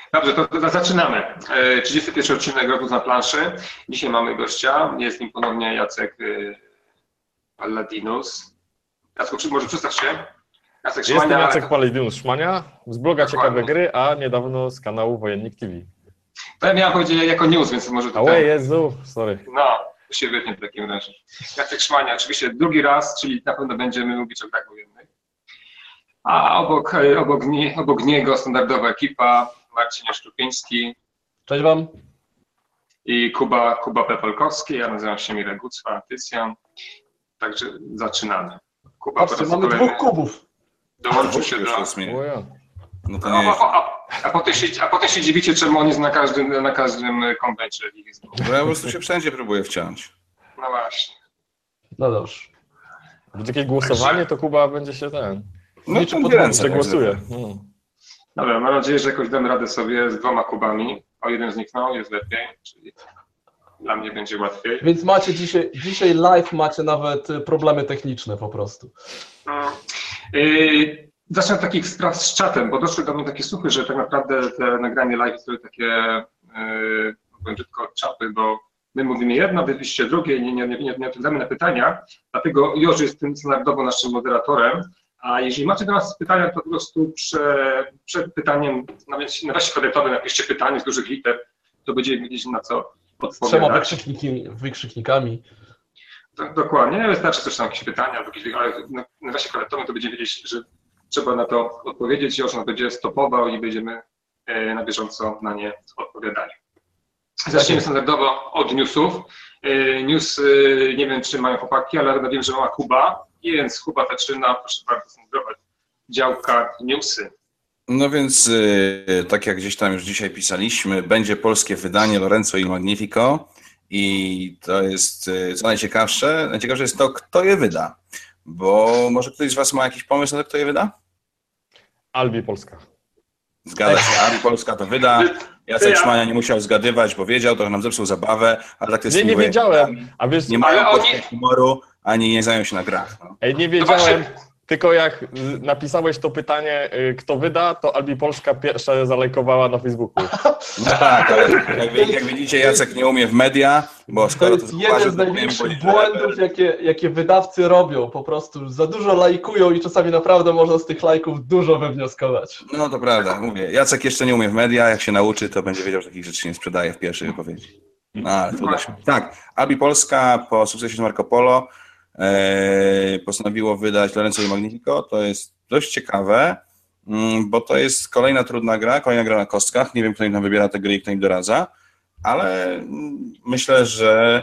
Dobrze, to zaczynamy. 31 odcinek Roków na planszy. Dzisiaj mamy gościa. Jest nim ponownie Jacek Palladinus. Jacku, może przedstaw się? Jacek Szmania. Jestem Jacek Palladinus Szmania z bloga Dokładnie. Ciekawe Gry, a niedawno z kanału Wojennik TV. To ja miałem powiedzieć jako news, więc może to... Ałe, Jezu, sorry. No, to się wytnie w takim razie. Jacek Szmania, oczywiście drugi raz, czyli na pewno będziemy mówić o grach wojennych. A obok niego standardowa ekipa, Marcin Oszczupieński. Cześć wam. I Kuba Pepolkowski, ja nazywam się Mirek Gucwa, Tycjan. Także zaczynamy. Kuba, Patrzcie, mamy dwóch Kubów. Dołączył się do... No to nie a potem się dziwicie, czemu on jest na każdym konwencie. Bo ja po prostu się wszędzie próbuję wciąć. No właśnie. No dobrze. Będzie jakieś głosowanie, to Kuba będzie się ten... No to ręce głosuje. Dobra, mam nadzieję, że jakoś damy radę sobie z dwoma Kubami. O jeden zniknął, jest lepiej, czyli dla mnie będzie łatwiej. Więc macie dzisiaj live macie nawet problemy techniczne po prostu. Zacznę od takich spraw z czatem, bo doszły do mnie takie słuchy, że tak naprawdę te nagranie live to takie, powiem brzydko, czapy, bo my mówimy jedno, wy piszecie drugie i nie odpowiadamy na pytania, dlatego Jorzy jest tym standardowo naszym moderatorem, a jeżeli macie do nas pytania, to po prostu przed pytaniem na weźcie kwadratowy napiszcie pytanie z dużych liter, to będziemy wiedzieć, na co odpowiadać. Z 3 wykrzyknikami. Dokładnie, wystarczy coś tam, jakieś pytania, ale na weźcie kwadratowy to będziemy wiedzieć, że trzeba na to odpowiedzieć, Jorzy nas będzie stopował i będziemy na bieżąco na nie odpowiadali. Zaczniemy standardowo od newsów. News, nie wiem, czy mają chłopaki, ale wiem, że ma Kuba, więc Kuba zaczyna, proszę bardzo, standardować działka newsy. No więc, tak jak gdzieś tam już dzisiaj pisaliśmy, będzie polskie wydanie Lorenzo il Magnifico i to jest, co najciekawsze jest to, kto je wyda, bo może ktoś z was ma jakiś pomysł na to, kto je wyda? Albi Polska. Zgadza się, Albi Polska to wyda. Jacek Szmania nie musiał zgadywać, bo wiedział, to nam zepsuł zabawę, ale tak to jest. Nie wiedziałem. A wiesz, nie mają humoru, ani nie znają się na grach. No. Ej, nie wiedziałem, tylko jak napisałeś to pytanie, kto wyda, to Albi Polska pierwsza zalajkowała na Facebooku. No tak, ale jak widzicie, Jacek nie umie w media, bo skoro to jest jeden z największych błędów, jakie wydawcy robią. Po prostu za dużo lajkują i czasami naprawdę można z tych lajków dużo wywnioskować. No to prawda, mówię. Jacek jeszcze nie umie w media, jak się nauczy, to będzie wiedział, że takich rzeczy nie sprzedaje w pierwszej wypowiedzi. No ale to uda się. Tak, Albi Polska po sukcesie z Marco Polo postanowiło wydać Lorenzo il Magnifico. To jest dość ciekawe, bo to jest kolejna trudna gra, na kostkach. Nie wiem, kto im tam wybiera te gry i kto im doradza, ale myślę, że...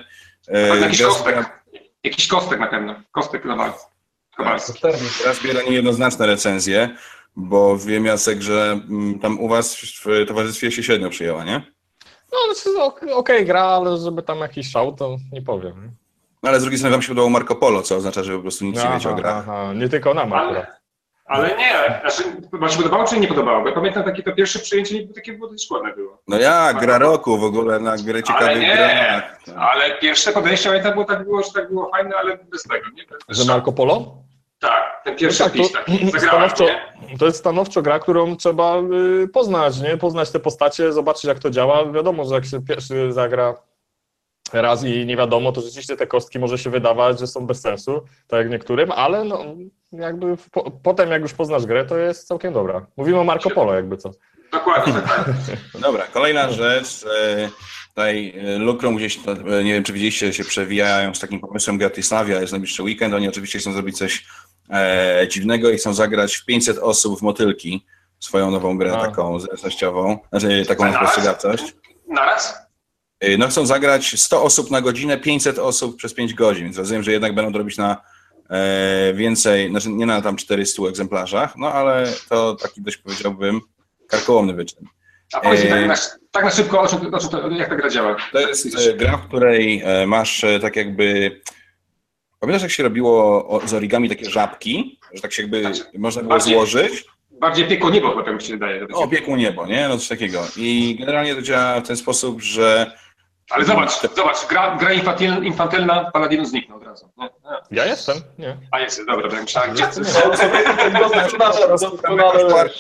Jakiś kostek na pewno. Kostek Kowalski. Teraz zbiera niejednoznaczne recenzje, bo wiem, Jacek, że tam u was w towarzystwie się średnio przyjęła, nie? No, to jest okej gra, ale żeby tam jakiś szał, to nie powiem. No ale z drugiej strony wam się podobało Marco Polo, co oznacza, że po prostu nic nie wiecie o grach. Nie tylko nam akurat. Ale nie, wam się podobało czy nie podobało? Bo ja pamiętam takie to pierwsze przyjęcie, takie było dość ładne było. No jak, gra roku w ogóle na grę ciekawych grach. Ale pierwsze podejście, pamiętam, że tak było fajne, ale bez tego, nie? Że Marco Polo? Tak, ten pierwszy wpis taki. To jest stanowczo gra, którą trzeba poznać, nie? Poznać te postacie, zobaczyć jak to działa. Wiadomo, że jak się pierwszy zagra raz i nie wiadomo, to rzeczywiście te kostki może się wydawać, że są bez sensu, tak jak niektórym, ale no jakby potem jak już poznasz grę, to jest całkiem dobra. Mówimy o Marco Polo jakby co. Dokładnie, tak. Dobra, kolejna rzecz. Tutaj Lucrum gdzieś, nie wiem czy widzieliście, się przewijają z takim pomysłem Gratislavia, jest najbliższy weekend, oni oczywiście chcą zrobić coś dziwnego i chcą zagrać w 500 osób w Motylki, swoją nową grę taką zręcznościową, znaczy taką spostrzegawczość. Naraz? No chcą zagrać 100 osób na godzinę, 500 osób przez 5 godzin, więc rozumiem, że jednak będą to robić na więcej, znaczy nie na tam 400 egzemplarzach, no ale to taki dość powiedziałbym karkołomny wyczyn. A powiedz mi tak na szybko, jak ta gra działa? To jest gra, w której masz tak jakby... Pamiętasz, jak się robiło z origami takie żabki, że tak się jakby można było złożyć? Bardziej piekło niebo, chyba mi się wydaje. O, piekło niebo, nie? No coś takiego. I generalnie to działa w ten sposób, że... Ale zobacz, gra infantylna, Palladinus zniknął od razu. Nie? Ja jestem? Nie. A jest, dobra, myślałem, gdzie...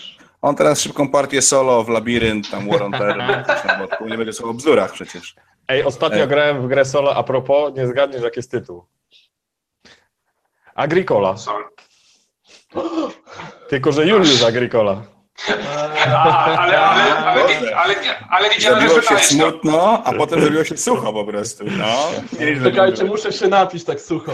On teraz szybką partię solo w Labirynt, tam War on Terror, coś tam, bo nie będzie słowo o bzdurach przecież. Ej, ostatnio grałem w grę solo, a propos, nie zgadniesz, jaki jest tytuł. Agricola. Tylko, że Juliusz Agricola. Ale widziałem, że Zrobiło się sprzedajesz to. smutno, a potem zrobiło się sucho po prostu. No, Czekajcie, muszę się napić tak sucho.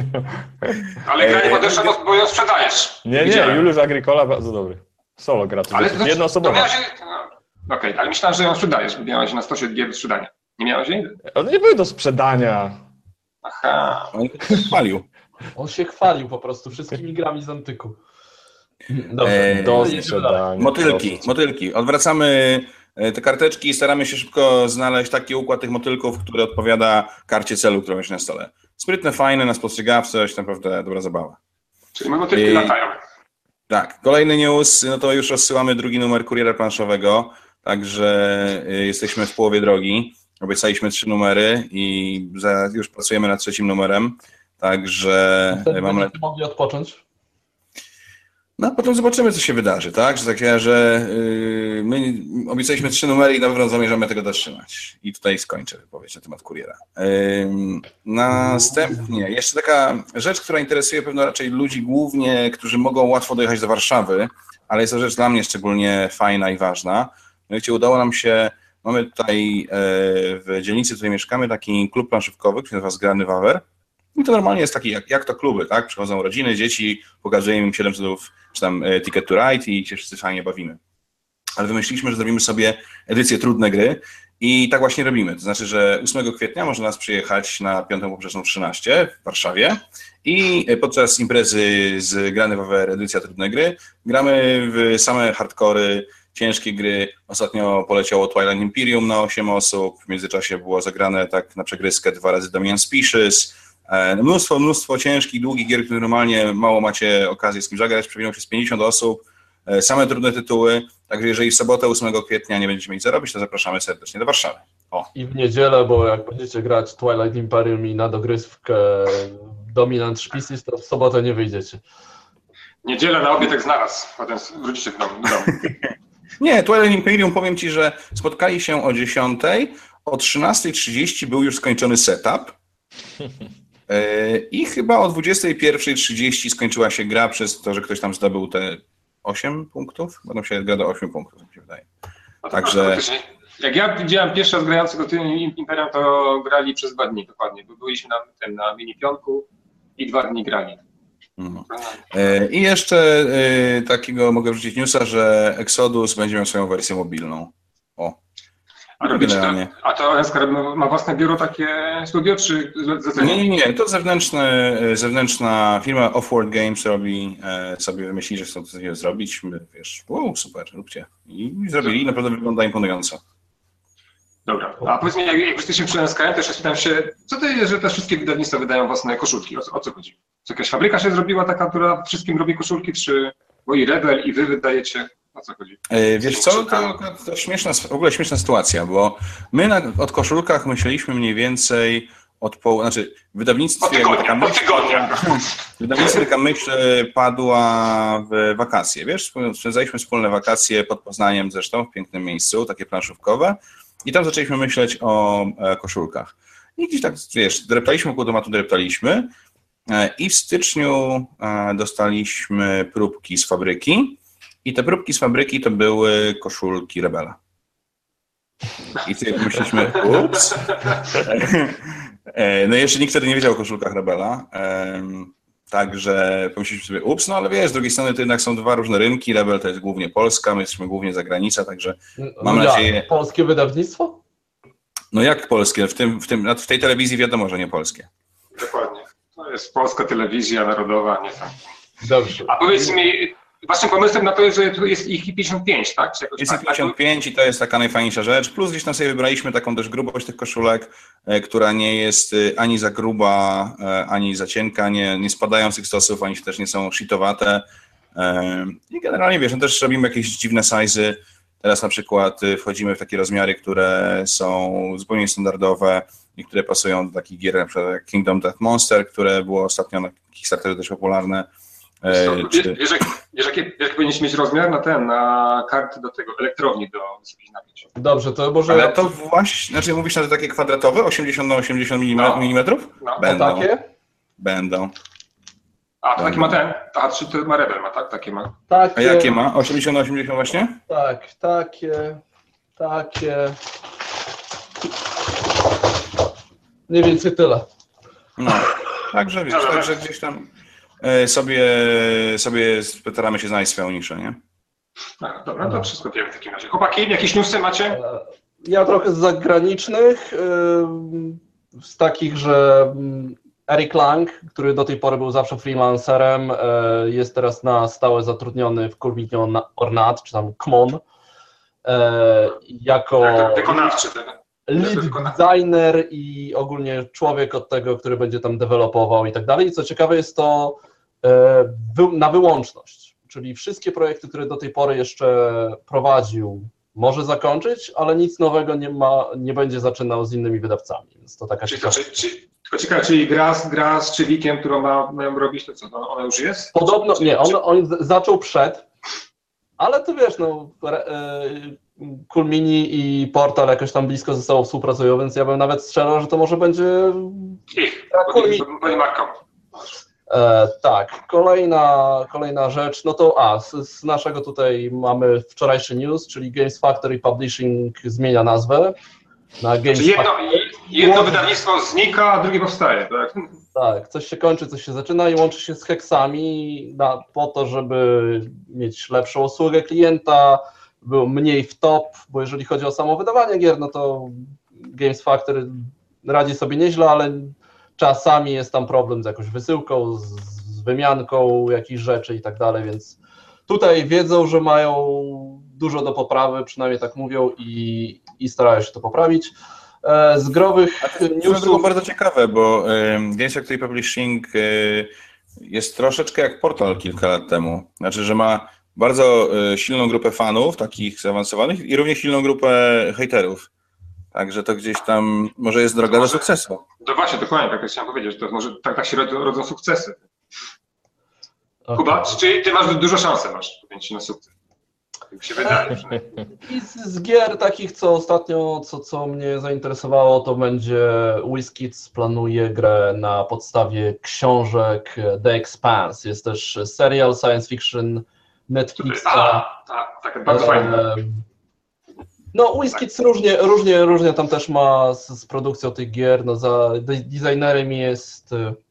Ale gra nie podeszła, bo ją sprzedajesz. Nie, Widziałem. Juliusz Agricola, bardzo dobry. Solo gra, to Ale jest jednoosobowa. Okej, ale myślałem, że ją sprzedajesz, bo miałeś na stosie gier do sprzedania. Nie miałeś jej? One nie były do sprzedania. Aha. On chwalił. On się chwalił po prostu wszystkimi grami z Antyku. Dobrze, Do jedziemy dalej. sprzedania. Motylki. Odwracamy te karteczki i staramy się szybko znaleźć taki układ tych motylków, który odpowiada karcie celu, którą jest na stole. Sprytne, fajne, na spostrzegawczość, naprawdę dobra zabawa. Czyli motylki latają. Tak, kolejny news, no to już rozsyłamy drugi numer kuriera planszowego, także jesteśmy w połowie drogi. Obiecaliśmy 3 numery i już pracujemy nad 3 numerem, także Wtedy mam będziecie mogli odpocząć. No, a potem zobaczymy, co się wydarzy, tak? Że my obiecaliśmy 3 numery i na pewno zamierzamy tego dotrzymać. I tutaj skończę wypowiedź na temat kuriera. Następnie, jeszcze taka rzecz, która interesuje pewno raczej ludzi głównie, którzy mogą łatwo dojechać do Warszawy, ale jest to rzecz dla mnie szczególnie fajna i ważna. Mianowicie udało nam się, mamy tutaj w dzielnicy, w której mieszkamy, taki klub planszówkowy, który się nazywa Zgrany Wawer. I to normalnie jest taki, jak to kluby, tak? Przychodzą rodziny, dzieci, pokazujemy im 7 cudów, czy tam Ticket to Ride i się wszyscy fajnie bawimy. Ale wymyśliliśmy, że zrobimy sobie edycję Trudne Gry i tak właśnie robimy. To znaczy, że 8 kwietnia może nas przyjechać na 5. Poprzeczną 13 w Warszawie i podczas imprezy z Grany Wawer edycja Trudne Gry gramy w same hardkory, ciężkie gry. Ostatnio poleciało Twilight Imperium na 8 osób, w międzyczasie było zagrane tak na przegryskę 2 razy Dominion Species. Mnóstwo ciężkich, długich gier, które normalnie mało macie okazję z kim zagrać. Przewinęło się z 50 osób, same trudne tytuły. Także jeżeli w sobotę 8 kwietnia nie będziecie mieli co robić, to zapraszamy serdecznie do Warszawy. I w niedzielę, bo jak będziecie grać Twilight Imperium i na dogrywkę Dominant Species, to w sobotę nie wyjdziecie. Niedziela na obieg tak znalazł, potem wrócicie do domu. Nie, Twilight Imperium, powiem Ci, że spotkali się o 10, o 13:30 był już skończony setup. I chyba o 21:30 skończyła się gra przez to, że ktoś tam zdobył te 8 punktów. Będą się gra do 8 punktów, tak mi się wydaje. No Także jak ja widziałem pierwszy raz grającego tym Imperium, to grali przez 2 dni dokładnie, bo byliśmy na mini pionku i 2 dni grali. I jeszcze takiego mogę wrzucić newsa, że Exodus będzie miał swoją wersję mobilną. O. A robicie to, a to SK ma własne biuro, takie studio, czy zlecenie? Nie, to zewnętrzna firma Offworld Games robi, sobie wymyślili, że chcą coś zrobić, my, wiesz, wow, super, róbcie. I zrobili, naprawdę wygląda imponująco. Dobra, a powiedz mi, jak jesteśmy przy NSKM, też spytam się, co to jest, że te wszystkie wydawnictwa wydają własne koszulki, o co chodzi? Czy jakaś fabryka się zrobiła taka, która wszystkim robi koszulki, czy bo i Rebel, i wy wydajecie? O co chodzi? Wiesz co, to w ogóle śmieszna sytuacja, bo my od koszulkach myśleliśmy mniej więcej znaczy w wydawnictwie taka myśl padła w wakacje, wiesz, spędzaliśmy wspólne wakacje pod Poznaniem zresztą, w pięknym miejscu, takie planszówkowe i tam zaczęliśmy myśleć o koszulkach. I gdzieś tak, wiesz, dreptaliśmy wokół tematu, i w styczniu dostaliśmy próbki z fabryki. I te próbki z fabryki to były koszulki Rebela. I sobie pomyśleliśmy, ups. No jeszcze nikt wtedy nie wiedział o koszulkach Rebela. Także pomyśleliśmy sobie, ups, no ale wiesz, z drugiej strony to jednak są 2 różne rynki. Rebel to jest głównie Polska, my jesteśmy głównie zagranica, także mam nadzieję... Polskie wydawnictwo? No jak polskie? W tej telewizji wiadomo, że nie polskie. Dokładnie. To jest polska telewizja narodowa, nie tam. Dobrze. A powiedz mi, waszym pomysłem na to jest, że jest ich 55, tak? Jest ich 55 i to jest taka najfajniejsza rzecz. Plus gdzieś tam sobie wybraliśmy taką też grubość tych koszulek, która nie jest ani za gruba, ani za cienka, nie spadają z tych stosów, ani też nie są shitowate. I generalnie wiesz, no też robimy jakieś dziwne size'y. Teraz na przykład wchodzimy w takie rozmiary, które są zupełnie standardowe i które pasują do takich gier, na przykład jak Kingdom Death Monster, które było ostatnio na Kickstarterze też popularne. Wiesz, jaki powinniśmy mieć rozmiar na karty do tego, elektrowni do wysokich napięć? Dobrze, to może... Ale to właśnie, znaczy mówisz na te takie kwadratowe, 80 na 80 mm? No. Będą. Takie? Będą. A, to taki ma ten? A, czy to ma Rebel, ma tak? Takie ma. Takie, A jakie ma? 80 na 80 właśnie? Tak, takie. Mniej więcej tyle. No, także wiesz, także gdzieś tam sobie staramy się znaleźć swoją niszę, nie? Dobra, to wszystko wiemy w takim razie. Chłopaki, jakieś newsy macie? Ja trochę z zagranicznych, z takich, że Eric Lang, który do tej pory był zawsze freelancerem, jest teraz na stałe zatrudniony w Coolmeet or Not, czy tam CMON, jako Wykonawczy ten. lead designer i ogólnie człowiek od tego, który będzie tam dewelopował i tak dalej. I co ciekawe jest to na wyłączność, czyli wszystkie projekty, które do tej pory jeszcze prowadził, może zakończyć, ale nic nowego nie będzie zaczynał z innymi wydawcami, więc to taka Tylko ciekawe, czyli gra z Czywikiem, którą mają robić, to co, ona już jest? Podobno, nie, on zaczął przed, ale to wiesz, no, Coolmini i Portal jakoś tam blisko ze sobą współpracują, więc ja bym nawet strzelał, że to może będzie... Pani marką. Tak, kolejna rzecz, no to z naszego tutaj mamy wczorajszy news, czyli Games Factory Publishing zmienia nazwę na Games Czyli Factory. jedno wydawnictwo znika, a drugie powstaje, tak? Tak, coś się kończy, coś się zaczyna i łączy się z Hexami po to, żeby mieć lepszą usługę klienta, był mniej w top, bo jeżeli chodzi o samo wydawanie gier, no to Games Factory radzi sobie nieźle, ale czasami jest tam problem z jakąś wysyłką, z wymianką jakichś rzeczy i tak dalej, więc tutaj wiedzą, że mają dużo do poprawy, przynajmniej tak mówią i starają się to poprawić. Z growych newsów... To było bardzo ciekawe, bo Games Factory Publishing jest troszeczkę jak Portal kilka lat temu. Znaczy, że ma bardzo silną grupę fanów, takich zaawansowanych i równie silną grupę hejterów. Także to gdzieś tam może jest droga do sukcesu. No właśnie, dokładnie, tak jak chciałem powiedzieć, to może tak się rodzą sukcesy. Okay. Kuba, czy ty masz dużo szansy na sukces? Tak mi się wydaje. I z gier takich, co ostatnio, co mnie zainteresowało, to będzie WizKids planuje grę na podstawie książek The Expanse. Jest też serial science fiction Netflixa. Tak, bardzo fajne. No, WizKids różnie tam też ma z produkcją tych gier. No, za designerem jest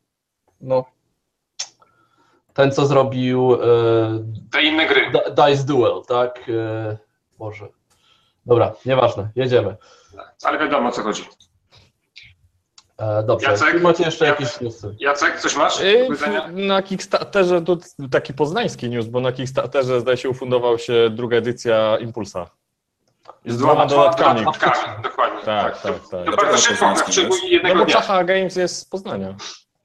ten, co zrobił te inne gry. Dice Duel, tak? Boże. Dobra, nieważne, jedziemy. Ale wiadomo, o co chodzi. Dobrze, Jacek, macie jeszcze jakieś newsy? Jacek, coś masz? Na Kickstarterze to taki poznański news, bo na Kickstarterze zdaje się ufundował się druga edycja Impulsa. Z dwoma dodatkami. Dokładnie. Tak. To bardzo szybko, jednego bo dnia. Czacha Games jest z Poznania.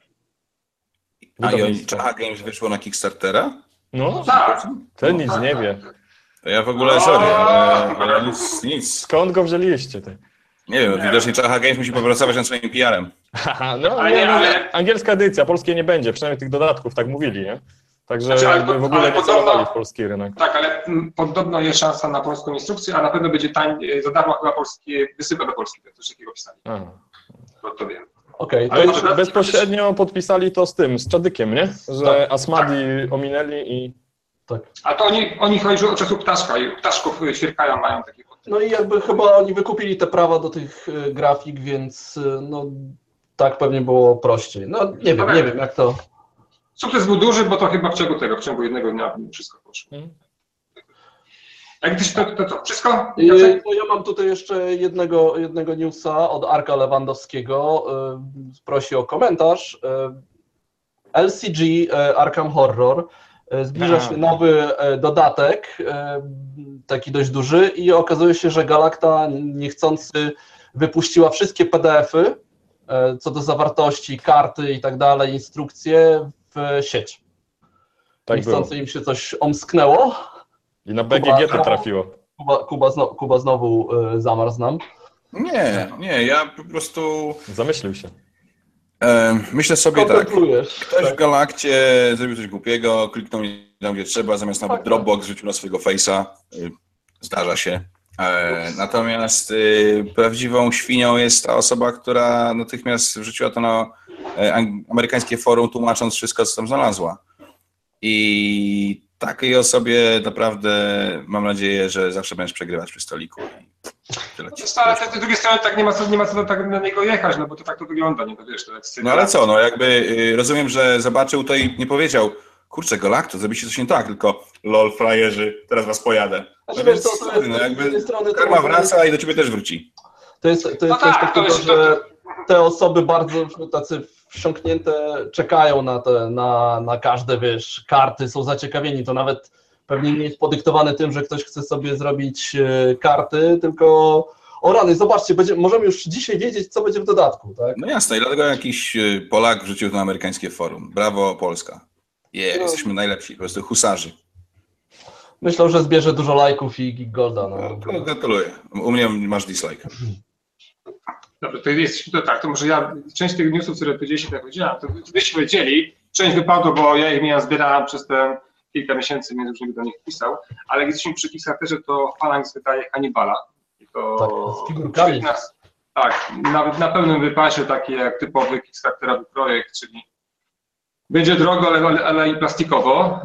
A i Czacha Games wyszło na Kickstartera? No, tak. Ten nic nie wie. To ja w ogóle sorry, ale nic. Skąd go wzięliście? Ty? Nie wiem, widocznie Czacha Games musi popracować nad swoim PR-em. Angielska edycja, polskiej nie będzie, przynajmniej tych dodatków, tak mówili, nie? Także w ogóle nie celowali w polski rynek. Tak, ale podobno jest szansa na polską instrukcję, a na pewno będzie za darmo chyba wysypa do Polski, to coś takiego pisali. To wiem. Okay, ale bezpośrednio podpisali to z Czadykiem, nie? Że Asmadi ominęli i... Tak. A to oni chodzi o czasu ptaszka i ptaszków świerkają, mają takie... No i jakby chyba oni wykupili te prawa do tych grafik, więc no tak pewnie było prościej. No nie wiem jak to... Sukces był duży, bo to chyba w ciągu jednego dnia wszystko poszło. Jak gdyś to wszystko? Ja mam tutaj jeszcze jednego newsa od Arka Lewandowskiego. Prosi o komentarz. LCG Arkham Horror. Zbliża się nowy dodatek, taki dość duży i okazuje się, że Galacta niechcący wypuściła wszystkie PDF-y co do zawartości, karty i tak dalej, instrukcje w sieć. Tak niechcący im się coś omsknęło. I na BGG to trafiło. Kuba znowu zamarzł nam. Nie, ja po prostu... Zamyślił się. Myślę sobie tak. Kontemplujesz. Ktoś w Tak. Galakcie zrobił coś głupiego, kliknął nie tam, gdzie trzeba, zamiast nawet Dropbox rzucił na swojego face'a. Zdarza się. Natomiast prawdziwą świnią jest ta osoba, która natychmiast wrzuciła to na amerykańskie forum, tłumacząc wszystko, co tam znalazła. I takiej osobie naprawdę mam nadzieję, że zawsze będziesz przegrywać przy stoliku. Tyle ci Ale z drugiej strony tak nie ma co tak na niego jechać, no bo to tak to wygląda, nie to wiesz, to jak No ale co, no jakby rozumiem, że zobaczył to i nie powiedział, kurczę, Galacto, zrobiliście coś nie tak, tylko lol, frajerzy, teraz was pojadę. No Znaczy, więc, wiesz co, to jest- no z jakby jednej strony to karma może- wraca i do ciebie też wróci. To jest No coś tak, takiego, to jest- że te osoby bardzo tacy wsiąknięte czekają na każde, wiesz, karty, są zaciekawieni. To nawet pewnie nie jest podyktowane tym, że ktoś chce sobie zrobić karty, tylko o rany, zobaczcie, możemy już dzisiaj wiedzieć, co będzie w dodatku, tak? No jasne, i dlatego jakiś Polak wrzucił to na amerykańskie forum. Brawo, Polska. No. Jesteśmy najlepsi, po prostu husarzy. Myślę, że zbierze dużo lajków i Geek Golda. No. No, gratuluję. U mnie masz dislike. Dobrze, to jest to tak, to może ja część tych newsów, które powiedzieliście, tak powiedziałem, to byście wiedzieli, część wypadło, bo ja ich miałem zbierałem przez te kilka miesięcy, więc już nie będę do nich pisał, ale jak jesteśmy przy Kickstarterze, to Phalanx wydaje Hannibala. I to Tak, z figurkami. Tak, na pełnym wypasie, taki jak typowy Kickstarterowy projekt, czyli będzie drogo, ale i plastikowo.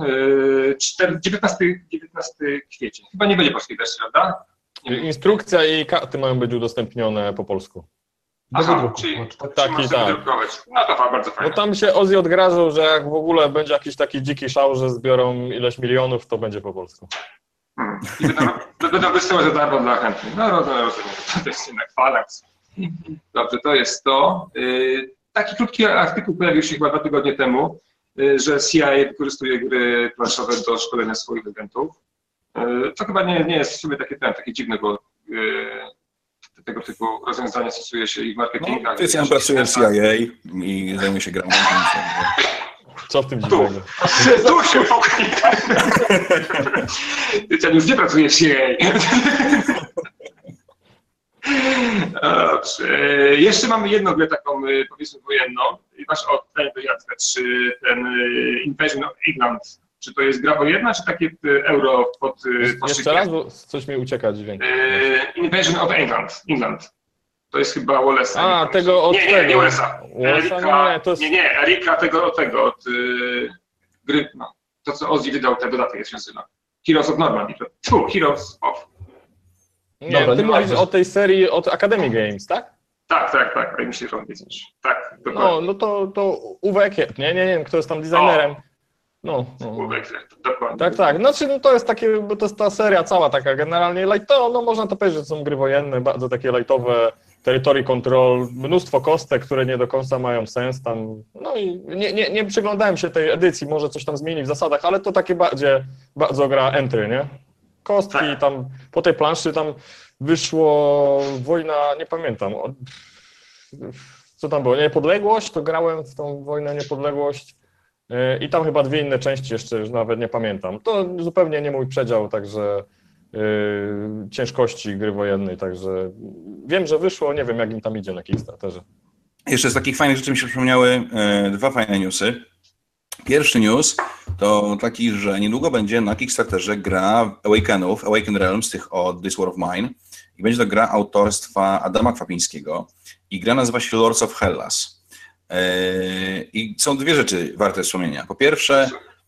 19 kwiecień. Chyba nie będzie polskiej wersji, prawda? Instrukcja i karty mają być udostępnione po polsku. Do Aha, wydruku. czyli- Znaczy, tak, Tak Trzeba i sobie tak. wydrukować. No to bardzo No fajnie. tam się Ozzy odgrażał, że jak w ogóle będzie jakiś taki dziki szał, że zbiorą ileś milionów, to będzie po polsku. I będą wysyłać za darmo dla chętnych. No rozumiem, to jest jednak Phalanx. Dobrze, to jest to. Taki krótki artykuł pojawił się chyba 2 tygodnie temu, że CIA wykorzystuje gry planszowe do szkolenia swoich agentów. To chyba nie jest w sumie takie dziwne, bo tego typu rozwiązania stosuje się i w marketingach. No, ja pracuję w CIA i zajmuję się grami. Co w tym dziwnego? Tu się pokryj! Ty nie pracuje w CIA. Dobrze. Jeszcze mamy jedną grę taką, powiedzmy, wojenną. I masz pytanie do Jacka, czy ten Invasion of England, czy to jest gra wojenna, czy takie euro pod Jeszcze szykiem? raz, bo coś mi ucieka dźwięk. Invasion of England. To jest chyba Wallace'a. A, tego od Nie, tego. nie Wallace'a. Wallace'a? Nie, to jest... Nie, Erika tego od gry, no. To co Ozzy wydał, ten dodatek jest się nazywa. Heroes of Normandy. Heroes of. Nie, Dobra, ty nie mówisz ważne. o tej serii od Academy Games, tak? Tak. Ale myślę, że on wie coś. Tak, dokładnie. No to Uwe Ekiep, nie wiem, kto jest tam designerem. No. Dokładnie. Tak. Znaczy, no to jest takie, bo to jest ta seria cała taka generalnie lightowa, no można to powiedzieć, że są gry wojenne, bardzo takie lightowe, territory control, mnóstwo kostek, które nie do końca mają sens tam, no i nie przyglądałem się tej edycji, może coś tam zmieni w zasadach, ale to takie bardzo gra entry, nie? Kostki Tak. tam, po tej planszy tam wyszło wojna, nie pamiętam, co tam było, Niepodległość, to grałem w tą wojnę Niepodległość. I tam chyba 2 inne części jeszcze, już nawet nie pamiętam. To zupełnie nie mój przedział, także ciężkości gry wojennej, także wiem, że wyszło, nie wiem jak im tam idzie na Kickstarterze. Jeszcze z takich fajnych rzeczy mi się przypomniały 2 fajne newsy. Pierwszy news to taki, że niedługo będzie na Kickstarterze gra Awaken Realms, tych od This War of Mine. I będzie to gra autorstwa Adama Kwapińskiego. I gra nazywa się Lords of Hellas. I są 2 rzeczy warte wspomnienia. Po pierwsze,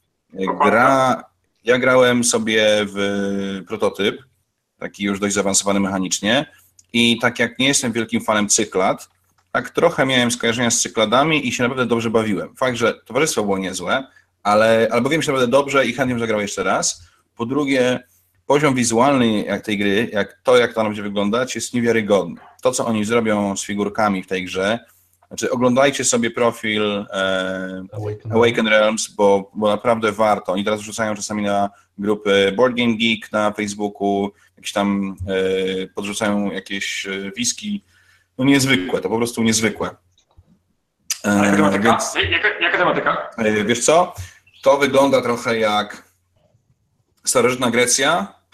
ja grałem sobie w prototyp, taki już dość zaawansowany mechanicznie i tak jak nie jestem wielkim fanem cyklad, tak trochę miałem skojarzenia z cykladami i się naprawdę dobrze bawiłem. Fakt, że towarzystwo było niezłe, ale bawiłem się naprawdę dobrze i chętnie bym zagrał jeszcze raz. Po drugie, poziom wizualny tej gry, jak to ona będzie wyglądać, jest niewiarygodny. To, co oni zrobią z figurkami w tej grze, znaczy oglądajcie sobie profil Awaken Realms, bo naprawdę warto. Oni teraz wrzucają czasami na grupy Board Game Geek na Facebooku, jakieś tam podrzucają jakieś wizki. No niezwykłe, to po prostu niezwykłe. Jaka tematyka? Więc, Jaka tematyka? wiesz co? To wygląda trochę jak starożytna Grecja,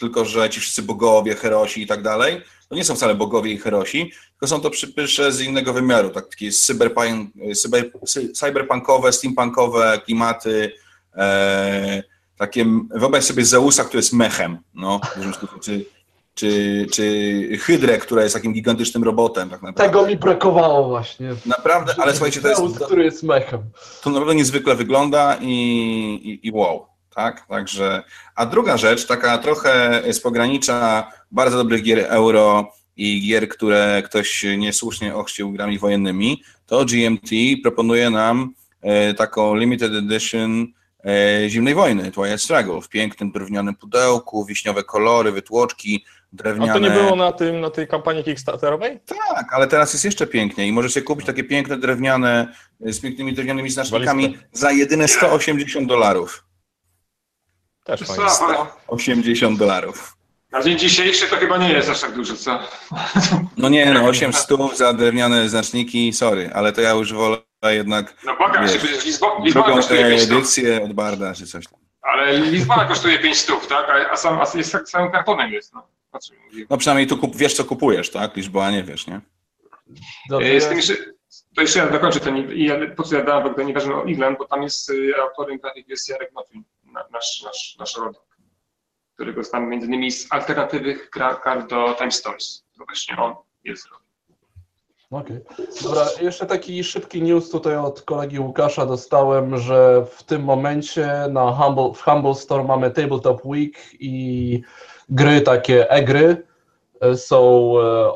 tylko że ci wszyscy bogowie, herosi i tak dalej, to nie są wcale bogowie i herosi, tylko są to przybysze z innego wymiaru, takie cyberpunkowe, steampunkowe klimaty, takie, wyobraź sobie Zeusa, który jest mechem, no, w dużym skrócie, czy Hydrę, która jest takim gigantycznym robotem, tak naprawdę. Tego mi brakowało właśnie. Naprawdę, ale słuchajcie, to jest... który jest mechem. To naprawdę niezwykle wygląda i wow, tak? Także, a druga rzecz, taka trochę z pogranicza bardzo dobrych gier euro i gier, które ktoś niesłusznie ochrzcił grami wojennymi, to GMT proponuje nam taką limited edition Zimnej Wojny, Twilight Struggle, w pięknym drewnianym pudełku, wiśniowe kolory, wytłoczki, drewniane... A to nie było na tej kampanii Kickstarterowej? Tak, ale teraz jest jeszcze piękniej i możecie kupić takie piękne drewniane, z pięknymi drewnianymi znacznikami za jedyne $180. Też Co? fajnie. $80. Na dzień dzisiejszy to chyba nie jest aż tak dużo, co? No nie, no 800 za drewniane znaczniki, sorry, ale to ja już wolę jednak... No błagam się, wiesz, przecież Lizbona drugą kosztuje 5 stów. edycję od Barda czy coś tam. Ale Lizbona kosztuje 5 stów, tak? A jest tak samym kartonem jest, no. O czym mówię? No przynajmniej tu wiesz, co kupujesz, tak? Liczba nie wiesz, nie? Dobrze, Z tym jeszcze, to jeszcze ja dokończę ten, i po co ja dałem Bogdanie ważny o England, bo tam jest autorem grafik jest Jarek Nowin, nasz rodak, którego znamy między innymi z alternatywnych kart do Time Stories. To właśnie on jest robił. Okej. Dobra, jeszcze taki szybki news tutaj od kolegi Łukasza dostałem, że w tym momencie w Humble Store mamy Tabletop Week i gry takie e-gry są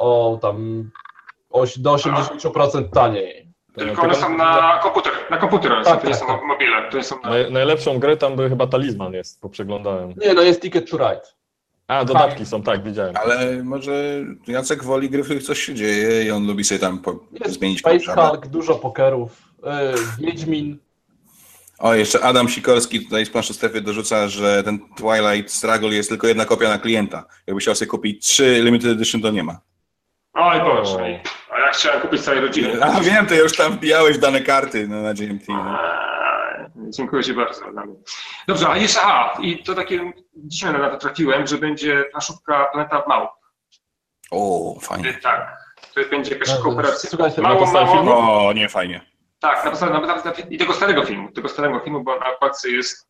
do 80% taniej. Tylko one są na komputer Tak, to nie tak, są tak. mobile, to nie są na... Najlepszą grę tam by chyba Talizman jest, bo przeglądałem. Nie, no jest Ticket to Ride. A, dodatki są, tak, widziałem. Ale może Jacek woli gry, w których coś się dzieje i on lubi sobie tam Jest zmienić Space kontrabę. Hulk, dużo pokerów, Wiedźmin. O, jeszcze Adam Sikorski tutaj z planszu strefy dorzuca, że ten Twilight Struggle jest tylko jedna kopia na klienta. Jakby chciał sobie kupić 3 limited edition, to nie ma. Oj Boże, a ja chciałem kupić całej rodziny. A wiem, ty już tam wbijałeś dane karty na GMT. No. Dziękuję Ci bardzo, Adamie. Dobrze, a jeszcze, i to takie, dzisiaj na to trafiłem, że będzie planszówka Planeta Małp. O, fajnie. Tak, to będzie jakaś kooperacja. Słuchajcie, O, nie, fajnie. Tak, i tego starego filmu, bo na okładce jest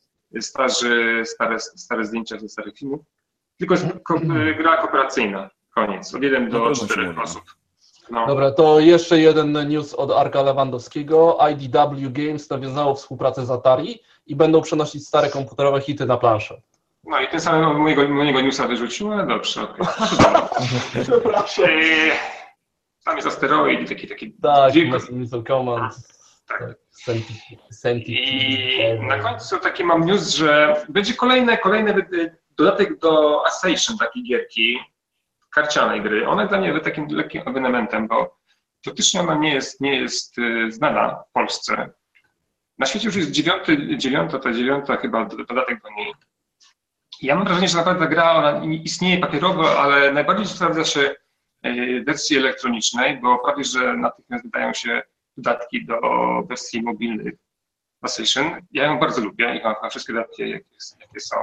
stare zdjęcia ze starych filmów. Tylko jest gra kooperacyjna, koniec, od 1 do 4 osób. No. Dobra, to jeszcze jeden news od Arka Lewandowskiego. IDW Games nawiązało współpracę z Atari i będą przenosić stare komputerowe hity na planszę. No i ten sam mojego newsa wyrzucił, ale dobrze, okej. Tam jest asteroid i taki Tak, dźwięk. Missile Command. Tak. I na końcu taki mam news, że będzie kolejny dodatek do Assassin, takiej gierki, karcianej gry. Ona dla mnie jest takim lekkim ewenementem, bo faktycznie ona nie jest znana w Polsce. Na świecie już jest dziewiąta chyba dodatek do niej. Ja mam wrażenie, że naprawdę gra ona istnieje papierowo, ale najbardziej sprawdza się w wersji elektronicznej, bo prawie że natychmiast wydają się dodatki do wersji mobilnych Assassin. Ja ją bardzo lubię i mam wszystkie dodatki, jakie są.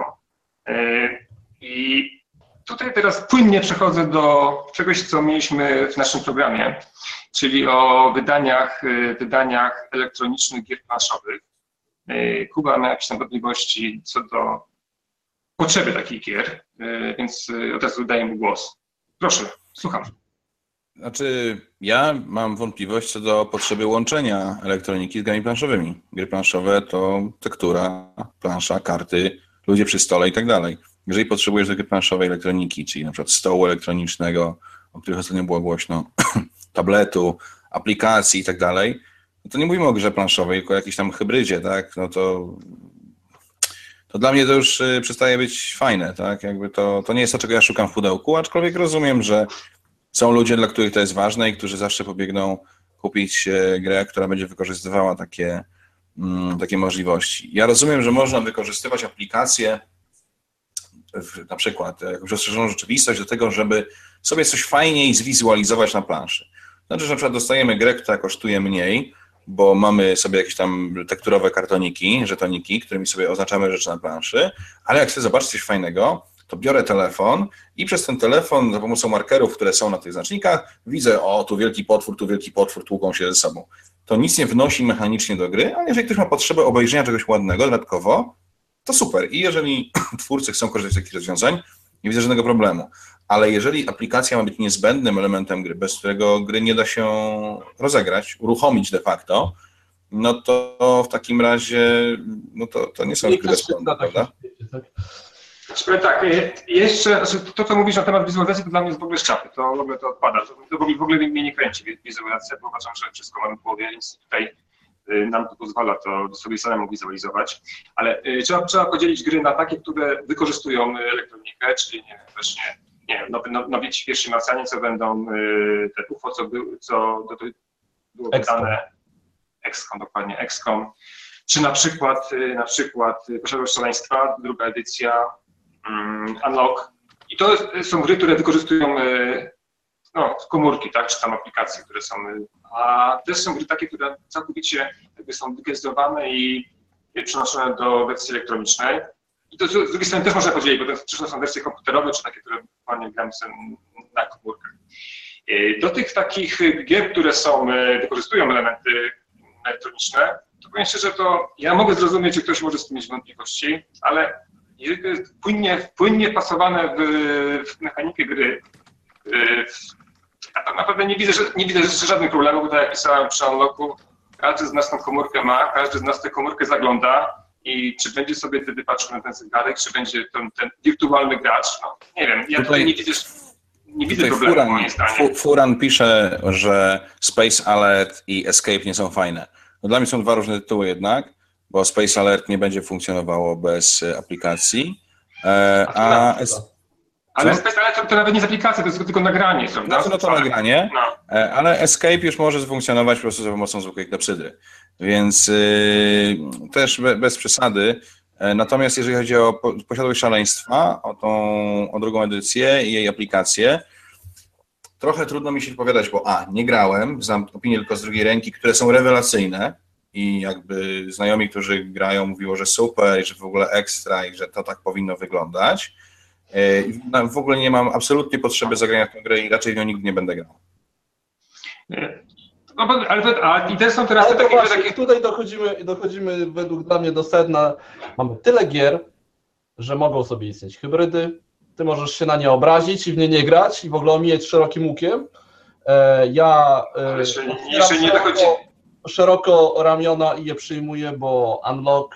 I tutaj teraz płynnie przechodzę do czegoś, co mieliśmy w naszym programie, czyli o wydaniach elektronicznych gier planszowych. Kuba ma jakieś tam wątpliwości co do potrzeby takich gier, więc od razu daję mu głos. Proszę, słucham. Znaczy, ja mam wątpliwość co do potrzeby łączenia elektroniki z grami planszowymi. Gry planszowe to tektura, plansza, karty, ludzie przy stole i tak dalej. Jeżeli potrzebujesz do gry planszowej elektroniki, czyli na przykład stołu elektronicznego, o których ostatnio było głośno, tabletu, aplikacji i tak dalej, no to nie mówimy o grze planszowej, tylko o jakiejś tam hybrydzie, tak? No to dla mnie to już przestaje być fajne, tak? Jakby to nie jest to, czego ja szukam w pudełku, aczkolwiek rozumiem, że są ludzie, dla których to jest ważne i którzy zawsze pobiegną kupić grę, która będzie wykorzystywała takie możliwości. Ja rozumiem, że można wykorzystywać aplikacje, na przykład jakąś rozszerzoną rzeczywistość do tego, żeby sobie coś fajniej zwizualizować na planszy. Znaczy, że na przykład dostajemy grę, która kosztuje mniej, bo mamy sobie jakieś tam tekturowe kartoniki, żetoniki, którymi sobie oznaczamy rzeczy na planszy, ale jak chcę zobaczyć coś fajnego, to biorę telefon i przez ten telefon za pomocą markerów, które są na tych znacznikach, widzę, o, tu wielki potwór, tłuką się ze sobą. To nic nie wnosi mechanicznie do gry, ale jeżeli ktoś ma potrzebę obejrzenia czegoś ładnego dodatkowo, to super. I jeżeli twórcy chcą korzystać z takich rozwiązań, nie widzę żadnego problemu. Ale jeżeli aplikacja ma być niezbędnym elementem gry, bez którego gry nie da się rozegrać, uruchomić de facto, no to w takim razie no to nie są gry bezpłatne, prawda? Tak, jeszcze to, co mówisz na temat wizualizacji, to dla mnie jest w ogóle szczapy, to w ogóle to odpada. To w ogóle mnie nie kręci wizualizacja, bo uważam, że wszystko mamy w głowie, więc tutaj nam to pozwala to sobie samemu wizualizować. Ale trzeba podzielić gry na takie, które wykorzystują elektronikę, czyli nie wiem, nowi ci pierwsi Marsjanie, co będą te UFO, co było wydane, XCOM, dokładnie, XCOM, czy na przykład Posiadłość Szaleństwa, druga edycja, Unlock. I to są gry, które wykorzystują komórki, tak, czy tam aplikacje, które są, a też są gry takie, które całkowicie jakby są wygenerowane i przenoszone do wersji elektronicznej. I to z drugiej strony też można podzielić, bo to są wersje komputerowe, czy takie, które dokładnie gramy na komórkach. Do tych takich gier, które wykorzystują elementy elektroniczne, to powiem szczerze, to ja mogę zrozumieć, że ktoś może z tym mieć wątpliwości, ale jeżeli to jest płynnie wpasowane w mechanikę gry, ja tak naprawdę nie widzę żadnych problemów, bo tak jak pisałem przy Unlocku, każdy z nas tą komórkę ma, każdy z nas tę komórkę zagląda i czy będzie sobie wtedy patrzył na ten zegarek, czy będzie ten wirtualny gracz, no nie wiem, ja tutaj nie widzę problemu moim zdaniem. Furan pisze, że Space Alert i Escape nie są fajne. No dla mnie są dwa różne tytuły jednak, bo Space Alert nie będzie funkcjonowało bez aplikacji, ale Space Alert to nawet nie jest aplikacja, to jest tylko nagranie, prawda? No to nagranie, ale Escape już może funkcjonować po prostu za pomocą zwykłej klepsydry, więc też bez przesady. Natomiast jeżeli chodzi o Posiadłość Szaleństwa, o drugą edycję i jej aplikację, trochę trudno mi się wypowiadać, bo nie grałem, znam opinie tylko z drugiej ręki, które są rewelacyjne i jakby znajomi, którzy grają, mówiło, że super i że w ogóle ekstra i że to tak powinno wyglądać. W ogóle nie mam absolutnie potrzeby zagrania w tę grę i raczej w nią nigdy nie będę grał. I też są teraz takie gry takie... Tutaj dochodzimy według dla mnie do sedna. Mamy tyle gier, że mogą sobie istnieć hybrydy. Ty możesz się na nie obrazić i w nie nie grać i w ogóle omijać szerokim łukiem. Jeszcze nie dochodzi. Szeroko ramiona i je przyjmuję, bo Unlock,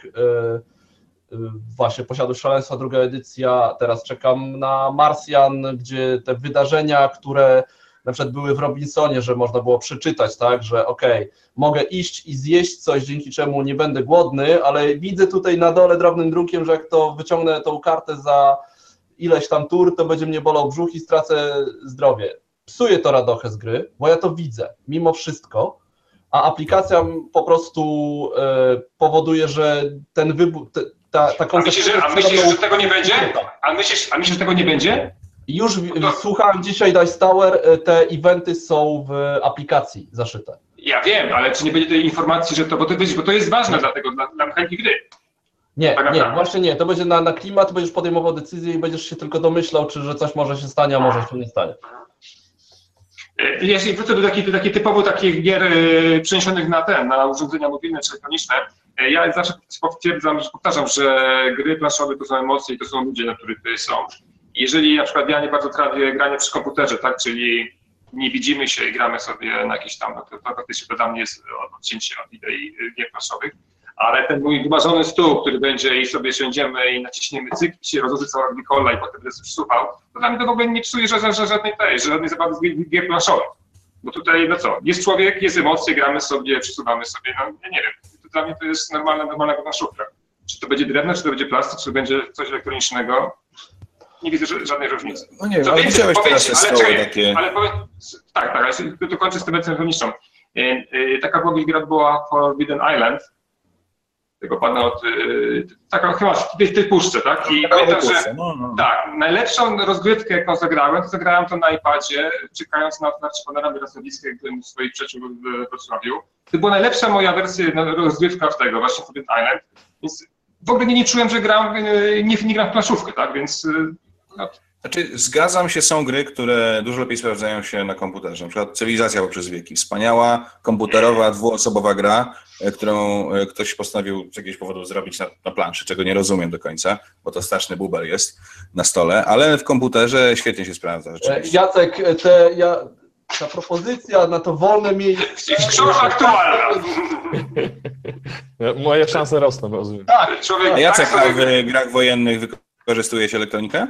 właśnie Posiadłość Szaleństwa, druga edycja, teraz czekam na Marsjan, gdzie te wydarzenia, które na przykład były w Robinsonie, że można było przeczytać, tak, że mogę iść i zjeść coś, dzięki czemu nie będę głodny, ale widzę tutaj na dole drobnym drukiem, że jak to wyciągnę tą kartę za ileś tam tur, to będzie mnie bolał brzuch i stracę zdrowie. Psuje to radochę z gry, bo ja to widzę, mimo wszystko, a aplikacja po prostu powoduje, że ten wybór, ta koncepcja... A myślisz, że tego nie będzie? A myślisz, że tego nie będzie? Już słuchałem dzisiaj Dice Tower, te eventy są w aplikacji zaszyte. Ja wiem, ale czy nie będzie tej informacji, że to, bo to jest ważne dla mechaniki gry. Nie, właśnie nie, to będzie na klimat, będziesz podejmował decyzję i będziesz się tylko domyślał, że coś może się stanie, a może się nie stanie. Jeśli wrócę do takich typowo takich gier przeniesionych na urządzenia mobilne czy elektroniczne, ja zawsze powtarzam, że gry planszowe to są emocje i to są ludzie, na których są. Jeżeli na przykład ja nie bardzo trawię granie przy komputerze, tak, czyli nie widzimy się i gramy sobie na jakiś tam, to faktycznie to dla mnie jest odcięcie od idei gier planszowych, ale ten mój wymarzony stół, który będzie i sobie siądziemy i naciśniemy cyk i się rozłoży cała glikola i potem będę coś słuchał, to dla mnie to w ogóle nie psuje żadnej zabawy z gier planszowych. Bo tutaj, jest człowiek, jest emocje, gramy sobie, przesuwamy sobie, ja nie wiem, to dla mnie to jest normalna planszówka. Czy to będzie drewno, czy to będzie plastik, czy to będzie coś elektronicznego, nie widzę żadnej różnicy. No nie wiem, ale widziałeś teraz te stoły takie... Ale to kończę z tym elektroniczną. Taka gra była Forbidden Island, tego pana od... Taka chyba w tej puszce, tak? I pamiętam, że tak, najlepszą rozgrywkę, jaką zagrałem to na iPadzie, czekając na otwarcie panoramy Rasnowickiej, jak byłem u swoich przyjaciół w Wrocławiu. To była najlepsza moja wersja, rozgrywka w tego, właśnie Forbidden Island, więc w ogóle nie czułem, że nie gram w planszówkę, tak? Więc Znaczy, zgadzam się, są gry, które dużo lepiej sprawdzają się na komputerze. Na przykład Cywilizacja poprzez wieki. Wspaniała, komputerowa, dwuosobowa gra, którą ktoś postanowił z jakiegoś powodu zrobić na planszy, czego nie rozumiem do końca, bo to straszny bubel jest na stole, ale w komputerze świetnie się sprawdza. Rzeczywiście. Jacek, ta propozycja na to wolne miejsce... Wciąż aktualna. Moje szanse rosną, rozumiem. Tak, człowiek... A Jacek, tak a sobie- w grach wojennych wykorzystuje się elektronikę?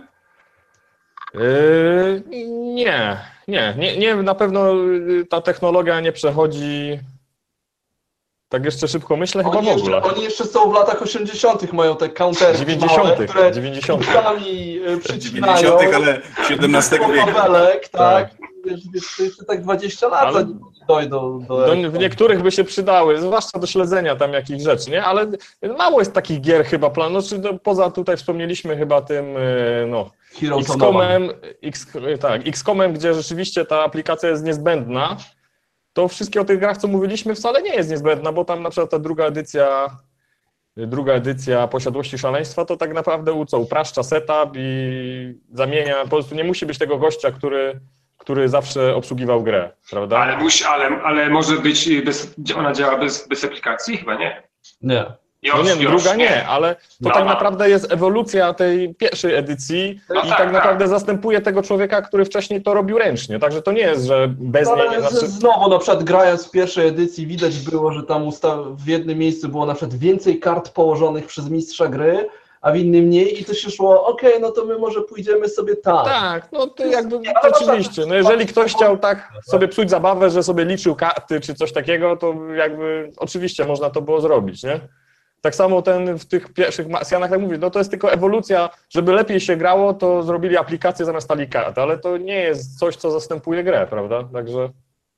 Nie, na pewno ta technologia nie przechodzi tak jeszcze szybko myślę, chyba w ogóle. Oni jeszcze są w latach 80. mają te countery 90., które 90. sami przycinają. 90., ale XVII wieku. Kabelek, tak. Wiesz, to jeszcze tak 20 lat, Ale- zanim dojdą do W niektórych by się przydały, zwłaszcza do śledzenia tam jakichś rzeczy, nie? Ale mało jest takich gier chyba poza tutaj wspomnieliśmy chyba tym, no, Heroes of Nova. XCOM-em, gdzie rzeczywiście ta aplikacja jest niezbędna, to wszystkie o tych grach, co mówiliśmy, wcale nie jest niezbędna, bo tam na przykład ta druga edycja Posiadłości Szaleństwa, to tak naprawdę upraszcza setup i zamienia, po prostu nie musi być tego gościa, który zawsze obsługiwał grę, prawda? Ale może być, ona działa bez aplikacji? Chyba nie. Nie. No nie, druga nie, ale to No, tak no. naprawdę jest ewolucja tej pierwszej edycji No i tak, tak naprawdę zastępuje tego człowieka, który wcześniej to robił ręcznie, także to nie jest, że bez niej, Ale znaczy, znowu na przykład grając w pierwszej edycji widać było, że tam w jednym miejscu było na przykład więcej kart położonych przez mistrza gry, a w innym mniej i to się szło, okej, no to my może pójdziemy sobie tam. tak, no to jakby ale rzeczywiście, no jeżeli ktoś chciał tak sobie psuć zabawę, że sobie liczył karty czy coś takiego, to jakby oczywiście można to było zrobić, nie? Tak samo w tych pierwszych Marsjanach, jak mówię, no to jest tylko ewolucja, żeby lepiej się grało, to zrobili aplikację zamiast talii kart, ale to nie jest coś, co zastępuje grę, prawda? Także...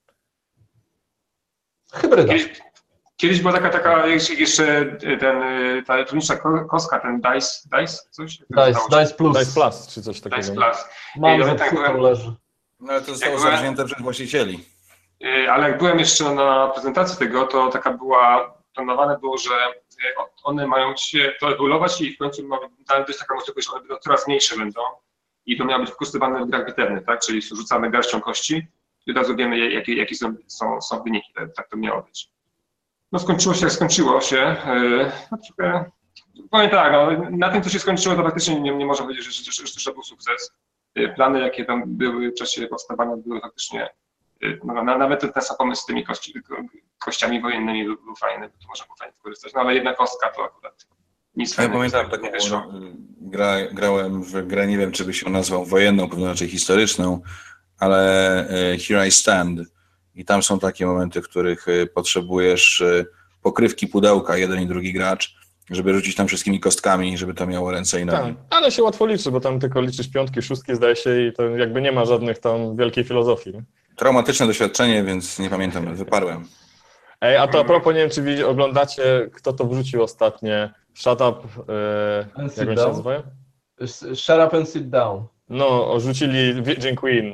Hybryda. Kiedyś była taka jeszcze ta elektroniczna kostka, ten Dice, coś? Dice Plus. Dice Plus czy coś takiego. Dice Plus. Mam, Ja że tak tam byłem- leży. No ale to zostało Jak byłem- zawzięte przez właścicieli. Ale jak byłem jeszcze na prezentacji tego, to taka planowane było, że one mają się to ewoluować i w końcu ma być taka możliwość, że one będą coraz mniejsze będą i to miało być wykorzystywane w grach bitewnych, tak? Czyli rzucamy garścią kości i od razu wiemy, jakie są wyniki, tak to miało być. No skończyło się jak skończyło się. No, trochę, powiem tak, no, na tym, co się skończyło, to faktycznie nie można powiedzieć, że był sukces. Plany, jakie tam były w czasie powstawania, były faktycznie, no, nawet ten sam pomysł z tymi kościami wojennymi był fajny, bo to można było fajnie wykorzystać, no ale jedna kostka to akurat nic Ja fajnego pamiętam nie taką wyszło. grałem w grę, nie wiem, czy by się nazwał wojenną, pewnie raczej historyczną, ale Here I Stand. I tam są takie momenty, w których potrzebujesz pokrywki pudełka, jeden i drugi gracz, żeby rzucić tam wszystkimi kostkami, żeby to miało ręce i nogi. Tak, ale się łatwo liczy, bo tam tylko liczysz piątki, szóstki, zdaje się, i to jakby nie ma żadnych tam wielkiej filozofii. Nie? Traumatyczne doświadczenie, więc nie pamiętam, wyparłem. Ej, a to a propos, nie wiem, czy oglądacie, kto to wrzucił ostatnio, Shut Up, And sit jak on się down. nazywa? Shut up and sit down. No, rzucili Virgin Queen,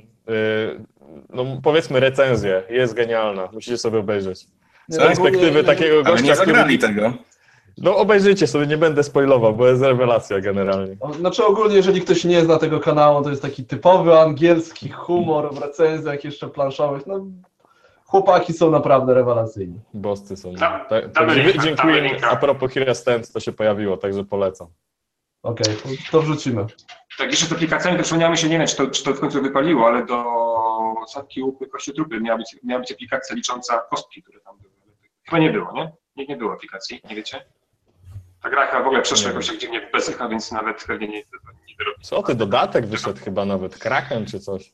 no powiedzmy recenzję, jest genialna, musicie sobie obejrzeć. Z Nie, perspektywy ogólnie, takiego Ale gościa, nie zagrali który... tego. No obejrzyjcie sobie, nie będę spoilował, bo jest rewelacja generalnie. Znaczy ogólnie, jeżeli ktoś nie zna tego kanału, to jest taki typowy angielski humor w recenzjach jeszcze planszowych. No, chłopaki są naprawdę rewelacyjni. Boscy są. Damy linka, Virgin damy Queen, linka. a propos Here Stands, to się pojawiło, także polecam. Okej, to wrzucimy. Tak, jeszcze z aplikacjami to przypomniało mi się, nie wiem, czy to w końcu wypaliło, ale do sadki łupy kościotrupy miała być aplikacja licząca kostki, które tam były. Chyba nie było, nie? Nie było aplikacji, nie wiecie? Ta gra chyba w ogóle przeszła jakoś tak dziwnie bez echa, więc nawet pewnie nie wyrobi. Co ty, dodatek wyszedł chyba nawet, Kraken czy coś.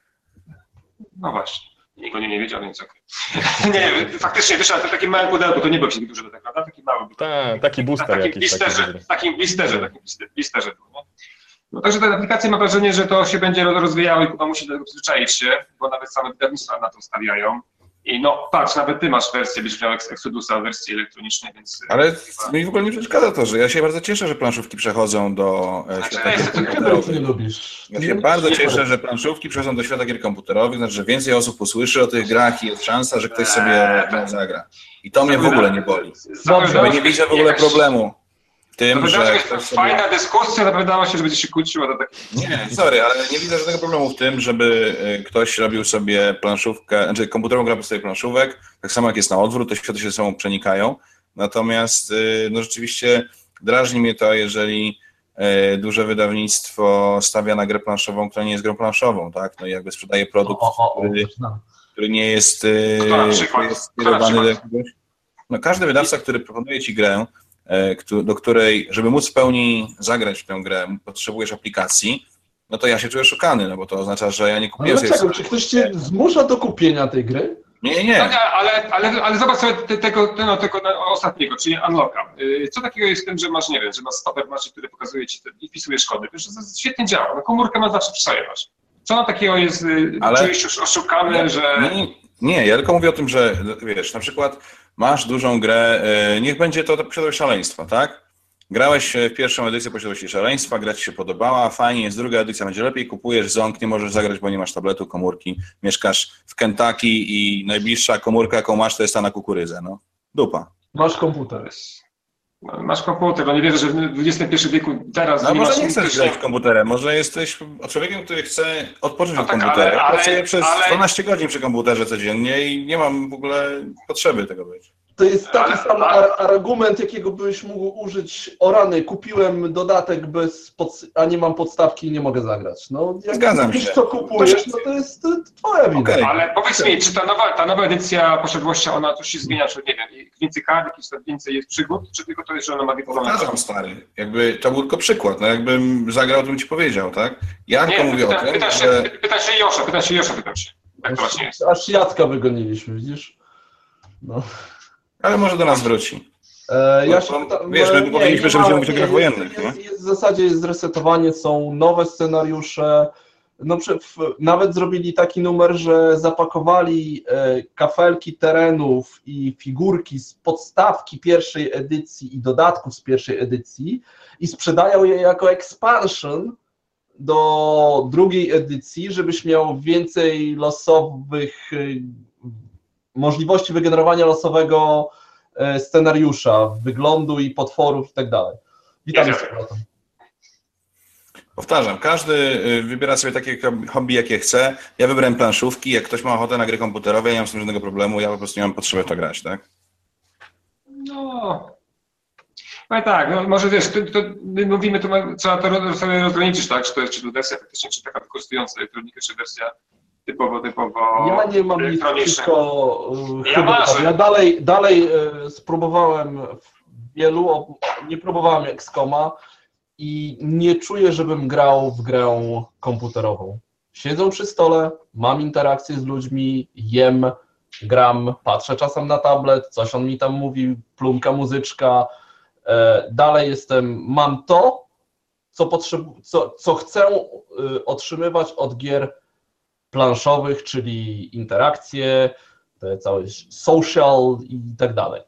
No właśnie, nikt o nim nie wiedział, więc okej. Nie, faktycznie wyszedł w takim małym pudełku, to nie był jakiś duży dodatek, prawda? Taki mały był. Tak, taki booster jakiś. Takim blisterze był, nie? No także te aplikacje mam wrażenie, że to się będzie rozwijało i chyba musi do tego przyzwyczaić się, bo nawet same wydawnictwa na to stawiają. I no patrz, nawet ty masz wersję, byś miał Exodusa w wersji elektronicznej, więc... Ale mi w ogóle nie przeszkadza to, że ja się bardzo cieszę, że planszówki przechodzą do świata gier Czego ty nie komputerowych. lubisz? Ja się bardzo cieszę, że planszówki przechodzą do świata gier komputerowych, znaczy, że więcej osób usłyszy o tych grach i jest szansa, że ktoś sobie zagra. I to mnie w ogóle nie boli. Dobrze. Ja nie widzę w ogóle problemu w tym, To wydaje że się, ktoś że sobie... fajna dyskusja, zapowiadało się, że będzie się kłóciło do takiej... Nie, sorry, ale nie widzę żadnego problemu w tym, żeby ktoś robił sobie planszówkę, znaczy komputerową grę sobie planszówek, tak samo jak jest na odwrót, te światy się ze sobą przenikają. Natomiast no rzeczywiście drażni mnie to, jeżeli duże wydawnictwo stawia na grę planszową, która nie jest grą planszową, tak? No i jakby sprzedaje produkt, który nie jest, Kto na przykład? który jest skierowany do jakiegoś... No każdy wydawca, który proponuje ci grę, do której, żeby móc w pełni zagrać w tę grę, potrzebujesz aplikacji, no to ja się czuję szukany, no bo to oznacza, że ja nie kupię Ale sobie... dlaczego? Czy ktoś cię zmusza do kupienia tej gry? Nie. Ale zobacz sobie tego ostatniego, czyli Unlocka. Co takiego jest w tym, że masz, nie wiem, że masz stoper, który pokazuje ci i wpisujesz kody? Przecież to świetnie działa. No komórkę ma zawsze przejechać. Co na takiego jest, czujesz już oszukany, że... Nie, ja tylko mówię o tym, że wiesz, na przykład masz dużą grę, niech będzie to posiadłość szaleństwa, tak? Grałeś w pierwszą edycję posiadłości szaleństwa, gra ci się podobała, fajnie, jest druga edycja, będzie lepiej, kupujesz ząg, nie możesz zagrać, bo nie masz tabletu, komórki, mieszkasz w Kentucky i najbliższa komórka, jaką masz, to jest ta na kukurydzę, no. Dupa. Masz komputer. No, masz komputer, no nie wierzę, że w XXI wieku teraz... No może masz, nie chcesz grać w komputerem, może jesteś człowiekiem, który chce odpocząć od komputera. Ja pracuję przez 12 godzin przy komputerze codziennie i nie mam w ogóle potrzeby tego być. To jest taki sam argument, jakiego byś mógł użyć. O rany, kupiłem dodatek a nie mam podstawki i nie mogę zagrać. No, jak zgadzam się. Co kupujesz, no to jest twoja wina. Okay. Ale powiedz mi, czy ta nowa edycja posiadłości, ona coś się zmienia, czy nie wiem, więcej kart, więcej jest przygód, czy tylko to jest, że ona ma wykonane? Zgadzam, stary. Jakby to był tylko przykład. No jakbym zagrał, to bym ci powiedział, tak? Ja tylko mówię o tym, Pytam się Josza, pytam się. Tak to właśnie jest. Aż Jacka wygoniliśmy, widzisz? No. Ale może do nas wróci. Wiesz, my powiedzieliśmy, że będziemy mówić o grach wojennych. W zasadzie jest zresetowanie, są nowe scenariusze. No, nawet zrobili taki numer, że zapakowali kafelki terenów i figurki z podstawki pierwszej edycji i dodatków z pierwszej edycji i sprzedają je jako expansion do drugiej edycji, żebyś miał więcej losowych możliwości wygenerowania losowego scenariusza, wyglądu i potworów i tak dalej. Witam z powrotem. Powtarzam, każdy wybiera sobie takie hobby, jakie chce. Ja wybrałem planszówki, jak ktoś ma ochotę na gry komputerowe, ja nie mam z tym żadnego problemu, ja po prostu nie mam potrzeby w to grać, tak? No tak, no może wiesz, my mówimy, trzeba to sobie rozgraniczyć, tak? Czy to jest wersja faktycznie, czy taka wykorzystująca elektronikę, czy wersja typowo ja nie mam nic przeciwko ja dalej spróbowałem wielu, nie próbowałem XCOMa i nie czuję, żebym grał w grę komputerową. Siedzę przy stole, mam interakcję z ludźmi, jem, gram, patrzę czasem na tablet, coś on mi tam mówi, plumka muzyczka, dalej mam to, co chcę otrzymywać od gier planszowych, czyli interakcje, te całe social i tak dalej.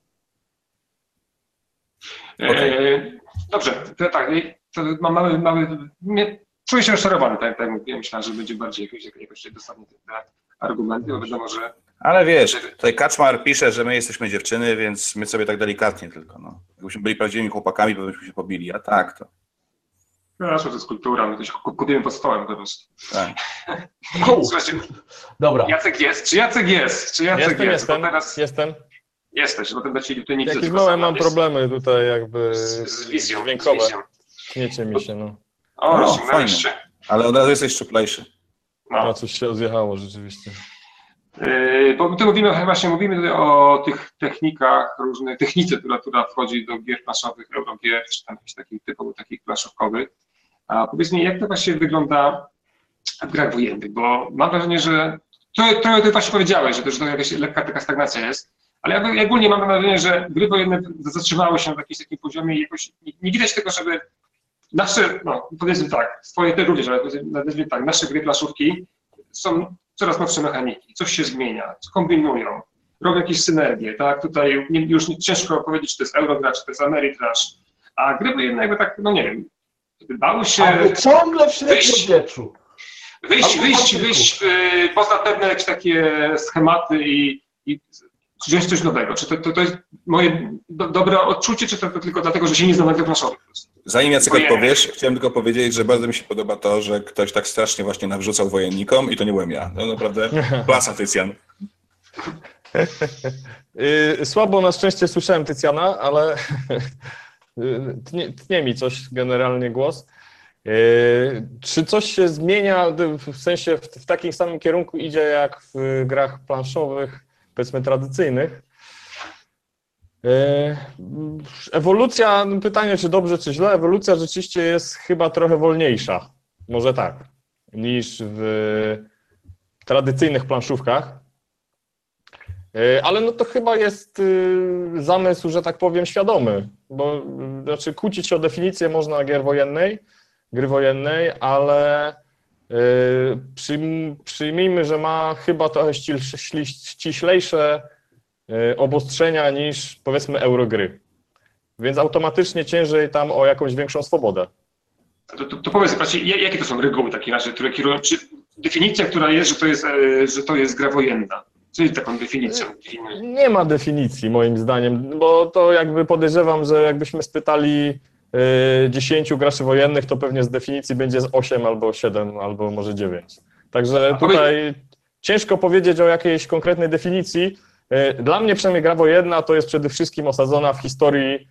Dobrze, to czuję się rozczarowany, tak jak mówiłem, myślałem, że będzie bardziej jakoś dosadnie te argumenty, bo wiadomo, że... Ale wiesz, tutaj Kaczmar pisze, że my jesteśmy dziewczyny, więc my sobie tak delikatnie tylko, no. Jakbyśmy byli prawdziwymi chłopakami, to byśmy się pobili, a tak to... Przepraszam, to jest kultura, my to się kutujemy pod stołem po prostu. Tak. Słuchajcie, dobra. Jacek jest? Czy Jacek jest? Jestem. Jesteś, bo ten ci nic. Jakieś małe mam problemy tutaj jakby z wizją. dźwiękowe. Kniecie mi się, no. O, fajnie. Ale od razu jesteś szczuplejszy. No, coś się rozjechało rzeczywiście. Bo my tu mówimy tutaj o tych technikach, różnej technice, która wchodzi do gier planszowych, Eurogier, czy tam jakichś takich typowo takich planszówkowych. A powiedz mi, jak to właśnie wygląda w grach wojennych, bo mam wrażenie, że trochę ty właśnie powiedziałeś, że to jakaś lekka taka stagnacja jest, ale ja ogólnie mam wrażenie, że gry wojenne zatrzymały się na jakimś takim poziomie i jakoś nie widać tego, żeby nasze, no powiedzmy tak, swoje te również, ale powiedzmy tak, nasze gry planszówki są coraz nowsze mechaniki, coś się zmienia, kombinują, robią jakieś synergie, tak? Tutaj już ciężko powiedzieć, czy to jest Eurotrash, czy to jest Ameritrash, a gry wojenne jakby tak, no nie wiem, bały się... Ale ciągle w średniowieczu. Wyjść poza pewne jakieś takie schematy i czy wziąć coś nowego? Czy to jest moje dobre odczucie, czy to tylko dlatego, że się nie znam na grach planszowych? Zanim Jacek odpowiesz, chciałem tylko powiedzieć, że bardzo mi się podoba to, że ktoś tak strasznie właśnie nawrzucał wojennikom i to nie byłem ja. To naprawdę klasa, Tycjan. Słabo na szczęście słyszałem Tycjana, ale tnie mi coś generalnie głos. Czy coś się zmienia, w sensie w takim samym kierunku idzie jak w grach planszowych, powiedzmy tradycyjnych? Ewolucja, pytanie czy dobrze, czy źle, ewolucja rzeczywiście jest chyba trochę wolniejsza, może tak, niż w tradycyjnych planszówkach, ale no to chyba jest zamysł, że tak powiem, świadomy, bo znaczy kłócić się o definicję można gry wojennej, ale przyjmijmy, że ma chyba trochę ściślejsze obostrzenia niż powiedzmy eurogry, więc automatycznie ciężej tam o jakąś większą swobodę. To powiedz, jakie to są reguły w takim razie, które kierują, czy definicja, która jest, że to jest gra wojenna? Co jest taką definicją? Nie ma definicji moim zdaniem, bo to jakby podejrzewam, że jakbyśmy spytali 10 graczy wojennych, to pewnie z definicji będzie z 8 albo 7 albo może 9. Także tutaj ciężko powiedzieć o jakiejś konkretnej definicji. Dla mnie przynajmniej gra wojenna to jest przede wszystkim osadzona w historii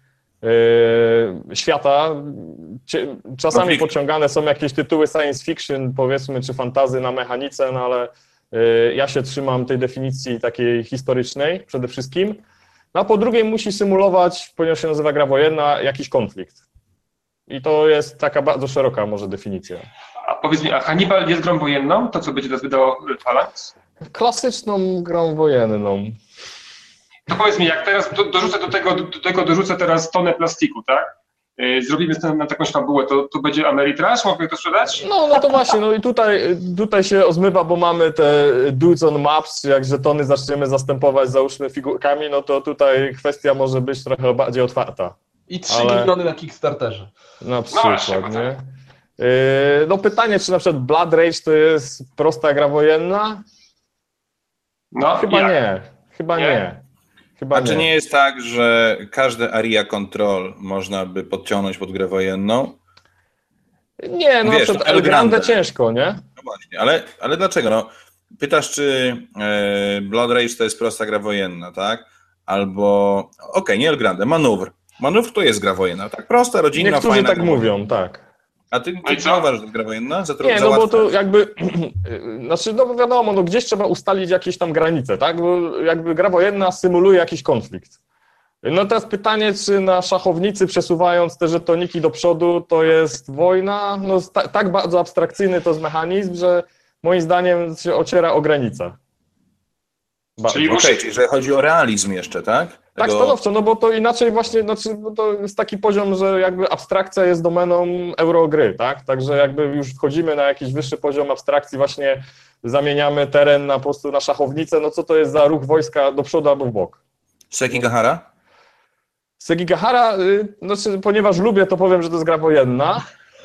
świata. Czasami pociągane są jakieś tytuły science fiction, powiedzmy, czy fantasy na mechanice, no ale ja się trzymam tej definicji takiej historycznej przede wszystkim. No a po drugie musi symulować, ponieważ się nazywa gra wojenna, jakiś konflikt. I to jest taka bardzo szeroka może definicja. A powiedz mi, a Hannibal jest grą wojenną? To, co będzie teraz wydało Phalanx? Klasyczną grą wojenną. To powiedz mi, jak teraz dorzucę do tego dorzucę teraz tonę plastiku, tak? Zrobimy na jakąś fabułę, to będzie Ameritrash? Mogę to sprzedać? No to właśnie, no i tutaj się ozmywa, bo mamy te dudes on maps, jak żetony zaczniemy zastępować, załóżmy, figurkami, no to tutaj kwestia może być trochę bardziej otwarta. I 3 miliony na Kickstarterze. Na przykład, nie? No pytanie, czy na przykład Blood Rage to jest prosta gra wojenna? No, Chyba nie. Chyba nie. A czy nie jest tak, że każde area control można by podciągnąć pod grę wojenną? Nie, no wiesz, na przykład El Grande ciężko, nie? No właśnie, ale dlaczego? No, pytasz, czy Blood Rage to jest prosta gra wojenna, tak? Albo, nie El Grande, Manewr. Manewr to jest gra wojenna, tak? Prosta, rodzinna, niektórzy fajna. tak mówią, tak. A ty co uważasz, że gra wojenna? Nie, no bo to jakby, znaczy, no wiadomo, no gdzieś trzeba ustalić jakieś tam granice, tak? Bo jakby gra wojenna symuluje jakiś konflikt. No teraz pytanie, czy na szachownicy przesuwając te żetoniki do przodu to jest wojna? No tak bardzo abstrakcyjny to jest mechanizm, że moim zdaniem się ociera o granicę. Czyli czyli że chodzi o realizm jeszcze, tak? Tak, stanowczo, no bo to inaczej właśnie, znaczy to jest taki poziom, że jakby abstrakcja jest domeną eurogry, tak? Także jakby już wchodzimy na jakiś wyższy poziom abstrakcji, właśnie zamieniamy teren po prostu na szachownicę, no co to jest za ruch wojska do przodu albo w bok? Sekigahara? Sekigahara, znaczy, ponieważ lubię, to powiem, że to jest gra wojenna.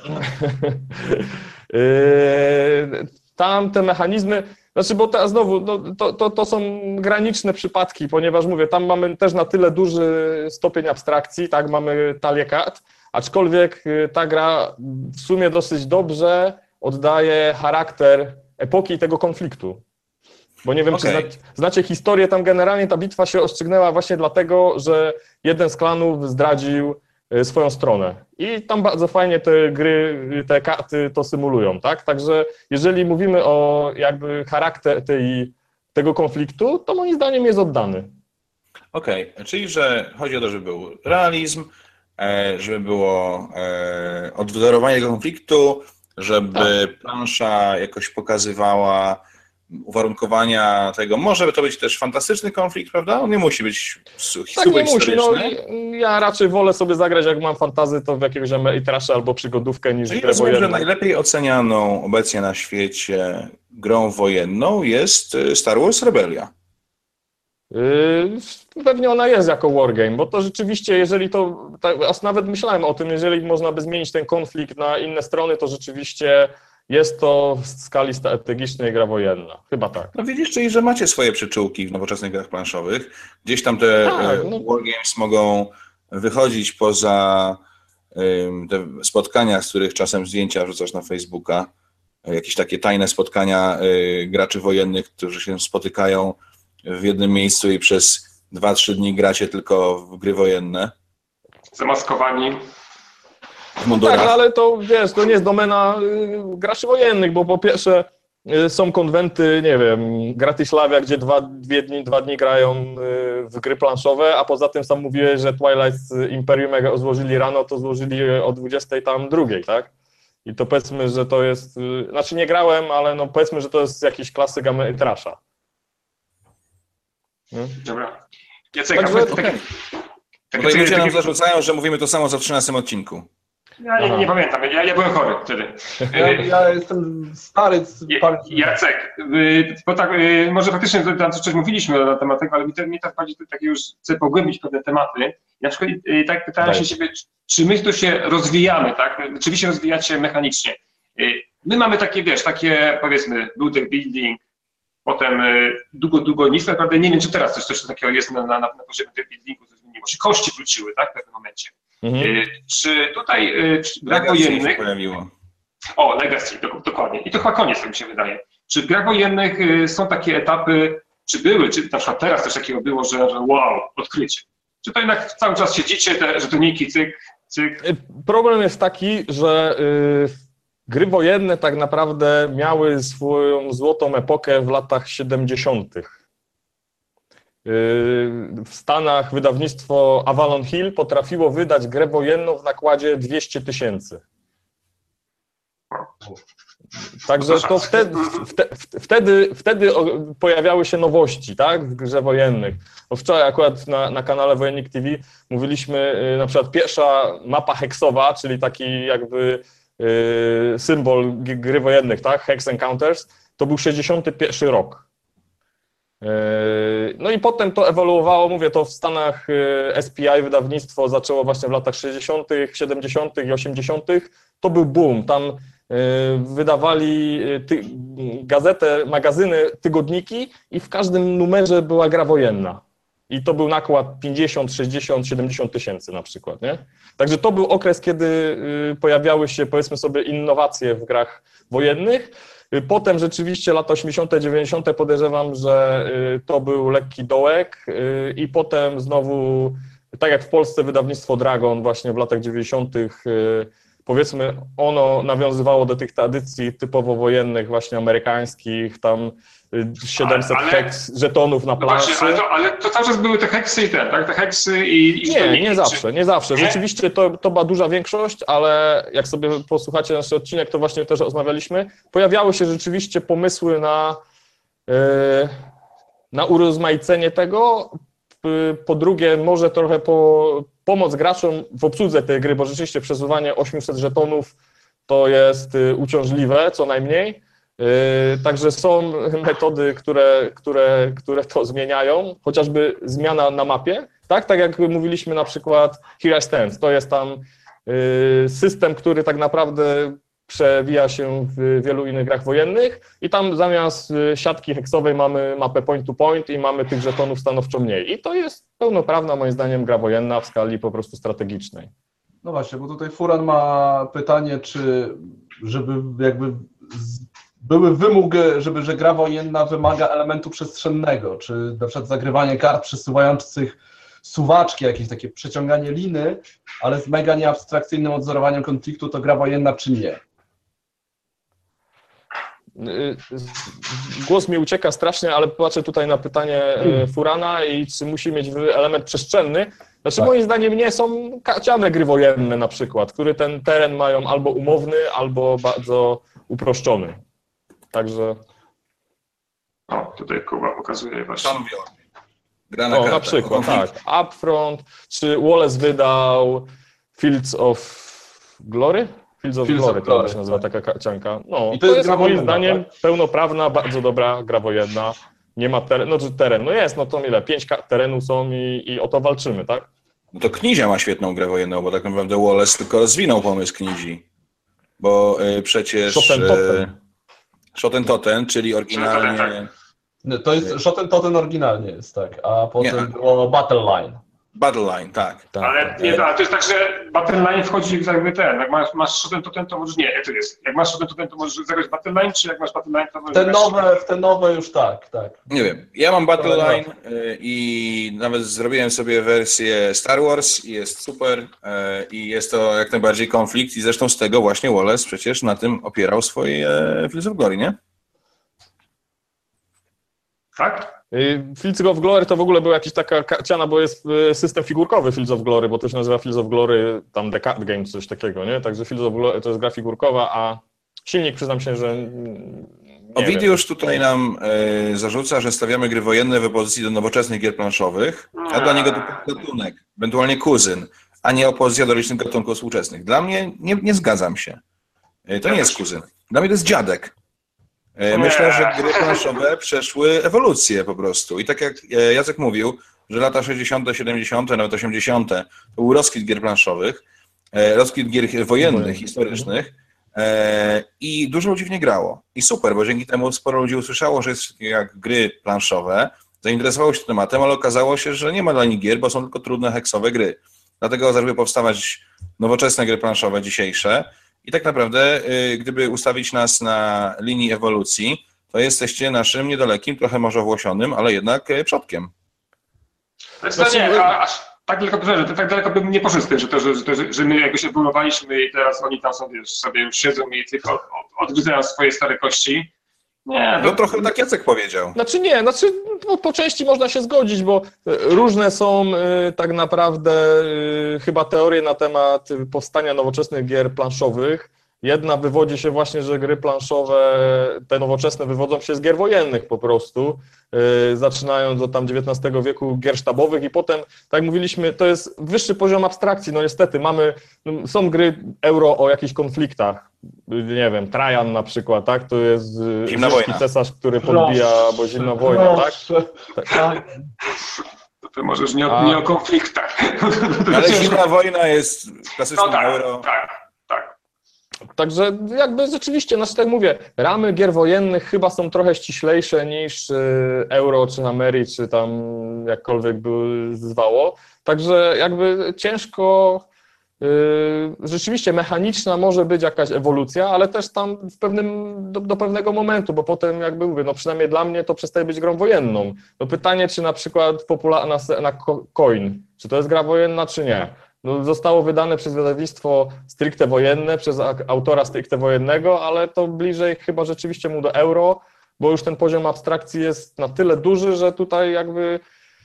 Tam te mechanizmy, znaczy, bo teraz znowu, no, to są graniczne przypadki, ponieważ mówię, tam mamy też na tyle duży stopień abstrakcji, tak, mamy talię kart, aczkolwiek ta gra w sumie dosyć dobrze oddaje charakter epoki tego konfliktu. Bo nie wiem, czy znacie historię, tam generalnie ta bitwa się rozstrzygnęła właśnie dlatego, że jeden z klanów zdradził swoją stronę. I tam bardzo fajnie te gry, te karty to symulują, tak? Także jeżeli mówimy o jakby charakter tego konfliktu, to moim zdaniem jest oddany. Czyli że chodzi o to, żeby był realizm, żeby było odwzorowanie tego konfliktu, żeby plansza jakoś pokazywała uwarunkowania tego. Może to być też fantastyczny konflikt, prawda? On nie musi być tak, nie musi. No, ja raczej wolę sobie zagrać, jak mam fantazy, to w jakiegoś Ameritrasza albo przygodówkę niż grę wojenną. Że najlepiej ocenianą obecnie na świecie grą wojenną jest Star Wars Rebellia. Pewnie ona jest jako wargame, bo to rzeczywiście, jeżeli to, nawet myślałem o tym, jeżeli można by zmienić ten konflikt na inne strony, to rzeczywiście jest to w skali strategicznej gra wojenna. Chyba tak. No widzisz, czyli że macie swoje przyczółki w nowoczesnych grach planszowych. Gdzieś tam te wargames mogą wychodzić poza te spotkania, z których czasem zdjęcia wrzucasz na Facebooka. Jakieś takie tajne spotkania graczy wojennych, którzy się spotykają w jednym miejscu i przez 2-3 dni gracie tylko w gry wojenne. Zamaskowani. W mundurach. Tak, ale to wiesz, to nie jest domena graczy wojennych, bo po pierwsze są konwenty, nie wiem, Gratislavia, gdzie 2 dni grają w gry planszowe, a poza tym sam mówiłeś, że Twilight Imperium jak złożyli rano, to złożyli o 22, tak? I to powiedzmy, że to jest, znaczy nie grałem, ale no powiedzmy, że to jest jakiś klasyk Ameritrasza. Dobra. Jacek, Także, Tutaj ludzie nam zarzucają, że mówimy to samo co w 13 odcinku. Ja nie pamiętam, ja byłem chory wtedy. Ja jestem stary. Jacek, bo tak, może faktycznie tam coś mówiliśmy na temat tego, ale mi tak bardziej takie już chcę pogłębić pewne tematy. Ja na przykład tak pytałem się ciebie, czy my tu się rozwijamy, tak? Czy wy się rozwijacie mechanicznie? My mamy takie, wiesz, takie powiedzmy builder building, potem długo nic, naprawdę nie wiem, czy teraz coś takiego jest na poziomie tego buildingu, coś zmieniło się, kości wróciły, tak, w pewnym momencie. Czy tutaj w grach wojennych... O, Legacy, dokładnie. I to chyba koniec, tak mi się wydaje. Czy w grach wojennych są takie etapy, czy były, czy na przykład teraz coś takiego było, że wow, odkrycie? Czy to jednak cały czas siedzicie, te żetoniki, cyk? Problem jest taki, że gry wojenne tak naprawdę miały swoją złotą epokę w latach 70. W Stanach wydawnictwo Avalon Hill potrafiło wydać grę wojenną w nakładzie 200 000. Także to wtedy pojawiały się nowości, tak, w grze wojennych. Bo wczoraj akurat na kanale Wojennik TV mówiliśmy, na przykład pierwsza mapa heksowa, czyli taki jakby symbol gry wojennych, tak, Hex Encounters, to był 61 rok. No i potem to ewoluowało, mówię, to w Stanach SPI wydawnictwo zaczęło właśnie w latach 60., 70. i 80. To był boom, tam wydawali gazetę, magazyny, tygodniki i w każdym numerze była gra wojenna. I to był nakład 50, 60, 70 tysięcy na przykład, nie? Także to był okres, kiedy pojawiały się, powiedzmy sobie, innowacje w grach wojennych. Potem rzeczywiście lata 80., 90. podejrzewam, że to był lekki dołek i potem znowu, tak jak w Polsce wydawnictwo Dragon właśnie w latach 90., powiedzmy, ono nawiązywało do tych tradycji typowo wojennych, właśnie amerykańskich, tam 700 heks, żetonów na planszy. Właśnie, ale to cały czas były te heksy i tak? Te heksy i nie zawsze. Rzeczywiście to była duża większość, ale jak sobie posłuchacie nasz odcinek, to właśnie też rozmawialiśmy, pojawiały się rzeczywiście pomysły na urozmaicenie tego. Po drugie, może trochę pomoc graczom w obsłudze tej gry, bo rzeczywiście przesuwanie 800 żetonów to jest uciążliwe, co najmniej. Także są metody, które to zmieniają, chociażby zmiana na mapie, tak jak mówiliśmy na przykład Here I Stand, to jest tam system, który tak naprawdę przewija się w wielu innych grach wojennych i tam zamiast siatki heksowej mamy mapę point to point i mamy tych żetonów stanowczo mniej. I to jest pełnoprawna, moim zdaniem, gra wojenna w skali po prostu strategicznej. No właśnie, bo tutaj Furan ma pytanie, czy żeby jakby były wymóg, że gra wojenna wymaga elementu przestrzennego, czy na przykład zagrywanie kart przesuwających suwaczki, jakieś takie przeciąganie liny, ale z mega nieabstrakcyjnym odzorowaniem konfliktu, to gra wojenna czy nie? Głos mi ucieka strasznie, ale patrzę tutaj na pytanie Furana i czy musi mieć element przestrzenny. Znaczy moim zdaniem nie, są karciane gry wojenne na przykład, które ten teren mają albo umowny, albo bardzo uproszczony. Także... O, tutaj Kuba pokazuje właśnie. Na przykład, tak. Upfront, czy Wallace wydał Fields of Glory? Fields of Glory, to się nazywa taka karcianka. No, i to jest moim wojenna, zdaniem tak? pełnoprawna, bardzo dobra gra wojenna. Nie ma teren, jest, no to ile? 5 terenu są i o to walczymy, tak? No to Knizia ma świetną grę wojenną, bo tak naprawdę Wallace tylko rozwinął pomysł Knizii. bo przecież Shoten Shoten Totem, czyli oryginalnie... To jest Shoten Totem oryginalnie jest, tak, a potem było Battle Line. Battleline, tak. Ale nie, ale to jest tak, że Battleline wchodzi jakby ten, jak masz Shoten Totem, to możesz nie, jak to jest? Jak masz Shoten Totem, to możesz zagrać Battleline, czy jak masz Battleline, to możesz W te nowe już tak. Nie wiem, ja mam Battleline i nawet zrobiłem sobie wersję Star Wars i jest super i jest to jak najbardziej konflikt i zresztą z tego właśnie Wallace przecież na tym opierał swoje Fields of Glory, nie? Tak? Fields of Glory to w ogóle była jakaś taka karciana, bo jest system figurkowy Fields of Glory, bo to się nazywa Fields of Glory, tam The Card Game, coś takiego, nie? Także Fields of Glory to jest gra figurkowa, a silnik przyznam się, że Ovidiusz tutaj nam zarzuca, że stawiamy gry wojenne w opozycji do nowoczesnych gier planszowych, a dla niego to gatunek, ewentualnie kuzyn, a nie opozycja do licznych gatunków współczesnych. Dla mnie nie zgadzam się. To nie jest kuzyn. Dla mnie to jest dziadek. Myślę, że gry planszowe przeszły ewolucję po prostu. I tak jak Jacek mówił, że lata 60., 70., nawet 80. to był rozkwit gier planszowych, rozkwit gier wojennych, historycznych i dużo ludzi w nie grało. I super, bo dzięki temu sporo ludzi usłyszało, że jest jak gry planszowe, zainteresowało się tematem, ale okazało się, że nie ma dla nich gier, bo są tylko trudne, heksowe gry. Dlatego zaczęły powstawać nowoczesne gry planszowe dzisiejsze. I tak naprawdę, gdyby ustawić nas na linii ewolucji, to jesteście naszym niedalekim, trochę może owłosionym, ale jednak przodkiem. Znaczy, nie, aż tak daleko bym nie poszedł z tym, że my jakoś ewoluowaliśmy i teraz oni tam sobie już siedzą i tylko odgryzają swoje stare kości. Nie, no trochę tak Jacek powiedział. Po części można się zgodzić, bo różne są tak naprawdę chyba teorie na temat powstania nowoczesnych gier planszowych. Jedna wywodzi się właśnie, że gry planszowe, te nowoczesne, wywodzą się z gier wojennych po prostu, zaczynając od tam XIX wieku gier sztabowych i potem, tak jak mówiliśmy, to jest wyższy poziom abstrakcji, no niestety są gry euro o jakichś konfliktach, nie wiem, Trajan na przykład, tak, to jest rzymski cesarz, który podbija, bo zimna wojna, tak? Tak. To możesz nie o konfliktach. Ale zimna wojna jest klasycznym euro. Tak. Także jakby rzeczywiście, tak jak mówię, ramy gier wojennych chyba są trochę ściślejsze niż Euro, czy Ameri, czy tam jakkolwiek by zwało. Także jakby ciężko, rzeczywiście mechaniczna może być jakaś ewolucja, ale też tam do pewnego momentu, bo potem jakby mówię, no przynajmniej dla mnie to przestaje być grą wojenną. No pytanie, czy na przykład na Coin, czy to jest gra wojenna, czy nie? No, zostało wydane przez wydawnictwo stricte wojenne, przez autora stricte wojennego, ale to bliżej chyba rzeczywiście mu do euro, bo już ten poziom abstrakcji jest na tyle duży, że tutaj jakby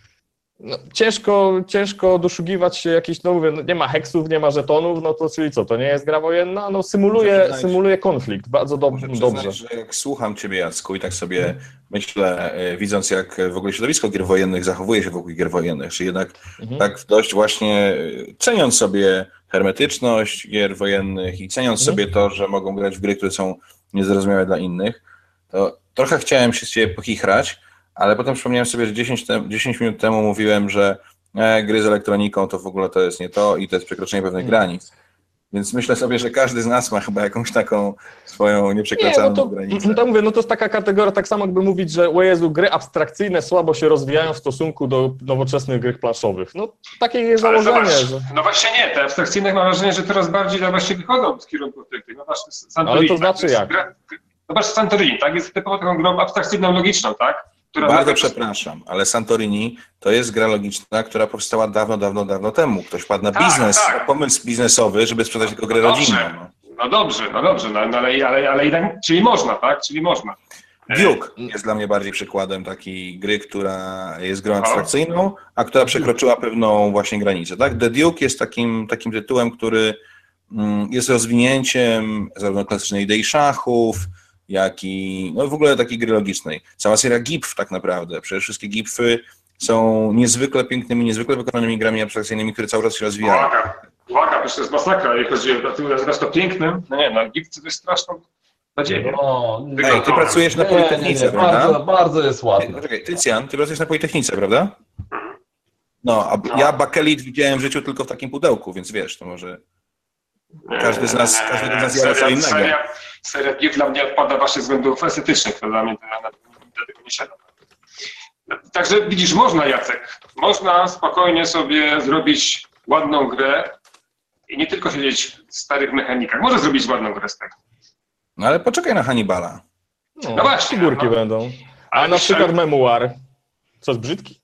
ciężko doszukiwać się jakichś, no mówię, nie ma heksów, nie ma żetonów, no to czyli co, to nie jest gra wojenna? No symuluje konflikt, bardzo dobrze. Że jak słucham Ciebie, Jacku, i tak sobie myślę, widząc jak w ogóle środowisko gier wojennych zachowuje się wokół gier wojennych, czy jednak tak dość właśnie ceniąc sobie hermetyczność gier wojennych i ceniąc sobie to, że mogą grać w gry, które są niezrozumiałe dla innych, to trochę chciałem się z Ciebie pochichrać, ale potem przypomniałem sobie, że 10 minut temu mówiłem, że gry z elektroniką to w ogóle to jest nie to i to jest przekroczenie pewnych granic. Więc myślę sobie, że każdy z nas ma chyba jakąś taką swoją nieprzekraczalną granicę. To mówię, no to jest taka kategoria, tak samo jakby mówić, że o Jezu, gry abstrakcyjne słabo się rozwijają w stosunku do nowoczesnych gry planszowych. No takie jest założenie. No właśnie nie, te abstrakcyjne mam wrażenie, że coraz bardziej właśnie wychodzą z kierunku tych. No właśnie Santorini. Ale to znaczy jak? Zobacz, Santorini, tak? Jest typowo taką grą abstrakcyjną, logiczną, tak? Bardzo przepraszam, ale Santorini to jest gra logiczna, która powstała dawno temu. Ktoś wpadł na biznes, na pomysł biznesowy, żeby sprzedać tylko grę rodzinną. No dobrze, ale jednak, czyli można, tak? Czyli można. Duke jest dla mnie bardziej przykładem takiej gry, która jest grą abstrakcyjną, a która przekroczyła pewną właśnie granicę, tak? The Duke jest takim tytułem, który jest rozwinięciem zarówno klasycznej idei szachów, jak i no w ogóle takiej gry logicznej. Cała seria GIPF tak naprawdę. Przecież wszystkie GIPFy są niezwykle pięknymi, niezwykle wykonanymi grami abstrakcyjnymi, które cały czas się rozwijają. Uwaga, przecież to jest masakra, jeżeli chodzi o to, nazywasz to pięknym. No nie, no GIPF to jest straszną nadzieję. Ty pracujesz na Politechnice, prawda? Bardzo jest ładne. Czekaj, Tycjan, ty pracujesz na Politechnice, prawda? No, a ja bakelit widziałem w życiu tylko w takim pudełku, więc wiesz, to może... Każdego z nas jara co innego. Seria gier dla mnie odpada właśnie ze względów estetycznych, to dla mnie do tego nie siada. Także widzisz, można, Jacek, można spokojnie sobie zrobić ładną grę i nie tylko siedzieć w starych mechanikach. Może zrobić ładną grę z tego. No ale poczekaj na Hannibala. No właśnie, figurki no. będą. A Ale na przykład myślałem- memuar. Co jest brzydki?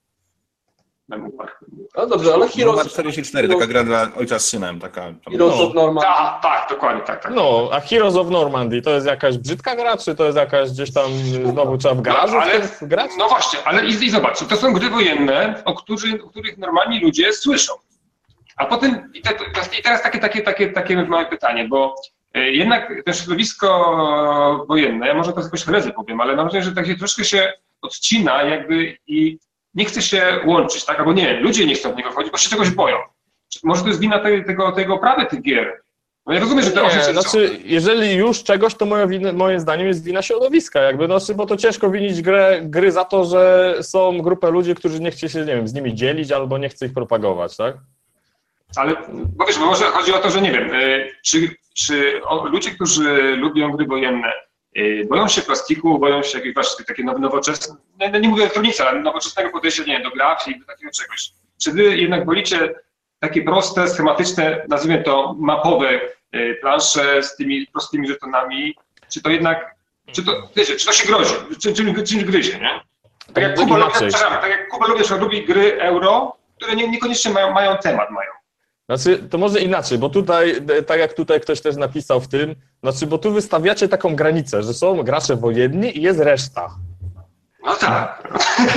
No dobrze, ale Numer Heroes, 44, taka gra dla ojca z synem. Taka, Heroes No. of Normandy. Tak, dokładnie tak. No, a Heroes of Normandy to jest jakaś brzydka gra, czy to jest jakaś gdzieś tam znowu trzeba w garażu grać? No właśnie, ale i zobacz, to są gry wojenne, o których normalni ludzie słyszą. A potem, i teraz takie małe pytanie, bo jednak to środowisko wojenne, ja może to jakoś herezję powiem, ale mam wrażenie, że tak się troszkę się odcina jakby i nie chce się łączyć, tak? Albo nie, ludzie nie chcą w niego wchodzić, bo się czegoś boją. Może to jest wina tego oprawy tych gier. No ja rozumiem, że to Nie, znaczy, jeżeli już czegoś, to moim zdaniem jest wina środowiska, jakby, znaczy, bo to ciężko winić gry za to, że są grupę ludzi, którzy nie chce się, nie wiem, z nimi dzielić albo nie chce ich propagować, tak? Ale, bo wiesz, bo może chodzi o to, że nie wiem, czy ludzie, którzy lubią gry wojenne, boją się plastiku, boją się jakiejś właśnie takie nowoczesne, nie mówię o elektronice, ale nowoczesnego podejścia, nie wiem, do grafiki, do takiego czegoś. Czy wy jednak wolicie takie proste, schematyczne, nazwijmy to mapowe plansze z tymi prostymi żetonami, czy to jednak, czy to się grozi, czymś gryzie, nie? Tak jak Kuba lubi gry euro, które niekoniecznie mają temat. Znaczy, to może inaczej, bo tutaj, tak jak tutaj ktoś też napisał w tym, znaczy, bo tu wystawiacie taką granicę, że są gracze wojenni i jest reszta. No tak.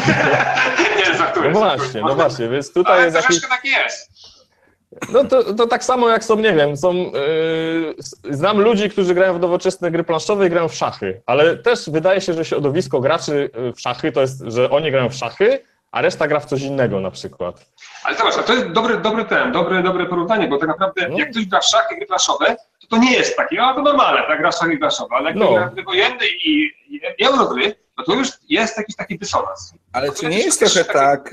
Nie, żartuję. No właśnie, więc tutaj ale jest jakiś... troszkę tak jest. No to tak samo jak są, nie wiem, znam ludzi, którzy grają w nowoczesne gry planszowe i grają w szachy, ale też wydaje się, że środowisko graczy w szachy to jest, że oni grają w szachy, a reszta gra w coś innego na przykład. Ale zobacz, to jest dobre porównanie, bo tak naprawdę jak ktoś gra w szachy, gry planszowe, to nie jest takie, to normalne, tak, gra w szachy planszowe, ale jak ktoś gra w gry wojenne i eurogry, no to już jest jakiś taki dysonans. Ale czy nie jest trochę tak,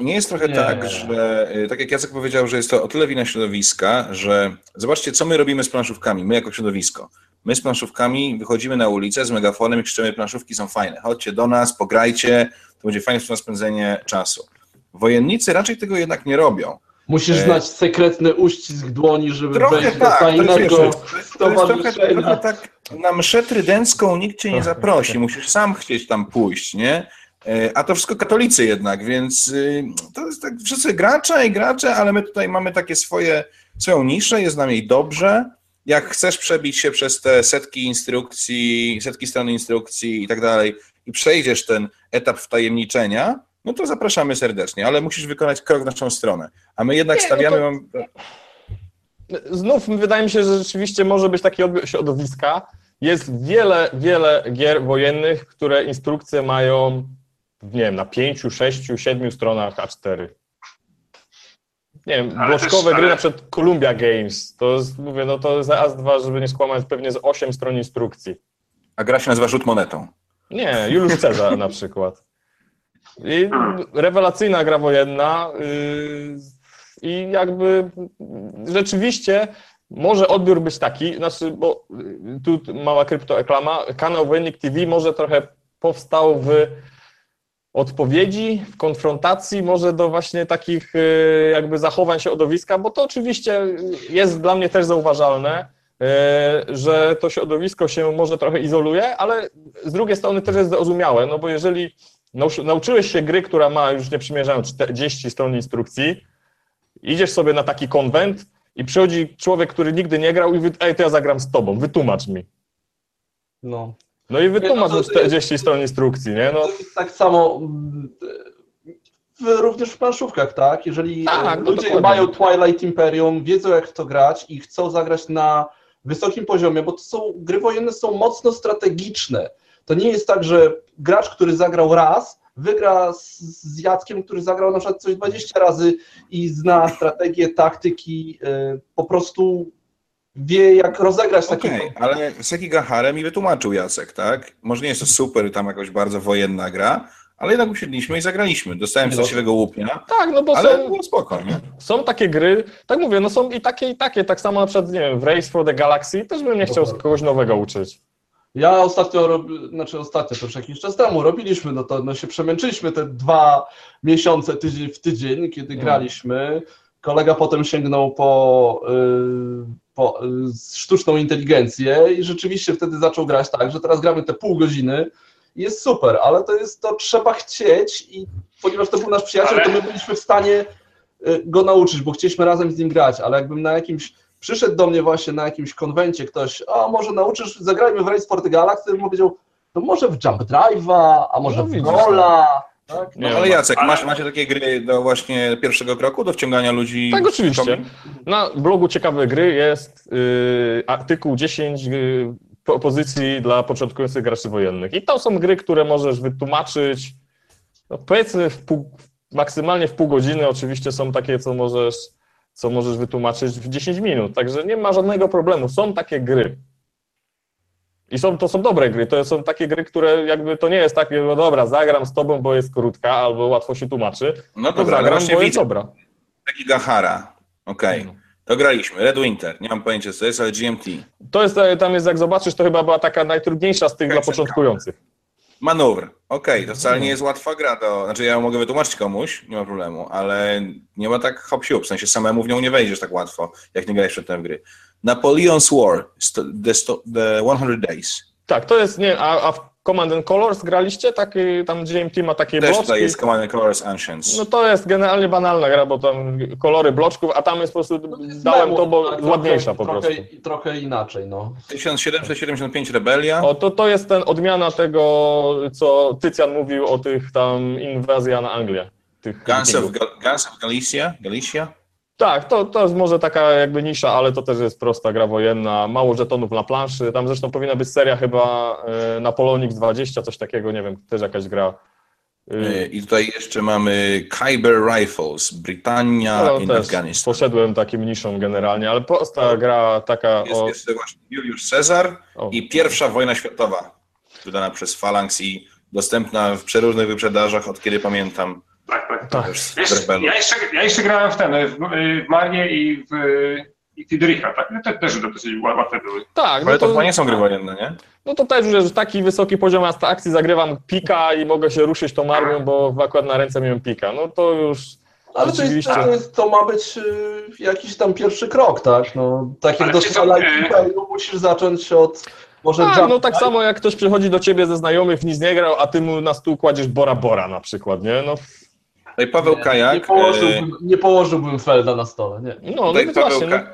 że tak jak Jacek powiedział, że jest to o tyle wina środowiska, że zobaczcie, co my robimy z planszówkami, my jako środowisko. My z planszówkami wychodzimy na ulicę z megafonem i krzyczymy, planszówki są fajne, chodźcie do nas, pograjcie, to będzie fajne na spędzenie czasu. Wojennicy raczej tego jednak nie robią. Musisz znać sekretny uścisk dłoni, żeby Trochę wejść tak, do tajnego to jest trochę stowarzyszenia. tak, na mszę trydencką nikt cię nie zaprosi, musisz sam chcieć tam pójść, nie? A to wszystko katolicy jednak, więc to jest tak, wszyscy gracze, ale my tutaj mamy takie swoją niszę, jest nam jej dobrze. Jak chcesz przebić się przez te setki stron instrukcji i tak dalej i przejdziesz ten etap wtajemniczenia, no to zapraszamy serdecznie, ale musisz wykonać krok w naszą stronę. A my jednak stawiamy... Znów wydaje mi się, że rzeczywiście może być taki odbiór środowiska. Jest wiele gier wojennych, które instrukcje mają, nie wiem, na 5, 6, 7 stronach A4. Nie wiem, bloczkowe gry, na przykład Columbia Games, to jest, mówię, no to jest AS2, żeby nie skłamać, pewnie z 8 stron instrukcji. A gra się nazywa Rzut monetą. Nie, Juliusz Cezar na przykład. I rewelacyjna gra wojenna i jakby rzeczywiście może odbiór być taki, znaczy, bo tu mała kryptoreklama, kanał Wojennik TV może trochę powstał w odpowiedzi, w konfrontacji może do właśnie takich jakby zachowań środowiska, bo to oczywiście jest dla mnie też zauważalne, że to środowisko się może trochę izoluje, ale z drugiej strony też jest zrozumiałe, no bo jeżeli nauczyłeś się gry, która ma, już nie przymierzałem, 40 stron instrukcji, idziesz sobie na taki konwent i przychodzi człowiek, który nigdy nie grał i to ja zagram z tobą, wytłumacz mi. No i wytłumacz mu 40 stron instrukcji, nie? No. To jest tak samo również w planszówkach, tak? Jeżeli ludzie mają Twilight Imperium, wiedzą jak w to grać i chcą zagrać na wysokim poziomie, bo gry wojenne są mocno strategiczne. To nie jest tak, że gracz, który zagrał raz, wygra z Jackiem, który zagrał na przykład coś 20 razy i zna strategię, taktyki, po prostu wie jak rozegrać takiego. Ale Sekigahara mi wytłumaczył Jacek, tak? Może nie jest to super tam jakoś bardzo wojenna gra, ale jednak usiedliśmy i zagraliśmy. Dostałem szczęśliwego łupnia, Tak, no bo ale było spoko, nie? są takie gry, tak mówię, no są i takie, tak samo na przykład, nie wiem, w Race for the Galaxy też bym nie chciał kogoś nowego uczyć. Ja ostatnio, to już jakiś czas temu robiliśmy, no się przemęczyliśmy te 2 miesiące tydzień w tydzień, kiedy graliśmy. Kolega potem sięgnął po sztuczną inteligencję i rzeczywiście wtedy zaczął grać tak, że teraz gramy te pół godziny i jest super, ale to trzeba chcieć i ponieważ to był nasz przyjaciel, to my byliśmy w stanie go nauczyć, bo chcieliśmy razem z nim grać, ale jakbym przyszedł do mnie właśnie na jakimś konwencie ktoś, może nauczysz, zagrajmy w Race for the Galaxy, to bym powiedział, no może w Jump Drive'a, a może w Gola. Tak? No, ale Jacek, macie takie gry do właśnie pierwszego kroku, do wciągania ludzi? Tak, oczywiście. Na blogu Ciekawe Gry jest artykuł 10 propozycji dla początkujących graczy wojennych. I to są gry, które możesz wytłumaczyć, no powiedzmy maksymalnie w pół godziny. Oczywiście są takie, co możesz wytłumaczyć w 10 minut. Także nie ma żadnego problemu. Są takie gry. I to są dobre gry. To są takie gry, które jakby to nie jest takie, no dobra, zagram z tobą, bo jest krótka, albo łatwo się tłumaczy. No dobra, zagram, właśnie bo jest widzę. dobra. Taki Gahara. Okej. To graliśmy. Red Winter. Nie mam pojęcia, co to jest, ale GMT. Tam jest, jak zobaczysz, to chyba była taka najtrudniejsza z tych dla początkujących. Manewr. Okej, to wcale nie jest łatwa gra. Znaczy ja ją mogę wytłumaczyć komuś, nie ma problemu, ale nie ma tak hop-siup. W sensie samemu w nią nie wejdziesz tak łatwo, jak nie grałeś przedtem w gry. Napoleon's War, the 100 Days. Tak, to jest, nie, a w Command and Colors graliście? Tam GMT ma takie Też bloczki. tutaj jest Command and Colors Ancients. No to jest generalnie banalna gra, bo tam kolory bloczków, a tam jest po prostu, dałem to, bo ładniejsza po prostu. Trochę inaczej, no. 1775 Rebelia. To jest odmiana tego, co Tycjan mówił o tych tam inwazja na Anglię. Guns of Galicia? Tak, to jest może taka jakby nisza, ale to też jest prosta gra wojenna, mało żetonów na planszy, tam zresztą powinna być seria chyba Napoleonic 20, coś takiego, nie wiem, też jakaś gra. I tutaj jeszcze mamy Khyber Rifles, Brytania i Afganistan. Poszedłem takim niszą generalnie, ale prosta gra taka Jest jeszcze właśnie Juliusz Cezar i pierwsza wojna światowa, wydana przez Phalanx i dostępna w przeróżnych wyprzedażach, od kiedy pamiętam. Tak. Ja jeszcze grałem w Marię i w Friedricha, tak? To też dosyć łatwe były. Tak, ale to chyba nie są gry wojenne, nie? No to też już taki wysoki poziom akcji, zagrywam pika i mogę się ruszyć tą armią, bo akurat na ręce miałem pika. No to już ale rzeczywiście... to ma być jakiś tam pierwszy krok, tak? No, tak jak do Imperium musisz zacząć od... no tak samo jak ktoś przychodzi do ciebie ze znajomych, nic nie grał, a ty mu na stół kładziesz Bora Bora na przykład, nie? No. Tutaj Paweł Kajak... Nie położyłbym Felda na stole, nie. No właśnie.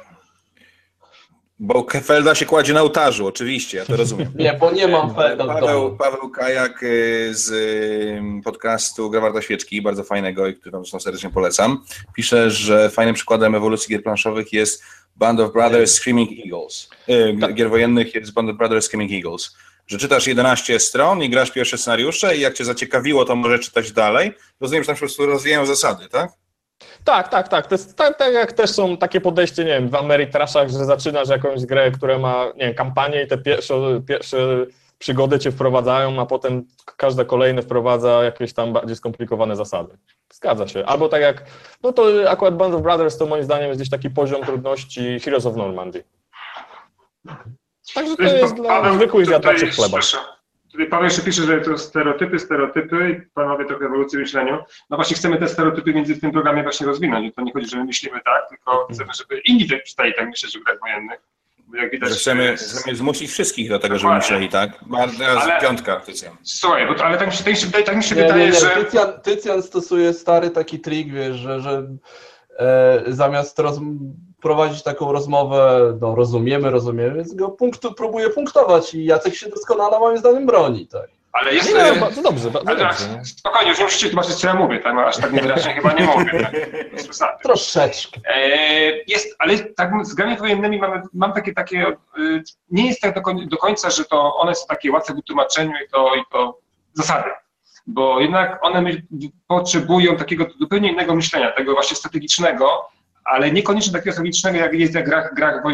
Bo Felda się kładzie na ołtarzu, oczywiście, ja to rozumiem. Nie, bo nie mam Felda w domu. Paweł Kajak z podcastu Gra Warta Świeczki, bardzo fajnego i który wam zresztą serdecznie polecam, pisze, że fajnym przykładem ewolucji gier planszowych jest Band of Brothers Screaming Eagles. Gier wojennych jest Band of Brothers Screaming Eagles. Że czytasz 11 stron i grasz pierwsze scenariusze i jak cię zaciekawiło, to możesz czytać dalej. Rozumiem, że tam się po prostu rozwijają zasady, tak? Tak. To jest tak jak też są takie podejście, nie wiem, w Ameritrashach, że zaczynasz jakąś grę, która ma, nie wiem, kampanię i te pierwsze przygody cię wprowadzają, a potem każde kolejne wprowadza jakieś tam bardziej skomplikowane zasady. Zgadza się. Albo tak jak, no to akurat Band of Brothers to moim zdaniem jest gdzieś taki poziom trudności Heroes of Normandy. Także to jest dla zwykłych zjadaczy chleba. Tutaj Paweł jeszcze pisze, że to stereotypy i panowie trochę ewolucji w myśleniu. No właśnie chcemy te stereotypy w tym programie właśnie rozwinąć. To nie chodzi, że my myślimy tak, tylko chcemy, żeby inni też przestali tak myśleć o grach wojennych. Bo jak widać, chcemy zmusić wszystkich do tego, żeby myśleli tak. Piątka, Tycjan. Słuchaj, ale tak mi się wydaje, że... Tycjan stosuje stary taki trik, wiesz, że zamiast prowadzić taką rozmowę, no rozumiemy, więc go próbuje punktować i Jacek się doskonale moim zdaniem broni, tak. Ale jest... bardzo dobrze. Spokojnie, już nie musicie tłumaczyć, co ja mówię, tak? No, aż tak niewyraźnie chyba nie mówię. Tak? Troszeczkę. Ale tak z grami wojennymi mam takie nie jest tak do końca, że to one są takie łatwe w wytłumaczeniu i to zasady. Bo jednak one potrzebują takiego zupełnie innego myślenia, tego właśnie strategicznego, ale niekoniecznie takiego strategicznego, jak jest w grach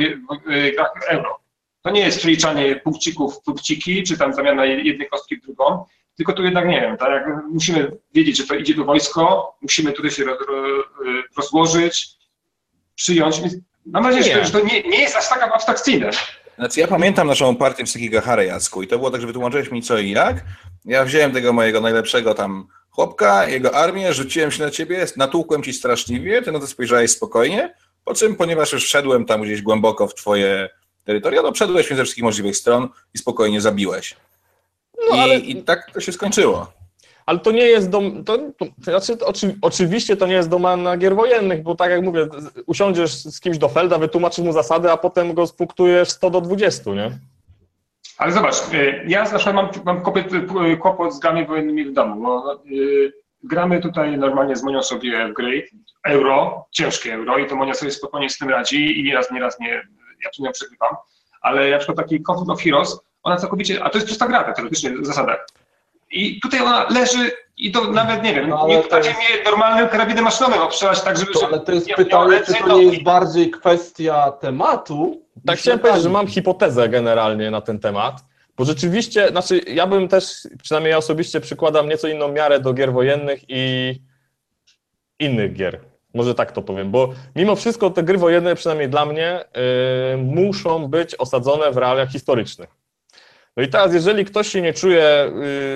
euro. To nie jest przeliczanie punkcików w punkciki, czy tam zamiana jednej kostki w drugą, tylko tu jednak nie wiem, tak jak musimy wiedzieć, że to idzie do wojsko, musimy tutaj się rozłożyć, przyjąć. Mam nadzieję, że to nie jest aż tak abstrakcyjne. Znaczy, ja pamiętam naszą partię w Sekigahara, Jacku, i to było tak, że wytłumaczyłeś mi co i jak. Ja wziąłem tego mojego najlepszego tam chłopka, jego armię, rzuciłem się na ciebie, natłukłem ci straszliwie, ty na to spojrzałeś spokojnie, po czym, ponieważ już wszedłem tam gdzieś głęboko w twoje terytoria, to wszedłeś mnie ze wszystkich możliwych stron i spokojnie zabiłeś. I tak to się skończyło. Ale to nie jest oczywiście to nie jest domena gier wojennych, bo tak jak mówię, usiądziesz z kimś do felda, wytłumaczysz mu zasady, a potem go spunktujesz 100-20, nie? Ale zobacz, ja na przykład mam kłopot z grami wojennymi w domu, bo gramy tutaj normalnie z Monią sobie w gry, ciężkie euro i to Monia sobie spokojnie z tym radzi i nieraz ja tu nie przegrywam, ale na przykład taki Conflict of Heroes, ona całkowicie, a to jest prosta gra teoretycznie w zasadach. I tutaj ona leży i to nawet, nie wiem, nie ptacie mnie normalnym karabinem maszynowym obstrzelać tak, żeby... Ale to jest pytanie, czy to nie jest bardziej kwestia tematu? Tak chciałem powiedzieć, że mam hipotezę generalnie na ten temat, bo rzeczywiście, znaczy ja bym też, przynajmniej ja osobiście przykładam nieco inną miarę do gier wojennych i innych gier. Może tak to powiem, bo mimo wszystko te gry wojenne, przynajmniej dla mnie, muszą być osadzone w realiach historycznych. No i teraz, jeżeli ktoś się nie czuje,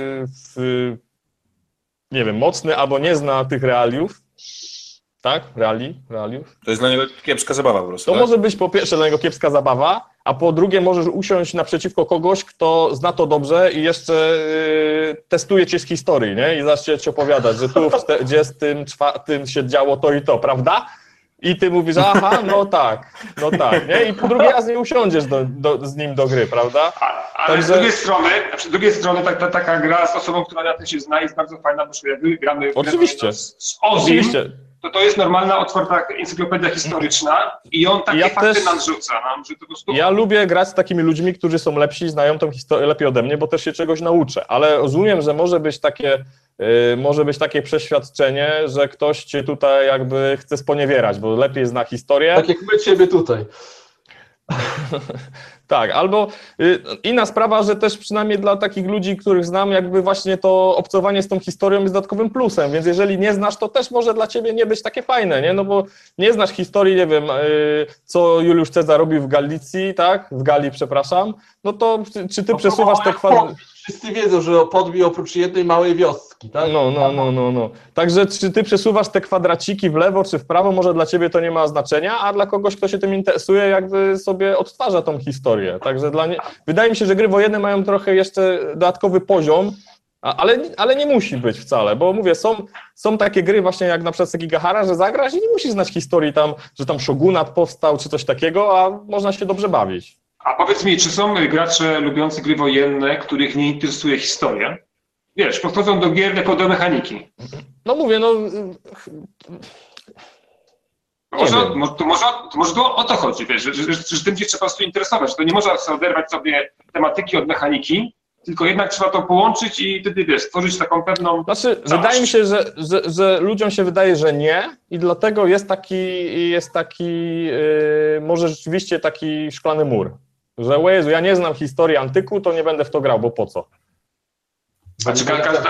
nie wiem, mocny albo nie zna tych realiów, tak? Realiów. To jest dla niego kiepska zabawa po prostu. To tak? może być po pierwsze dla niego kiepska zabawa, a po drugie możesz usiąść naprzeciwko kogoś, kto zna to dobrze i jeszcze testuje cię z historii, nie? I zacznie ci opowiadać, że tu w 44 się działo to i to, prawda? I ty mówisz, aha, no tak, nie? I po drugi raz nie usiądziesz z nim do gry, prawda? Ale także... z drugiej strony taka gra z osobą, która na tym się zna, jest bardzo fajna, bo jak gramy oczywiście. z Ozim, to jest normalna, otwarta encyklopedia historyczna i on takie fakty nam rzuca. Że to po prostu... Ja lubię grać z takimi ludźmi, którzy są lepsi, znają tą historię lepiej ode mnie, bo też się czegoś nauczę, ale rozumiem, że może być takie przeświadczenie, że ktoś cię tutaj jakby chce sponiewierać, bo lepiej zna historię. Tak jak my ciebie tutaj. Tak, albo inna sprawa, że też przynajmniej dla takich ludzi, których znam, jakby właśnie to obcowanie z tą historią jest dodatkowym plusem, więc jeżeli nie znasz, to też może dla ciebie nie być takie fajne, nie? No bo nie znasz historii, nie wiem, co Juliusz Cezar robił w Galicji, tak? W Galii, przepraszam, no to czy ty przesuwasz te kwadraty? Wszyscy wiedzą, że podbił oprócz jednej małej wioski, tak? No. Także czy ty przesuwasz te kwadraciki w lewo czy w prawo, może dla ciebie to nie ma znaczenia, a dla kogoś, kto się tym interesuje, jakby sobie odtwarza tą historię. Także wydaje mi się, że gry wojenne mają trochę jeszcze dodatkowy poziom, ale nie musi być wcale, bo mówię, są takie gry właśnie jak na przykład Sekigahara, że zagrasz i nie musisz znać historii tam, że tam Shogunat powstał czy coś takiego, a można się dobrze bawić. A powiedz mi, czy są gracze lubiący gry wojenne, których nie interesuje historia? Wiesz, podchodzą do gier jako do mechaniki. No mówię, Może to o to chodzi, wiesz, że tym się trzeba po prostu interesować, że to nie można sobie oderwać sobie tematyki od mechaniki, tylko jednak trzeba to połączyć i wtedy, wiesz, stworzyć taką pewną całość. Wydaje mi się, że ludziom się wydaje, że nie i dlatego jest taki może rzeczywiście taki szklany mur, że o Jezu, ja nie znam historii antyku, to nie będę w to grał, bo po co? Znaczy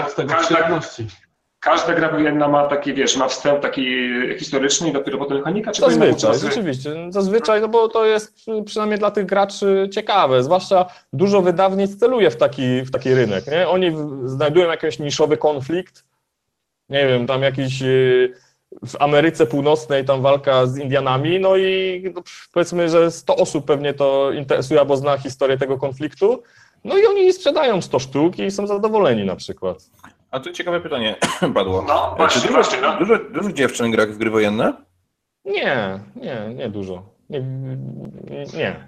każda gra wojenna ma taki, wiesz, ma wstęp taki historyczny i dopiero potem mechanika? Czy zazwyczaj, rzeczywiście. Zazwyczaj, no bo to jest przynajmniej dla tych graczy ciekawe, zwłaszcza dużo wydawnictw celuje w taki rynek, nie? Oni znajdują jakiś niszowy konflikt, nie wiem, tam jakiś w Ameryce Północnej tam walka z Indianami, no i powiedzmy, że 100 osób pewnie to interesuje albo zna historię tego konfliktu, no i oni sprzedają 100 sztuk i są zadowoleni na przykład. A tu ciekawe pytanie padło. No, Czy dużo dziewczyn gra w gry wojenne? Nie dużo. Nie.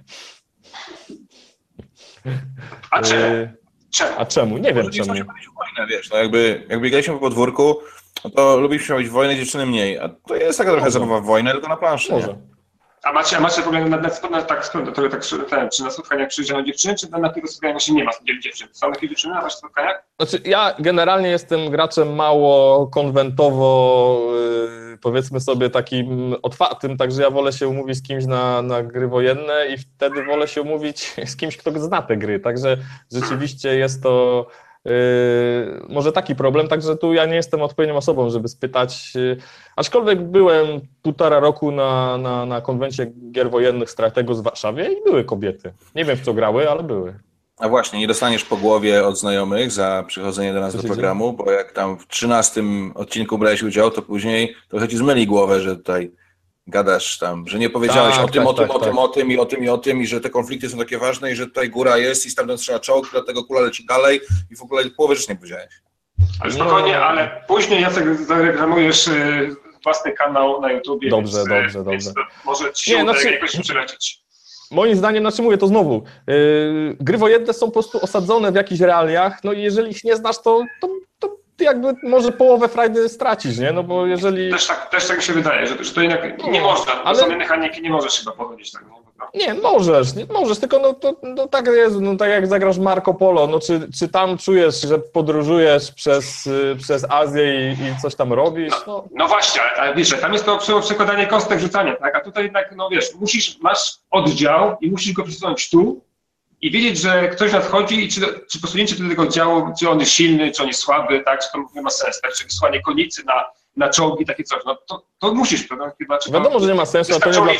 A czemu? Nie wiem czemu. Wojnę, wiesz, no jakby graliśmy po podwórku, no to lubiliśmy robić wojnę, dziewczyny mniej. A to jest taka trochę zabawa w wojnę, tylko na planszy. Może. A macie w ogóle czy na spotkaniach przyjeżdżają dziewczyny, czy na tych spotkaniach właśnie nie ma dziewczyn? Są jakieś dziewczyny na waszych spotkaniach? Znaczy, ja generalnie jestem graczem mało konwentowo, powiedzmy sobie takim otwartym, także ja wolę się umówić z kimś na gry wojenne i wtedy wolę się umówić z kimś, kto zna te gry, także rzeczywiście jest to może taki problem, także tu ja nie jestem odpowiednią osobą, żeby spytać, aczkolwiek byłem 1,5 roku na konwencie gier wojennych Strategos w Warszawie i były kobiety. Nie wiem, w co grały, ale były. A właśnie, nie dostaniesz po głowie od znajomych za przychodzenie do nas Co do się programu, bo jak tam w 13 odcinku brałeś udział, to później trochę ci zmyli głowę, że tutaj gadasz tam, że nie powiedziałeś Tak, o tym, tak, o tym, tak, o tym, tak. o tym i o tym i o tym i że te konflikty są takie ważne i że tutaj góra jest i stamtąd trzeba czołg, dlatego kula leci dalej i w ogóle połowy rzeczy nie powiedziałeś. Ale spokojnie, ale później Jacek zareklamujesz własny kanał na YouTubie, Dobrze, więc, dobrze. więc to może ci się Nie, uda znaczy- jakoś przylecieć. Moim zdaniem, znaczy mówię to znowu, gry wojenne są po prostu osadzone w jakichś realiach, no i jeżeli ich nie znasz, to ty jakby może połowę frajdy stracisz, nie? No bo jeżeli... Też tak mi się wydaje, że to jednak nie można, ale- do samej mechaniki nie możesz chyba powiedzieć tak. Nie? Bo to- Nie, możesz, tylko no tak jest, no tak jak zagrasz Marco Polo, no czy tam czujesz, że podróżujesz przez Azję i coś tam robisz? No, No właśnie, ale wiesz, że tam jest to przekładanie kostek, rzucanie, tak? A tutaj jednak, no wiesz, masz oddział i musisz go przesunąć tu i wiedzieć, że ktoś nadchodzi i czy posunięcie do tego oddziału, czy on jest silny, czy on jest słaby, tak? Czy to nie ma sensu, tak? Czy wysłanie konicy na czołgi, takie coś. No to musisz, prawda? Chyba, czy to- wiadomo, że nie ma sensu,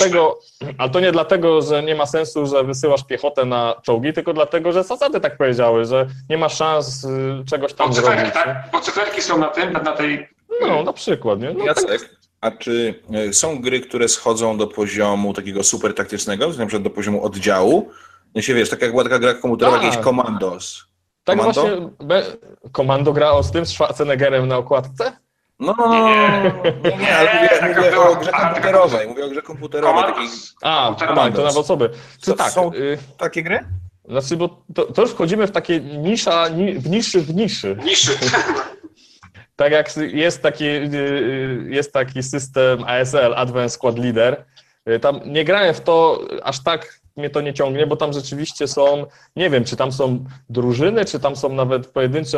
ale to nie dlatego, że nie ma sensu, że wysyłasz piechotę na czołgi, tylko dlatego, że zasady tak powiedziały, że nie ma szans czegoś tam Bo zrobić. cyferki, nie? tak? Bo cyferki są na tej... No, na przykład, nie? No, Jacek, a czy są gry, które schodzą do poziomu takiego super taktycznego, na przykład do poziomu oddziału? No się wiesz, tak jak była taka gra komputerowa, Tak. jakieś Commandos. tak Komando? właśnie, Komando grało z tym Schwarzeneggerem na okładce? No, Nie, ale mówię taka o grze była. komputerowej, mówię o grze komputerowej, takiej... A, Komando. tak, to nawet osoby. Czy To tak, są takie gry? znaczy, bo to już wchodzimy w takie w niszy. Niszy. Tak jak jest taki system ASL, Advanced Squad Leader, tam nie grałem w to, aż tak mnie to nie ciągnie, bo tam rzeczywiście są, nie wiem, czy tam są drużyny, czy tam są nawet pojedyncze,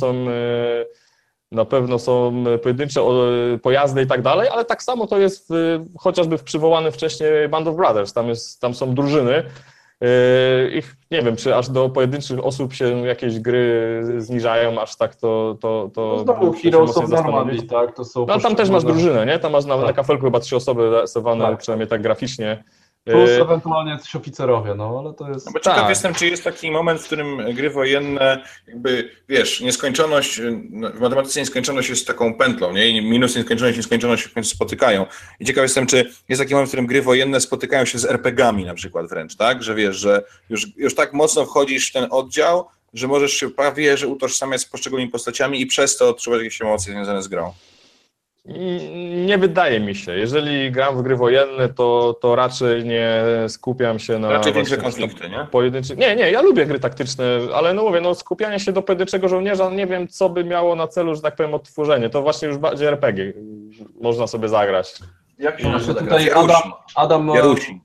na pewno są pojedyncze pojazdy i tak dalej, ale tak samo to jest chociażby w przywołanym wcześniej Band of Brothers, tam są drużyny. Ich nie wiem, czy aż do pojedynczych osób się jakieś gry zniżają, aż tak to No znowu muszę się Heroes mocniej of Normandy, zastanowić. tak? To są No tam też masz drużynę, nie? Tam masz na Tak. kafelku chyba 3 osoby zarysowane, Tak. przynajmniej tak graficznie. Plus ewentualnie jacyś oficerowie, no ale to jest... No bo ciekaw Tak. jestem, czy jest taki moment, w którym gry wojenne, jakby, wiesz, nieskończoność, w matematyce nieskończoność jest taką pętlą, nie? I minus nieskończoność się w końcu spotykają. I ciekaw jestem, czy jest taki moment, w którym gry wojenne spotykają się z RPG-ami na przykład wręcz, tak? Że wiesz, że już tak mocno wchodzisz w ten oddział, że możesz się prawie, że utożsamiać z poszczególnymi postaciami i przez to odczuwać jakieś emocje związane z grą. Nie wydaje mi się. Jeżeli gram w gry wojenne, to raczej nie skupiam się na... Raczej większe właśnie konflikty, nie? pojedynczych. Nie, ja lubię gry taktyczne, ale no mówię, skupianie się do pojedynczego żołnierza, nie wiem, co by miało na celu, że tak powiem, odtworzenie. To właśnie już bardziej RPG można sobie zagrać. Jak się Znaczy nazywa tutaj gra? Adam Jarusi.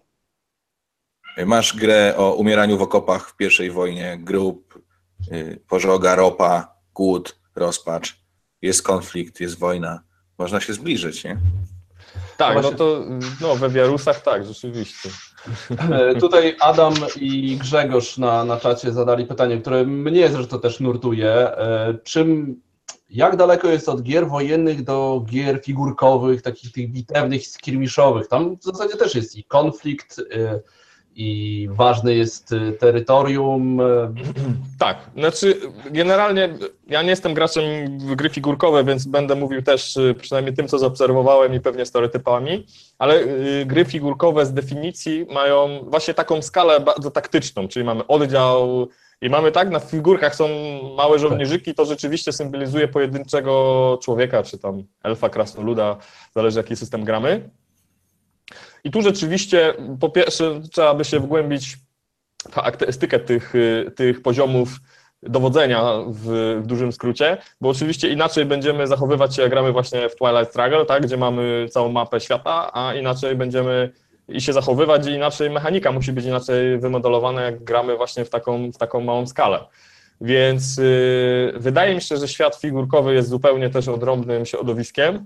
Masz grę o umieraniu w okopach w I wojnie, grup, pożoga, ropa, głód, rozpacz. Jest konflikt, jest wojna. Można się zbliżyć, nie? Tak, Właśnie- we wirusach tak, rzeczywiście. Tutaj Adam i Grzegorz na czacie zadali pytanie, które mnie zresztą też nurtuje. Jak daleko jest od gier wojennych do gier figurkowych, takich tych bitewnych, skirmiszowych? Tam w zasadzie też jest i konflikt, i ważne jest terytorium. Tak, znaczy generalnie ja nie jestem graczem w gry figurkowe, więc będę mówił też przynajmniej tym, co zaobserwowałem i pewnie stereotypami, ale gry figurkowe z definicji mają właśnie taką skalę bardzo taktyczną, czyli mamy oddział i mamy tak, na figurkach są małe żołnierzyki, to rzeczywiście symbolizuje pojedynczego człowieka, czy tam elfa, krasnoluda, zależy jaki system gramy. I tu rzeczywiście, po pierwsze, trzeba by się wgłębić w charakterystykę tych poziomów dowodzenia w dużym skrócie, bo oczywiście inaczej będziemy zachowywać się, jak gramy właśnie w Twilight Struggle, tak, gdzie mamy całą mapę świata, a inaczej będziemy się zachowywać i inaczej mechanika musi być inaczej wymodelowana, jak gramy właśnie w taką małą skalę. Więc wydaje mi się, że świat figurkowy jest zupełnie też odrębnym środowiskiem.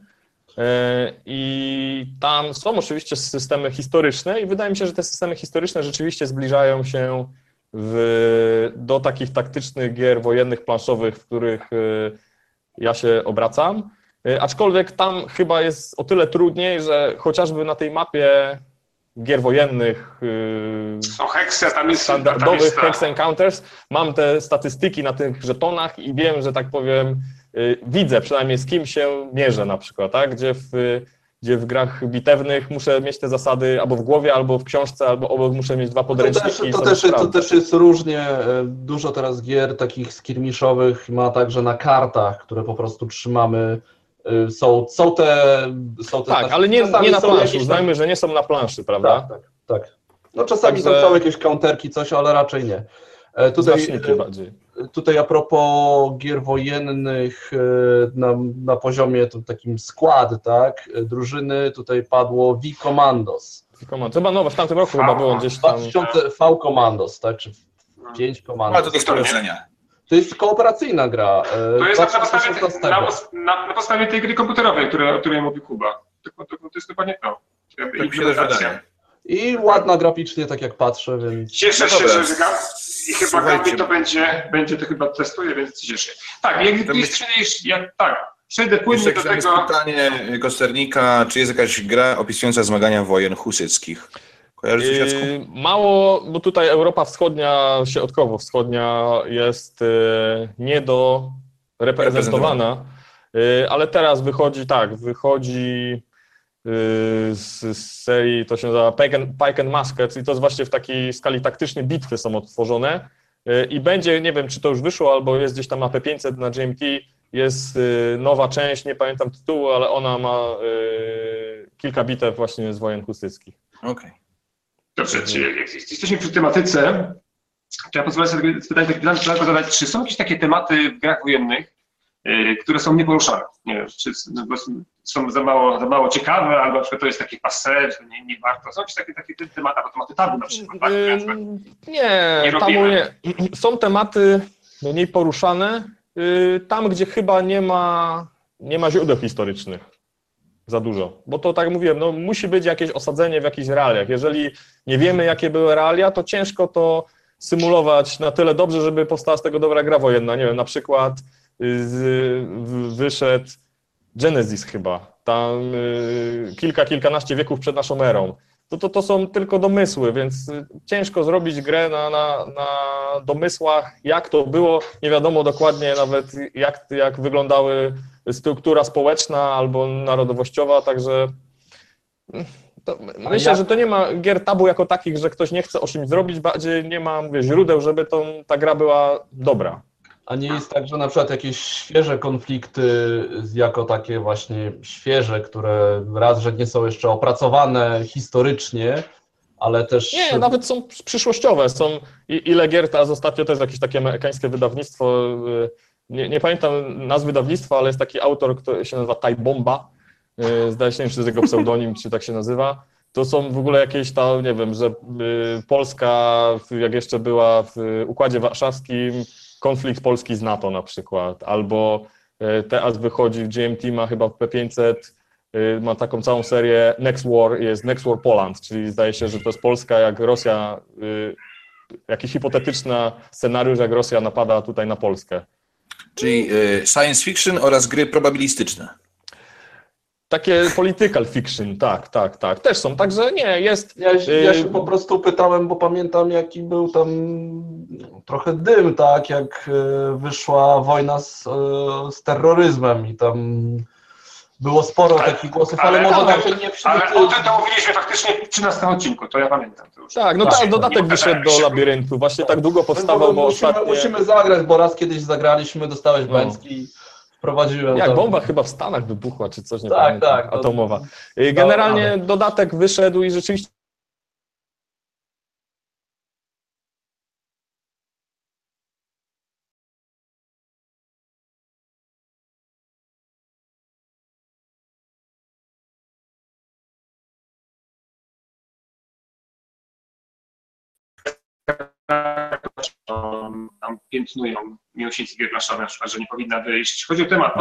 I tam są oczywiście systemy historyczne i wydaje mi się, że te systemy historyczne rzeczywiście zbliżają się do takich taktycznych gier wojennych, planszowych, w których ja się obracam. Aczkolwiek tam chyba jest o tyle trudniej, że chociażby na tej mapie gier wojennych Są heksy, tam jest standardowych Hex Encounters mam te statystyki na tych żetonach i wiem, że tak powiem, widzę przynajmniej z kim się mierzę na przykład, tak? Gdzie w grach bitewnych muszę mieć te zasady albo w głowie, albo w książce, albo obok muszę mieć dwa podręczniki. To też jest różnie. Dużo teraz gier takich skirmiszowych ma także na kartach, które po prostu trzymamy. Są te tak, ale nie na planszy. Uznajmy, że nie są na planszy, prawda? Tak. No czasami Także... są jakieś counterki, coś, ale raczej nie. Tutaj a propos gier wojennych na poziomie takim skład, tak, drużyny, tutaj padło V-Commandos. Chyba nowe, w tamtym roku chyba było gdzieś tam. 2000 V-Commandos, tak, czy 5 Commandos. Ma to sprawdzenia. To jest kooperacyjna gra. To jest na podstawie tej gry komputerowej, o której mówi Kuba. To jest dokładnie to. Tak mi się też wydaje. I ładna graficznie, tak jak patrzę, więc... Cieszę się, że i chyba Gambit to będzie to chyba testuje, więc się cieszę. Tak, przejdę płynnie do tego... pytanie Kosternika, czy jest jakaś gra opisująca zmagania wojen husyckich? Mało, bo tutaj Europa Wschodnia, środkowo-wschodnia jest niedoreprezentowana, ale teraz wychodzi z serii, to się nazywa Pike and Musket i to jest właśnie w takiej skali taktycznej bitwy są odtworzone i będzie, nie wiem czy to już wyszło albo jest gdzieś tam na P500 na GMT, jest nowa część, nie pamiętam tytułu, ale ona ma kilka bitew właśnie z wojen husyckich. Okej. Dobrze, jak jesteśmy przy tematyce, to ja pozwolę sobie pytanie zadać, czy są jakieś takie tematy w grach wojennych, które są nieporuszane? Nie wiem, czy są za mało ciekawe, albo na przykład to jest takie passé, że nie warto. Są jakieś takie tematy, albo tematy tabu na przykład, tak? Nie, tabu nie. Są tematy mniej poruszane, tam gdzie chyba nie ma źródeł historycznych. Za dużo, bo to tak jak mówiłem, no musi być jakieś osadzenie w jakichś realiach. Jeżeli nie wiemy, jakie były realia, to ciężko to symulować na tyle dobrze, żeby powstała z tego dobra gra wojenna. Nie wiem, na przykład wyszedł Genesis chyba, tam kilkanaście wieków przed naszą erą. To są tylko domysły, więc ciężko zrobić grę na domysłach, jak to było, nie wiadomo dokładnie nawet jak wyglądały struktura społeczna albo narodowościowa, także myślę, że to nie ma gier tabu jako takich, że ktoś nie chce o czymś zrobić, bardziej nie ma, źródeł, żeby ta gra była dobra. A nie jest tak, że na przykład jakieś świeże konflikty, jako takie właśnie świeże, które raz, że nie są jeszcze opracowane historycznie, ale też... Nie, nawet są przyszłościowe. Są ile gier, teraz ostatnio też jakieś takie amerykańskie wydawnictwo, nie pamiętam nazwy wydawnictwa, ale jest taki autor, który się nazywa Ty Bomba, zdaje się, nie wiem, czy to jest jego pseudonim, czy tak się nazywa. To są w ogóle jakieś tam, nie wiem, że Polska, jak jeszcze była w Układzie Warszawskim, konflikt Polski z NATO na przykład, albo teraz wychodzi w GMT, ma chyba w P500, ma taką całą serię Next War, jest Next War Poland, czyli zdaje się, że to jest Polska, jak Rosja, jakiś hipotetyczny scenariusz, jak Rosja napada tutaj na Polskę. Czyli science fiction oraz gry probabilistyczne. Takie political fiction, tak. Też są, także nie, jest... Ja się po prostu pytałem, bo pamiętam jaki był tam trochę dym, tak, jak wyszła wojna z terroryzmem i tam było sporo takich głosów, ale może tak nie Ale o tym to mówiliśmy faktycznie w 13 odcinku, to ja pamiętam. To już. Tak, no teraz dodatek wyszedł do Labiryntu, właśnie tak długo powstawał, bo musimy zagrać, bo raz kiedyś zagraliśmy, dostałeś bęcki. Prowadziłem jak tam. bomba chyba w Stanach wybuchła, czy coś, nie tak, pamiętam, tak, atomowa. Generalnie dodatek wyszedł i rzeczywiście tam piętnują miłośnicy gier planszowych, na przykład, że nie powinna wyjść. Chodzi o temat,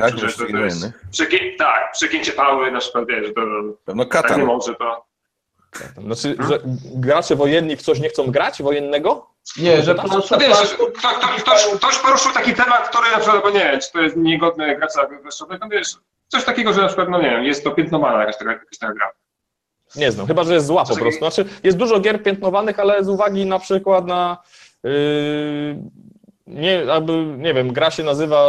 przegięcie pały, na przykład, wiesz, to pewno tak Katan. nie może, to Znaczy, że gracze wojenni w coś nie chcą grać, wojennego? Nie, że No wiesz, ktoś poruszył taki temat, który na przykład, bo nie wiem, czy to jest niegodne gracza weszłego, wiesz, coś takiego, że na przykład, no nie wiem, jest to piętnowana jakaś taka gra. Nie znam, chyba że jest zła po prostu. Znaczy, jest dużo gier piętnowanych, ale z uwagi na przykład na nie wiem, gra się nazywa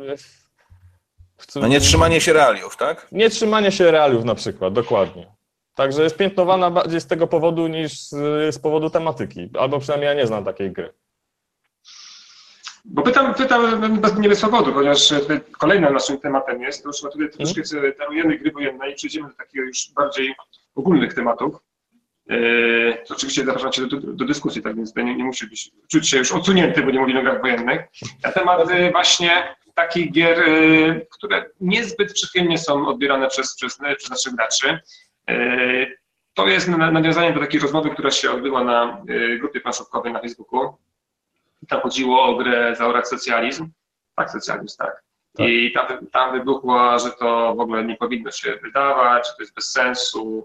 No nie trzymanie się realiów, tak? nie trzymanie się realiów na przykład, dokładnie. Także jest piętnowana bardziej z tego powodu niż z powodu tematyki, albo przynajmniej ja nie znam takiej gry. Bo pytam nie bez powodu, ponieważ kolejnym naszym tematem jest, to już tutaj troszkę darujemy gry wojenne i przejdziemy do takich już bardziej ogólnych tematów. To oczywiście zapraszam Cię do dyskusji, tak więc nie musi czuć się już odsunięty, bo nie mówimy o grach wojennych. Na temat właśnie takich gier, które niezbyt przychylnie są odbierane przez naszych graczy. To jest nawiązanie do takiej rozmowy, która się odbyła na grupie planszówkowej na Facebooku. Tam chodziło o grę Zaorać Socjalizm. Tak, socjalizm, tak. I tam wybuchło, że to w ogóle nie powinno się wydawać, że to jest bez sensu.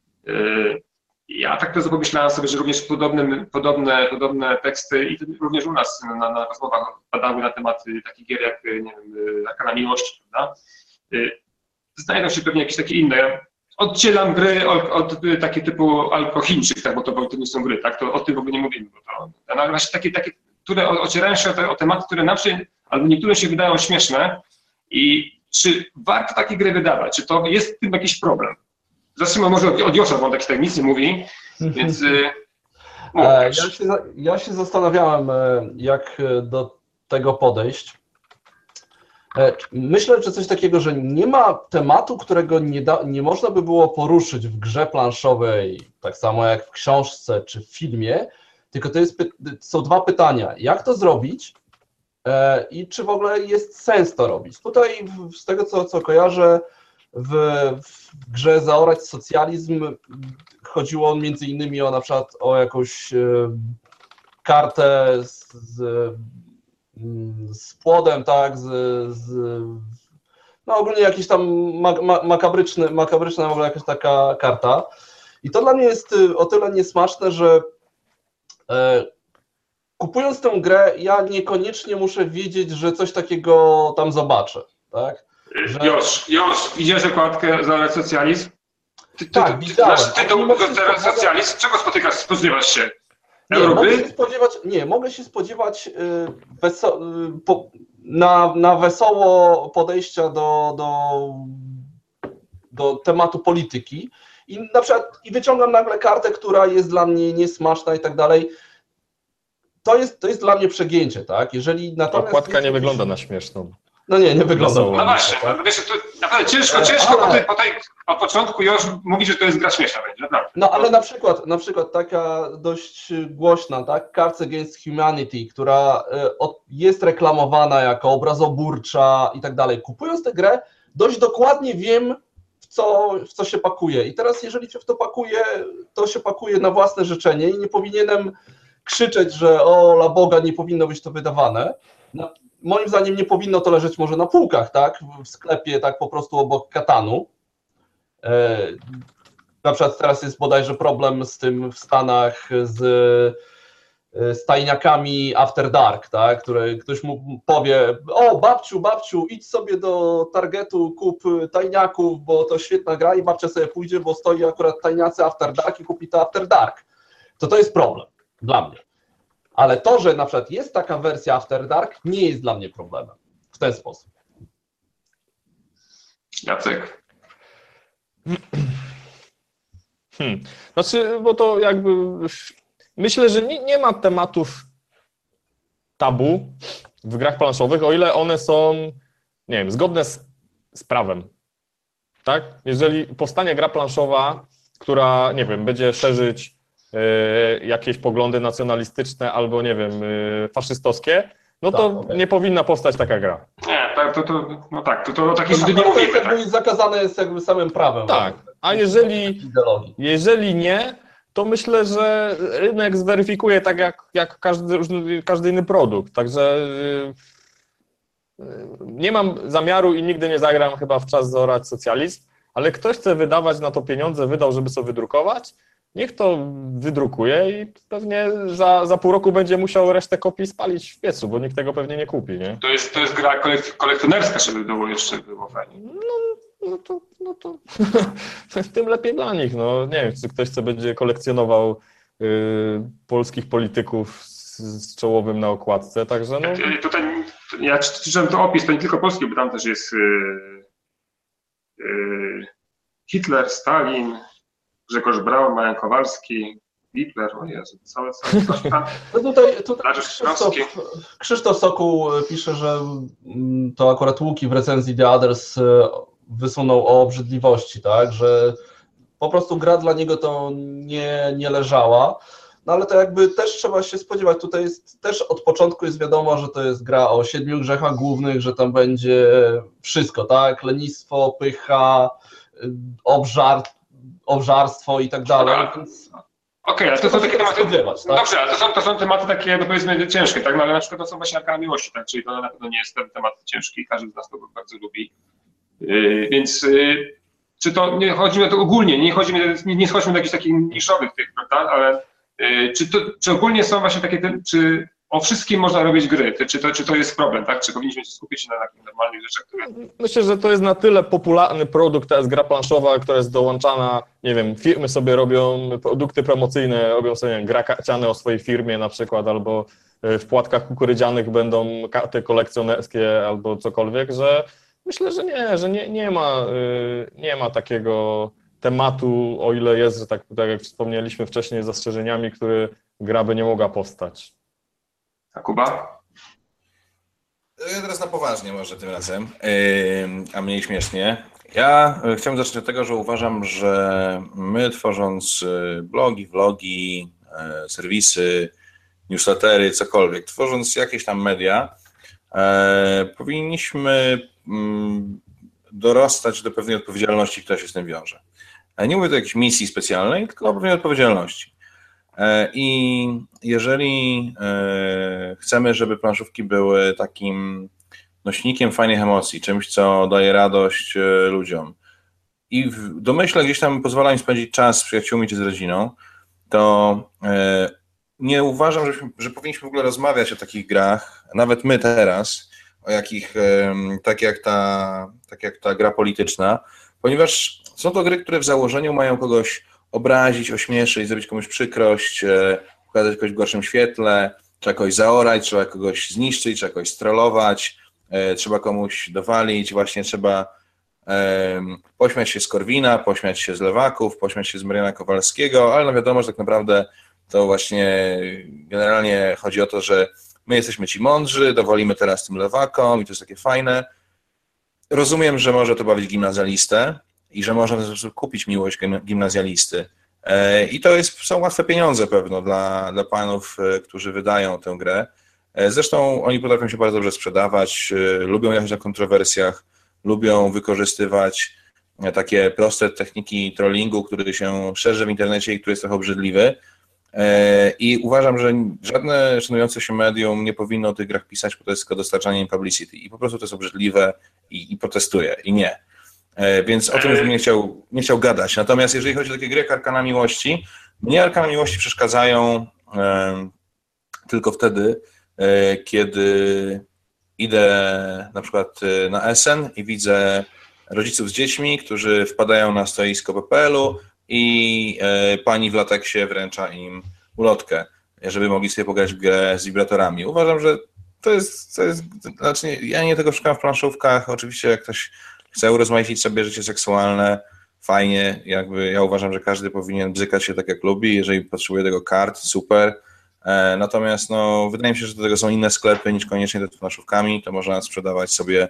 Ja tak to pomyślałem sobie, że również podobne teksty i również u nas na rozmowach padały na temat takich gier jak, nie wiem, Arkana Miłości, prawda? Znajdą się pewnie jakieś takie inne. Oddzielam gry od takie typu alkochińczych, tak, bo to nie są gry, tak? To o tym w ogóle nie mówimy. Bo to właśnie takie, które ocierają się o tematy, które nam się, albo niektóre się wydają śmieszne. I czy warto takie gry wydawać? Czy to jest w tym jakiś problem? Zacznijmy może od Josza, bo on tak nic nie mówi, więc... Ja się zastanawiałem, jak do tego podejść. Myślę, że coś takiego, że nie ma tematu, którego nie można by było poruszyć w grze planszowej, tak samo jak w książce czy w filmie, tylko są dwa pytania. Jak to zrobić i czy w ogóle jest sens to robić? Tutaj z tego, co kojarzę, w grze Zaorać Socjalizm chodziło między innymi o na przykład o jakąś kartę z płodem, tak, no ogólnie jakiś tam makabryczna w ogóle jakaś taka karta. I to dla mnie jest o tyle niesmaczne, że kupując tę grę, ja niekoniecznie muszę wiedzieć, że coś takiego tam zobaczę, tak? Już, widziałeś okładkę Zaorać Socjalizm? Tak, widziałem. Znasz tytuł Zaorać Socjalizm? Czego spodziewasz się? Mogę się spodziewać na wesoło podejścia do tematu polityki i na przykład wyciągam nagle kartę, która jest dla mnie niesmaczna i tak dalej. To jest dla mnie przegięcie, tak? Jeżeli natomiast okładka nie wygląda na śmieszną. No nie wygląda. No właśnie, wiesz, to naprawdę ciężko od początku już mówić, że to jest gra śmieszna będzie, naprawdę. No ale na przykład taka dość głośna, tak, Cards Against Humanity, która jest reklamowana jako obrazoburcza i tak dalej. Kupując tę grę, dość dokładnie wiem, w co się pakuje. I teraz jeżeli się w to pakuje, to się pakuje na własne życzenie i nie powinienem krzyczeć, że o la Boga, nie powinno być to wydawane. No, moim zdaniem nie powinno to leżeć może na półkach, tak, w sklepie, tak po prostu obok Katanu. Na przykład teraz jest bodajże problem z tym w Stanach z tajniakami After Dark, tak, które ktoś mu powie, o babciu, idź sobie do Targetu, kup tajniaków, bo to świetna gra i babcia sobie pójdzie, bo stoi akurat tajniacy After Dark i kupi to After Dark. To jest problem dla mnie. Ale to, że na przykład jest taka wersja After Dark, nie jest dla mnie problemem w ten sposób. Jacek. Znaczy, bo to jakby myślę, że nie ma tematów tabu w grach planszowych, o ile one są, nie wiem, zgodne z prawem. Tak? Jeżeli powstanie gra planszowa, która, nie wiem, będzie szerzyć jakieś poglądy nacjonalistyczne albo, nie wiem, faszystowskie, no to nie powinna powstać taka gra. Nie, to o takich rzeczy nie mówimy. To jest zakazane jest jakby samym prawem. Tak, a jeżeli nie, to myślę, że rynek zweryfikuje tak jak każdy inny produkt. Także nie mam zamiaru i nigdy nie zagram chyba w czas Zaorać Socjalizm, ale ktoś chce wydawać na to pieniądze, wydał, żeby sobie wydrukować, niech to wydrukuje i pewnie za pół roku będzie musiał resztę kopii spalić w piecu, bo nikt tego pewnie nie kupi, nie? To jest gra kolekcjonerska, żeby było jeszcze było fajnie. No to tym lepiej dla nich. No, nie wiem, czy ktoś, co będzie kolekcjonował polskich polityków z czołowym na okładce, także no... Tutaj ja czytałem to opis, to nie tylko polski, bo tam też jest Hitler, Stalin, Grzegorz Braun, Marian Kowalski, Hitler, o Jezu, całe coś tam. No tutaj Dariusz Szymowski. Krzysztof Sokół pisze, że to akurat Łuki w recenzji The Others wysunął o obrzydliwości, tak, że po prostu gra dla niego to nie leżała, no ale to jakby też trzeba się spodziewać, tutaj jest też od początku jest wiadomo, że to jest gra o 7 grzechach głównych, że tam będzie wszystko, tak, lenistwo, pycha, obżarstwo i tak dalej, więc... Okej, ale to są takie tematy. Tak? Dobrze, ale to są tematy takie, no powiedzmy, ciężkie, tak? No ale na przykład to są właśnie arkana miłości, tak? Czyli to na pewno nie jest ten temat ciężki, każdy z nas to bardzo lubi. Więc czy to nie chodzi o to ogólnie, nie schodźmy do jakichś takich niszowych tych, prawda? Ale czy ogólnie są właśnie takie, czy o wszystkim można robić gry? Czy to jest problem, tak? Czy powinniśmy się skupić na takich normalnych rzeczach, które... Myślę, że to jest na tyle popularny produkt, to jest gra planszowa, która jest dołączana, nie wiem, firmy sobie robią produkty promocyjne, robią sobie, nie wiem, gra karciane o swojej firmie na przykład, albo w płatkach kukurydzianych będą karty kolekcjonerskie albo cokolwiek, że myślę, że nie ma takiego tematu, o ile jest, że tak jak wspomnieliśmy wcześniej, z zastrzeżeniami, który gra by nie mogła powstać. A Kuba? Ja teraz na poważnie może tym razem, a mniej śmiesznie. Ja chciałem zacząć od tego, że uważam, że my tworząc blogi, vlogi, serwisy, newslettery, cokolwiek, tworząc jakieś tam media, powinniśmy dorastać do pewnej odpowiedzialności, która się z tym wiąże. Nie mówię tu o jakiejś misji specjalnej, tylko o pewnej odpowiedzialności. I jeżeli chcemy, żeby planszówki były takim nośnikiem fajnych emocji, czymś, co daje radość ludziom i w domyśle gdzieś tam pozwala im spędzić czas z przyjaciółmi czy z rodziną, to nie uważam, że powinniśmy w ogóle rozmawiać o takich grach, nawet my teraz, o jakich, tak jak ta gra polityczna, ponieważ są to gry, które w założeniu mają kogoś obrazić, ośmieszyć, zrobić komuś przykrość, pokazać kogoś w gorszym świetle, trzeba kogoś zaorać, trzeba kogoś zniszczyć, trzeba kogoś strollować, trzeba komuś dowalić, właśnie trzeba pośmiać się z Korwina, pośmiać się z Lewaków, pośmiać się z Mariana Kowalskiego, ale no wiadomo, że tak naprawdę to właśnie generalnie chodzi o to, że my jesteśmy ci mądrzy, dowolimy teraz tym Lewakom i to jest takie fajne. Rozumiem, że może to bawić gimnazjalistę i że można w ten sposób kupić miłość gimnazjalisty. I to są łatwe pieniądze pewno dla panów, którzy wydają tę grę. Zresztą oni potrafią się bardzo dobrze sprzedawać, lubią jechać na kontrowersjach, lubią wykorzystywać takie proste techniki trollingu, który się szerzy w internecie i który jest trochę obrzydliwy. I uważam, że żadne szanujące się medium nie powinno o tych grach pisać, bo to jest tylko dostarczanie im publicity. I po prostu to jest obrzydliwe i protestuję. I nie. Więc o tym już bym nie chciał gadać. Natomiast jeżeli chodzi o takie gry jak Arkana Miłości, mnie Arkana Miłości przeszkadzają tylko wtedy, kiedy idę na przykład na Essen i widzę rodziców z dziećmi, którzy wpadają na stoisko PPL-u i pani w lateksie wręcza im ulotkę, żeby mogli sobie pograć w grę z wibratorami. Uważam, że to jest znaczy ja nie tego szukam w planszówkach. Oczywiście jak ktoś chce urozmaicić sobie życie seksualne, fajnie, jakby ja uważam, że każdy powinien bzykać się tak jak lubi, jeżeli potrzebuje tego kart, super. Natomiast no, wydaje mi się, że do tego są inne sklepy niż koniecznie te planszówkami, to można sprzedawać sobie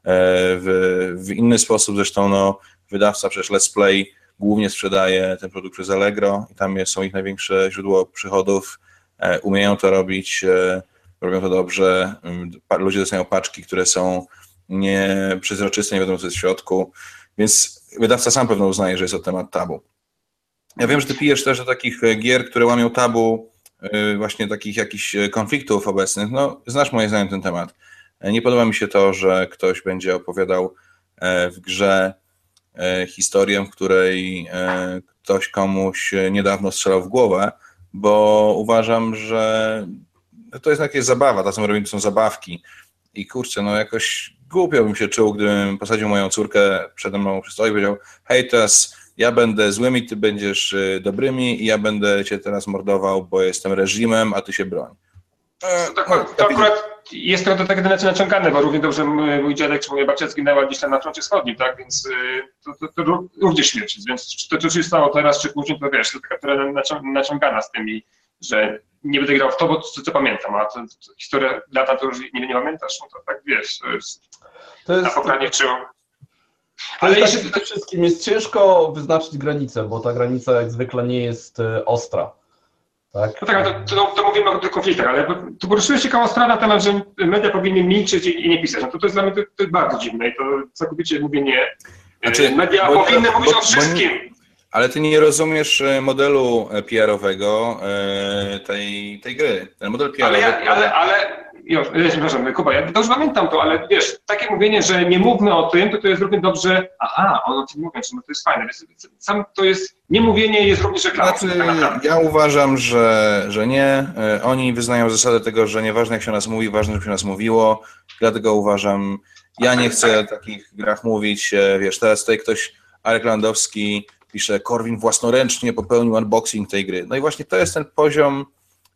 w inny sposób. Zresztą no, wydawca przecież Let's Play głównie sprzedaje ten produkt przez Allegro i tam są ich największe źródło przychodów, umieją to robić, robią to dobrze, ludzie dostają paczki, które są nieprzezroczyste, nie wiadomo co jest w środku, więc wydawca sam pewno uznaje, że jest to temat tabu. Ja wiem, że ty pijesz też do takich gier, które łamią tabu, właśnie takich jakichś konfliktów obecnych. No, znasz moje zdanie na ten temat. Nie podoba mi się to, że ktoś będzie opowiadał w grze historię, w której ktoś komuś niedawno strzelał w głowę, bo uważam, że to jest jakieś zabawa, to co my robimy, to są zabawki i kurczę, no jakoś głupio bym się czuł, gdybym posadził moją córkę przede mną przy stole i powiedział, hej, teraz ja będę złymi, ty będziesz dobrymi i ja będę cię teraz mordował, bo jestem reżimem, a ty się broń. To akurat jest to tak naciągane, bo równie dobrze mój dziadek czy moja babcia zginęła gdzieś tam na froncie wschodnim, tak, więc to również śmierć, więc czy to się stało teraz, czy później, to wiesz, to taka trochę naciągana z tymi, że nie będę grał w to, bo co pamiętam, a to historia lata to już nie pamiętasz, no to tak wiesz, to jest na pokranie czuł. Ale jeśli przede wszystkim jest ciężko wyznaczyć granicę, bo ta granica jak zwykle nie jest ostra. Tak? No tak, to mówimy o tych konfliktach, ale tu poruszyłeś ciekawą sprawę na temat, że media powinny milczeć i nie pisać. No to jest dla mnie to jest bardzo dziwne i to całkowicie mówię nie. Znaczy, media powinny mówić o wszystkim. Ale ty nie rozumiesz modelu PR-owego tej gry. Ten model PR-owy... Przepraszam, Kuba, ja to już pamiętam to, ale wiesz, takie mówienie, że nie mówmy o tym, to jest równie dobrze, on o tym mówi, no to jest fajne. Sam to jest, niemówienie jest również reklamą. Znaczy, ja uważam, że nie. Oni wyznają zasadę tego, że nieważne jak się nas mówi, ważne, żeby się nas mówiło, dlatego uważam, ja nie chcę o takich grach mówić, wiesz, teraz tutaj ktoś, Arek Landowski pisze, Korwin własnoręcznie popełnił unboxing tej gry. No i właśnie to jest ten poziom,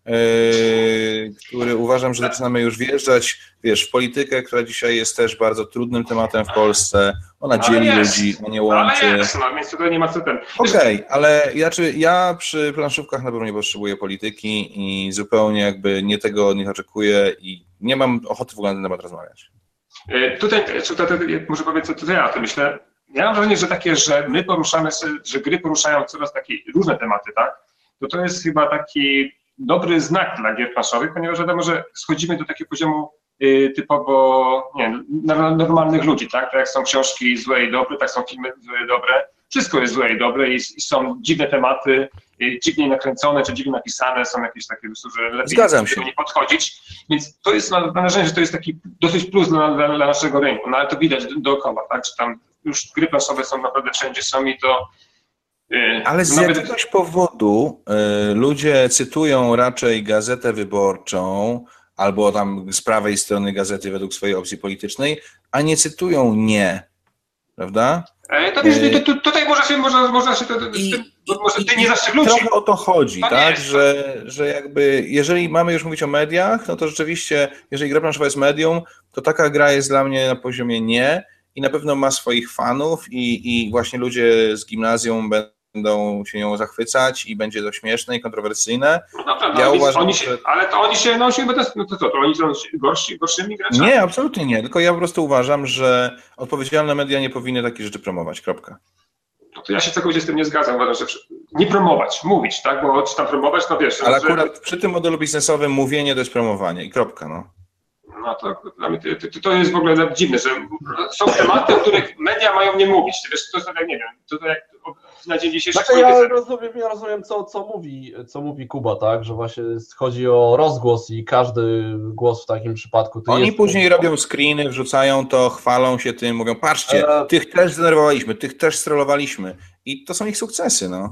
który uważam, że zaczynamy już wjeżdżać, wiesz, w politykę, która dzisiaj jest też bardzo trudnym tematem w Polsce. Ona dzieli ludzi, a nie łączy. Ale jest, no więc tutaj nie ma co ten. Okej, ale ja przy planszówkach na pewno nie potrzebuję polityki i zupełnie jakby nie tego od nich oczekuję i nie mam ochoty w ogóle na ten temat rozmawiać. Tutaj może powiem, co ja o tym myślę. Ja mam wrażenie, że my poruszamy, że gry poruszają coraz takie różne tematy, tak? To jest chyba taki dobry znak dla gier planszowych, ponieważ wiadomo, że schodzimy do takiego poziomu typowo normalnych ludzi, tak? Tak jak są książki złe i dobre, tak są filmy złe i dobre. Wszystko jest złe i dobre i są dziwne tematy, dziwnie nakręcone czy dziwnie napisane, są jakieś takie, że lepiej do tego nie podchodzić. Więc to jest, mam wrażenie, że to jest taki dosyć plus dla naszego rynku, no ale to widać dookoła, tak? Że tam już gry planszowe są naprawdę wszędzie są i to... Ale z jakiegoś powodu ludzie cytują raczej Gazetę Wyborczą albo tam z prawej strony gazety według swojej opcji politycznej, a nie cytują nie, prawda? Tutaj może ty nie zaszczyt ludzi. Trochę o to chodzi, tak? Że jakby jeżeli mamy już mówić o mediach, no to rzeczywiście, jeżeli gra planszowa jest medium, to taka gra jest dla mnie na poziomie nie i na pewno ma swoich fanów i właśnie ludzie z gimnazjum będą się nią zachwycać i będzie to śmieszne i kontrowersyjne. No, ja uważam, ale to oni się no to co, to oni są gorszymi graczami? Nie, absolutnie nie, tylko ja po prostu uważam, że odpowiedzialne media nie powinny takich rzeczy promować, kropka. No to ja się całkowicie z tym nie zgadzam, uważam, że nie promować, mówić, tak, bo czy tam promować, no wiesz. Ale akurat przy tym modelu biznesowym mówienie to jest promowanie i kropka, no. No to dla mnie to jest w ogóle dziwne, że są tematy, o których media mają nie mówić. Wiesz, to jest tak, nie wiem, to jak na dzień dzisiejszy... Znaczy ja rozumiem co mówi Kuba, tak, że właśnie chodzi o rozgłos i każdy głos w takim przypadku... Oni później robią screeny, wrzucają to, chwalą się tym, mówią, patrzcie, tych też zdenerwowaliśmy, tych też strollowaliśmy i to są ich sukcesy, no.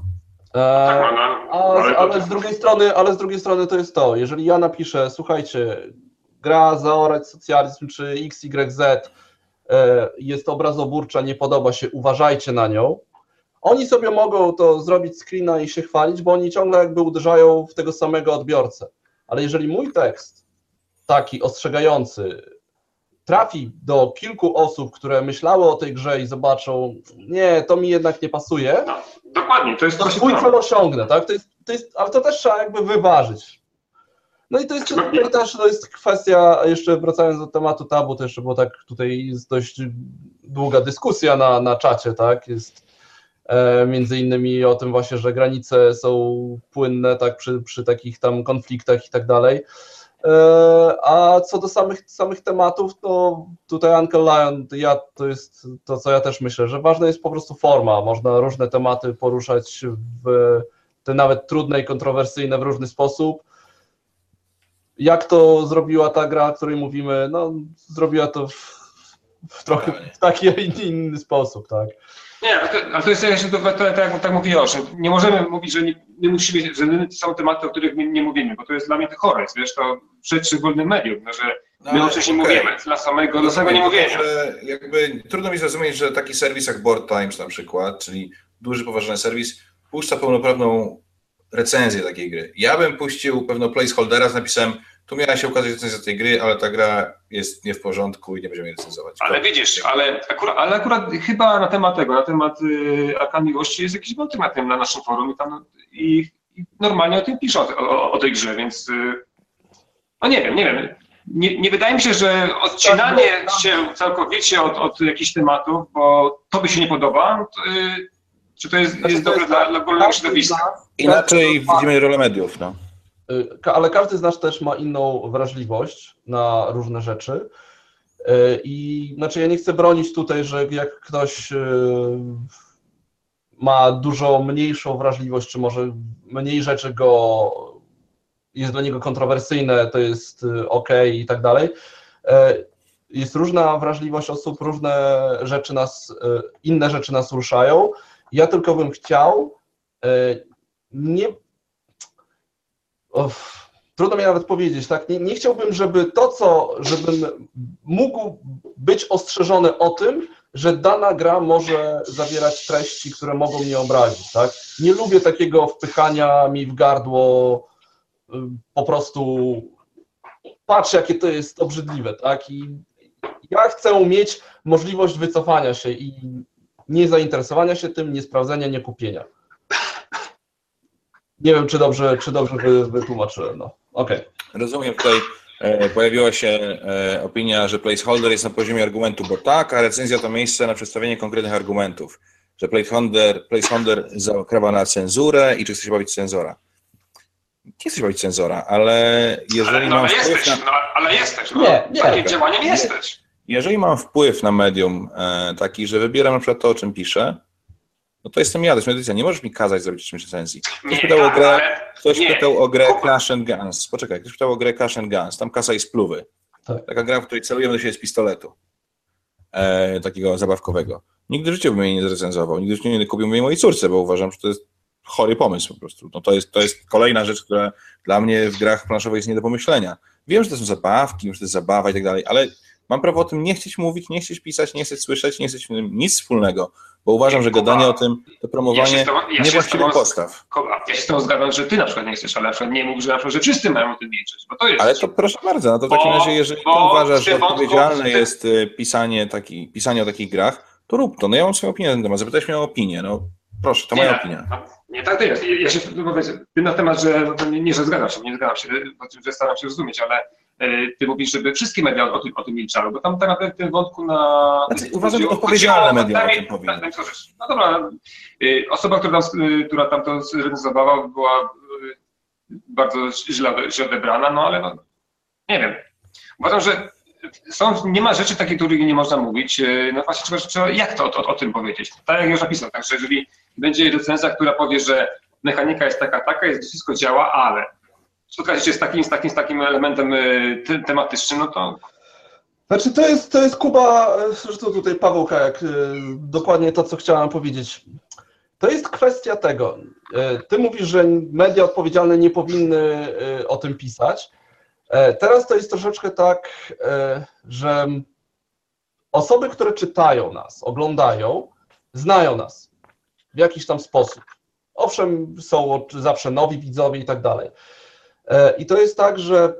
Ale z drugiej strony to jest to, jeżeli ja napiszę, słuchajcie, gra zaorać socjalizm czy XYZ jest obrazoburcza, nie podoba się, uważajcie na nią. Oni sobie mogą to zrobić screena i się chwalić, bo oni ciągle jakby uderzają w tego samego odbiorcę. Ale jeżeli mój tekst, taki ostrzegający, trafi do kilku osób, które myślały o tej grze i zobaczą, nie, to mi jednak nie pasuje, no, dokładnie, to swój cel osiągnę, tak? Ale to też trzeba jakby wyważyć. No i to jest kwestia, jeszcze wracając do tematu tabu, to jeszcze było tak, tutaj jest dość długa dyskusja na czacie, tak, jest między innymi o tym właśnie, że granice są płynne, tak, przy takich tam konfliktach i tak dalej, a co do samych tematów, to tutaj Uncle Lion, to jest to, co ja też myślę, że ważna jest po prostu forma, można różne tematy poruszać te nawet trudne i kontrowersyjne w różny sposób. Jak to zrobiła ta gra, o której mówimy, no zrobiła to w trochę w taki inny sposób, tak. Nie, ale to jest jeszcze tak mówię, że nie możemy mówić, że my musimy, że są tematy, o których my nie mówimy, bo to jest dla mnie to chore, wiesz, to rzeczy w wolnym medium, no, że my o czymś nie mówimy, dla samego nie mówienia. Że jakby trudno mi zrozumieć, że taki serwis jak Board Times na przykład, czyli duży, poważny serwis, puszcza pełnoprawną recenzję takiej gry. Ja bym puścił pewno placeholdera z napisem, tu miała się ukazać recenzja tej gry, ale ta gra jest nie w porządku i nie będziemy jej recenzować. Ale widzisz, ale akurat chyba na temat Arkany Miłości jest jakiś był temat na naszym forum i normalnie o tym piszą, o tej grze, więc no nie wiem. Nie wydaje mi się, że odcinanie się całkowicie od jakichś tematów, bo to by się nie podoba, czy to jest dobre dla wolnego środowiska. Inaczej widzimy rolę mediów, no. Ale każdy z nas też ma inną wrażliwość na różne rzeczy. I znaczy ja nie chcę bronić tutaj, że jak ktoś ma dużo mniejszą wrażliwość, czy może mniej rzeczy jest dla niego kontrowersyjne, to jest okej i tak dalej. Jest różna wrażliwość osób, inne rzeczy nas ruszają. Ja tylko bym chciał trudno mi nawet powiedzieć, tak? Nie chciałbym, żebym mógł być ostrzeżony o tym, że dana gra może zawierać treści, które mogą mnie obrazić, tak? Nie lubię takiego wpychania mi w gardło, po prostu patrz, jakie to jest obrzydliwe, tak? I ja chcę mieć możliwość wycofania się i nie zainteresowania się tym, nie sprawdzenia, nie kupienia. Nie wiem, czy dobrze wytłumaczyłem. No. Okay. Rozumiem, tutaj pojawiła się opinia, że placeholder jest na poziomie argumentu, bo tak, a recenzja to miejsce na przedstawienie konkretnych argumentów, że placeholder zakrawa na cenzurę i czy chce się bawić cenzora. Nie chcesz bawić cenzora, ale jeżeli mam wpływ ale jesteś. Nie, takim działaniem jesteś. Jeżeli mam wpływ na medium taki, że wybieram na przykład to, o czym piszę, no to jestem ja, to jest medycja. Nie możesz mi kazać zrobić czymś recenzji. Ktoś pytał o grę Clash and Guns. Poczekaj, ktoś pytał o grę Clash and Guns. Tam kasa i spluwy. Tak. Taka gra, w której celujemy do siebie z pistoletu. Takiego zabawkowego. Nigdy w życiu bym jej nie zrecenzował. Nigdy w życiu nie kupiłbym jej mojej córce, bo uważam, że to jest chory pomysł po prostu. No to jest kolejna rzecz, która dla mnie w grach planszowych jest nie do pomyślenia. Wiem, że to są zabawki, że to jest zabawa i tak dalej, ale mam prawo o tym nie chcieć mówić, nie chcieć pisać, nie chcieć słyszeć, nie chcieć nic wspólnego, bo uważam, że gadanie o tym to promowanie niewłaściwych postaw. Ja się z tą zgadzam, że ty na przykład nie chcesz, ale na przykład nie mów, że wszyscy mają o tym milczeć, bo to jest... Ale to proszę bardzo, no to w takim razie, jeżeli ty uważasz, że odpowiedzialne jest pisanie o takich grach, to rób to. No ja mam swoją opinię na ten temat, zapytałeś mnie o opinię, no proszę, to moja opinia. Nie, tak to jest. Ja się na temat, że nie zgadzam się, że staram się rozumieć, ale ty mówisz, żeby wszystkie media o tym milczały, bo tam tak naprawdę w tym wątku uważam, że odpowiedzialne media o tym powinny. No dobra, osoba, która tam to zrealizowała, była bardzo źle odebrana, no ale no, nie wiem. Uważam, że nie ma rzeczy takich, których nie można mówić. No właśnie trzeba jak to o tym powiedzieć? Tak jak już napisał, także jeżeli będzie recenzja, która powie, że mechanika jest taka, jest wszystko działa, ale spotkać się z takim elementem tematycznym, no to... Znaczy to jest Kuba, zresztą tutaj Paweł Kajak, dokładnie to, co chciałem powiedzieć. To jest kwestia tego, ty mówisz, że media odpowiedzialne nie powinny o tym pisać. Teraz to jest troszeczkę tak, że osoby, które czytają nas, oglądają, znają nas w jakiś tam sposób. Owszem, są zawsze nowi widzowie i tak dalej. I to jest tak, że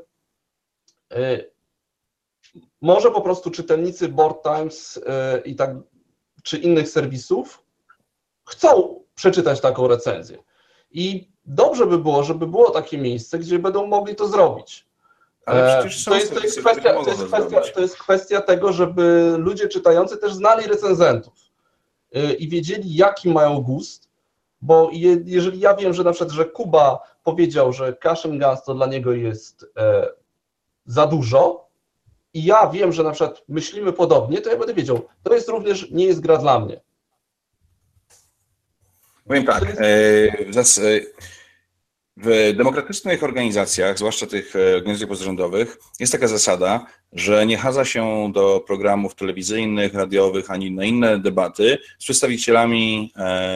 może po prostu czytelnicy Board Times czy innych serwisów chcą przeczytać taką recenzję. I dobrze by było, żeby było takie miejsce, gdzie będą mogli to zrobić. Ale przecież to jest kwestia tego, żeby ludzie czytający też znali recenzentów i wiedzieli, jaki mają gust, bo jeżeli ja wiem, że na przykład, że Kuba powiedział, że Clash and Guns to dla niego jest za dużo i ja wiem, że na przykład myślimy podobnie, to ja będę wiedział, to jest również nie jest gra dla mnie. Powiem tak, W demokratycznych organizacjach, zwłaszcza tych organizacji pozarządowych, jest taka zasada, że nie chadza się do programów telewizyjnych, radiowych ani na inne debaty z przedstawicielami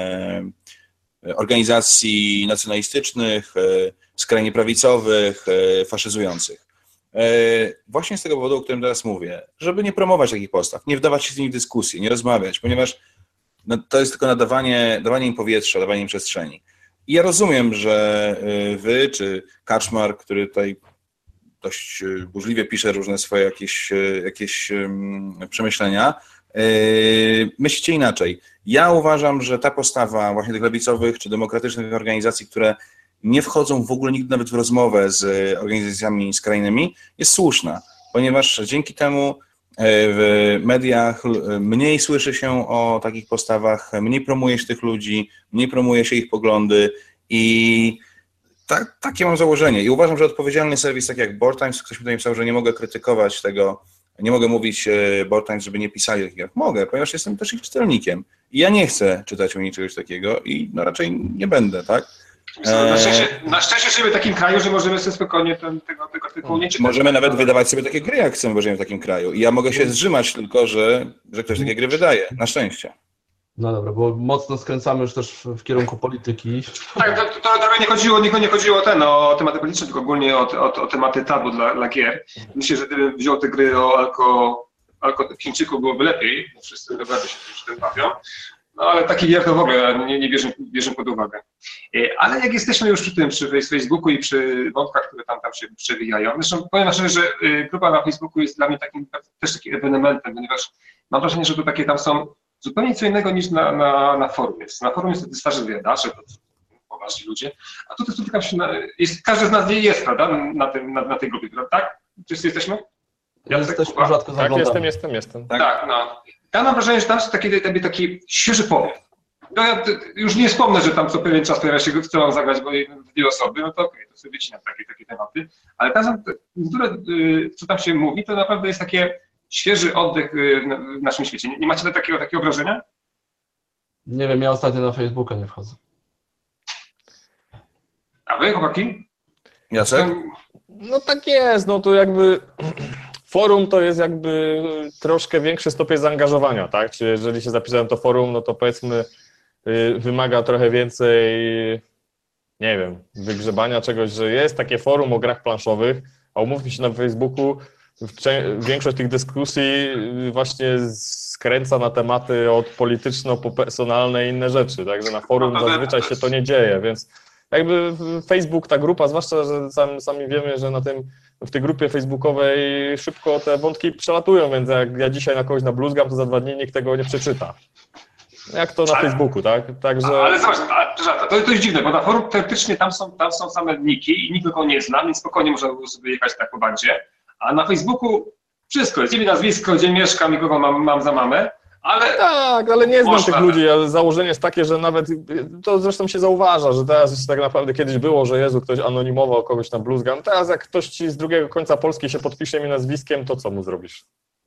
organizacji nacjonalistycznych, skrajnie prawicowych, faszyzujących. Właśnie z tego powodu, o którym teraz mówię, żeby nie promować takich postaw, nie wdawać się z nimi w dyskusję, nie rozmawiać, ponieważ to jest tylko dawanie im powietrza, dawanie im przestrzeni. I ja rozumiem, że wy, czy Kaczmar, który tutaj dość burzliwie pisze różne swoje jakieś przemyślenia, myślicie inaczej. Ja uważam, że ta postawa właśnie tych lewicowych czy demokratycznych organizacji, które nie wchodzą w ogóle nigdy nawet w rozmowę z organizacjami skrajnymi, jest słuszna, ponieważ dzięki temu w mediach mniej słyszy się o takich postawach, mniej promuje się tych ludzi, mniej promuje się ich poglądy i takie mam założenie. I uważam, że odpowiedzialny serwis, tak jak Board Times, ktoś mi tutaj pisał, że nie mogę krytykować tego, nie mogę mówić Board Times, żeby nie pisali takich jak mogę, ponieważ jestem też ich czytelnikiem. I ja nie chcę czytać o czegoś takiego i no raczej nie będę, tak? Na szczęście żyjemy w takim kraju, że możemy sobie spokojnie tego artykułu nie czytać. Możemy nawet wydawać sobie takie gry, jak chcemy, bo żyjemy w takim kraju. I ja mogę się zrzymać tylko, że ktoś takie gry wydaje. Na szczęście. No dobra, bo mocno skręcamy już też w kierunku polityki. Tak, to trochę nie chodziło o tematy polityczne, tylko ogólnie o tematy tabu dla gier. Myślę, że gdybym wziął te gry o Chińczyku, byłoby lepiej, bo wszyscy naprawdę się tym bawią. No ale taki gier to w ogóle nie bierzemy pod uwagę. Ale jak jesteśmy już przy Facebooku i przy wątkach, które tam się przewijają, zresztą powiem szczerze, że grupa na Facebooku jest dla mnie też takim ewenementem, ponieważ mam wrażenie, że to takie tam są zupełnie co innego niż na forum jest. Na forum jest twarz biedacze, to poważni ludzie, a tutaj spotykam się, każdy z nas jest, prawda, na tej grupie, prawda? Tak? Wszyscy jesteśmy? Jesteśmy rzadko zaglądamy. Tak, jestem. Tak, no. Ja mam wrażenie, że tam jest taki świeży powiew. No ja już nie wspomnę, że tam co pewien czas pojawia się, chcę wam zagrać, bo dwie osoby, no to okej, to sobie wycinam takie tematy, ale tam, co tam się mówi, to naprawdę jest takie świeży oddech w naszym świecie. Nie macie takiego wrażenia? Nie wiem, ja ostatnio na Facebooka nie wchodzę. A wy, chłopaki? Jacek? No tak jest, no to jakby forum to jest jakby troszkę większy stopień zaangażowania, tak? Czyli jeżeli się zapisałem to forum, no to powiedzmy wymaga trochę więcej, nie wiem, wygrzebania czegoś, że jest takie forum o grach planszowych, a umówmy się na Facebooku, większość tych dyskusji właśnie skręca na tematy od polityczno po personalne i inne rzeczy, także na forum zazwyczaj się to nie dzieje, więc jakby Facebook, ta grupa, zwłaszcza, że sami wiemy, że w tej grupie facebookowej szybko te wątki przelatują, więc jak ja dzisiaj na kogoś nabluzgam, to za 2 dni nikt tego nie przeczyta. Jak to na Facebooku, tak? Także... Ale zobacz, to jest dziwne, bo na forum teoretycznie tam są same niki i nikt nikogo nie zna, więc spokojnie można było sobie jechać tak po bandzie, a na Facebooku wszystko jest, imię, nazwisko, gdzie mieszkam i kogo mam za mamę, ale... Tak, ale nie znam tych ludzi, a założenie jest takie, że nawet, to zresztą się zauważa, że teraz tak naprawdę kiedyś było, że Jezu, ktoś anonimował kogoś na bluzgam, teraz jak ktoś ci z drugiego końca Polski się podpisze imię, nazwiskiem, to co mu zrobisz?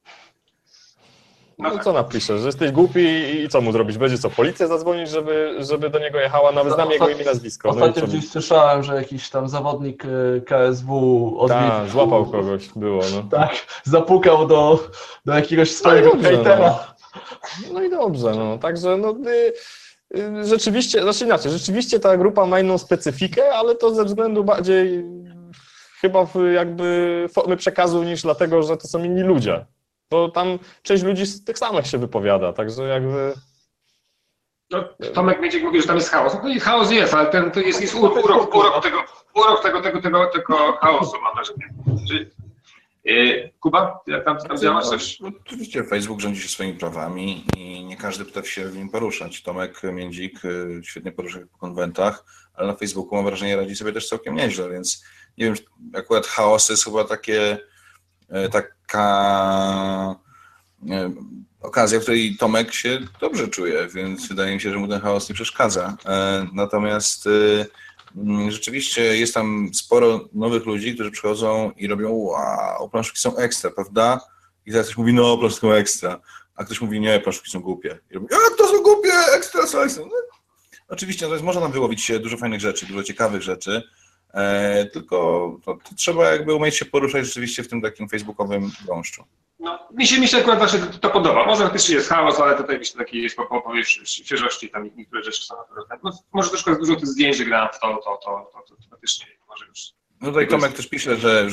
No co napiszesz, że jesteś głupi i co mu zrobisz? Będzie co, policję zadzwonić, żeby do niego jechała? Nawet znam jego imię i nazwisko. Ostatnio gdzieś słyszałem, że jakiś tam zawodnik KSW odwiedził. Tak, złapał kogoś, było. No. Tak, zapukał do jakiegoś swojego hejtera. No i dobrze, no. Także rzeczywiście, znaczy inaczej, rzeczywiście ta grupa ma inną specyfikę, ale to ze względu bardziej chyba jakby formy przekazu niż dlatego, że to są inni ludzie. Bo tam część ludzi z tych samych się wypowiada, także jakby... No, Tomek Miedziek mówi, że tam jest chaos. No i chaos jest, ale to jest urok tego chaosu, mam wrażenie. Kuba, jak tam działasz coś? No, oczywiście Facebook rządzi się swoimi prawami i nie każdy potrafi się w nim poruszać. Tomek Międzik świetnie porusza się po konwentach, ale na Facebooku mam wrażenie radzi sobie też całkiem nieźle, więc nie wiem, akurat chaos jest chyba taka okazja, w której Tomek się dobrze czuje, więc wydaje mi się, że mu ten chaos nie przeszkadza. Natomiast rzeczywiście jest tam sporo nowych ludzi, którzy przychodzą i robią wow, planszówki są ekstra, prawda? I zaraz ktoś mówi, no, planszówki są ekstra, a ktoś mówi, nie, planszówki są głupie. I robią, jak to są głupie, ekstra są ekstra. No, oczywiście, można tam wyłowić dużo fajnych rzeczy, dużo ciekawych rzeczy, tylko to trzeba jakby umieć się poruszać rzeczywiście w tym takim facebookowym gąszczu. No, mi się akurat właśnie to podoba. Może faktycznie jest chaos, ale tutaj myślę, taki jest po świeżości, tam niektóre rzeczy są naprawdę. No, może troszkę dużo tych zdjęć, że grałem w to faktycznie może już. No tutaj Tomek też pisze, że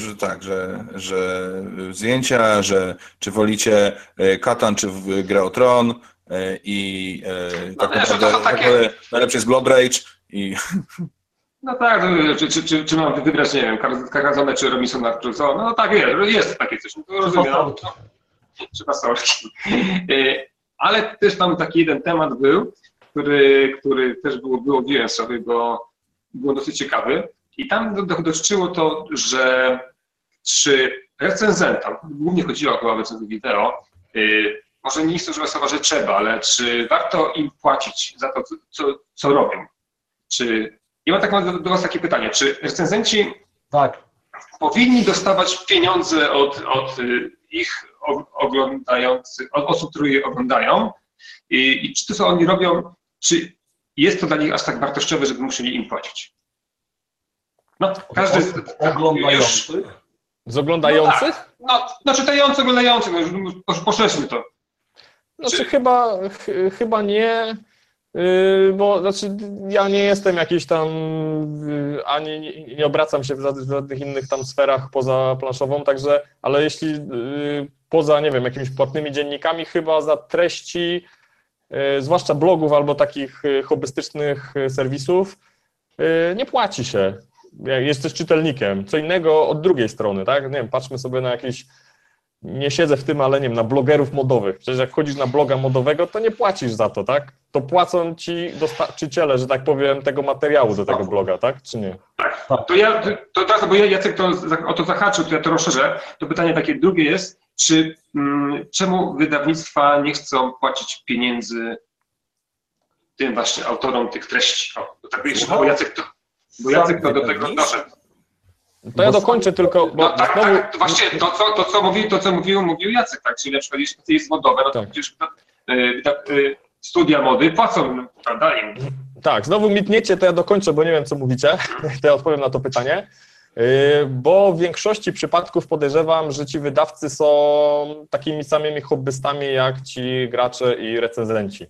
zdjęcia, że czy wolicie Katan, czy grę o Tron i tak naprawdę najlepszy jest Blood Rage i... No tak, czy mam wybrać, nie wiem, Carcassonne czy Robinsona Crusoe? No tak, jest takie coś, no to rozumiem. Czy fasolki. Ale też tam taki jeden temat był, który też wyłowiłem sobie, bo było dosyć ciekawy. I tam dotyczyło to, że czy recenzentom, głównie chodziło o recenzję wideo, może nie chcę używać słowa, że trzeba, ale czy warto im płacić za to, co robią? Ja mam do Was takie pytanie, czy recenzenci powinni dostawać pieniądze od ich oglądających, od osób, które je oglądają i czy to, co oni robią, czy jest to dla nich aż tak wartościowe, żeby musieli im płacić? No, każdy z oglądających? Z oglądających? No czytający, oglądający, no, poszerzmy to. Znaczy chyba nie, bo znaczy ja nie jestem jakiś tam, ani nie obracam się w żadnych innych tam sferach poza planszową, także, ale jeśli poza, nie wiem, jakimiś płatnymi dziennikami, chyba za treści, zwłaszcza blogów albo takich hobbystycznych serwisów, nie płaci się. Jesteś czytelnikiem. Co innego od drugiej strony, tak? Nie wiem, patrzmy sobie na jakieś, nie siedzę w tym, ale nie wiem, na blogerów modowych. Przecież jak wchodzisz na bloga modowego, to nie płacisz za to, tak? To płacą ci dostarczyciele, że tak powiem, tego materiału do tego bloga, tak? Czy nie? Tak. Bo Jacek o to zahaczył, to ja to rozszerzę. To pytanie takie drugie jest, czemu wydawnictwa nie chcą płacić pieniędzy tym właśnie autorom tych treści? Bo Jacek to do tego doszedł. To ja dokończę tylko, bo tak, właśnie to, co mówił Jacek, tak? Czyli na przykład jeśli jest modowe, no to przecież studia mody płacą, prawda, im. Tak, znowu mi tniecie, to ja dokończę, bo nie wiem, co mówicie, to ja odpowiem na to pytanie, bo w większości przypadków podejrzewam, że ci wydawcy są takimi samymi hobbystami, jak ci gracze i recenzenci.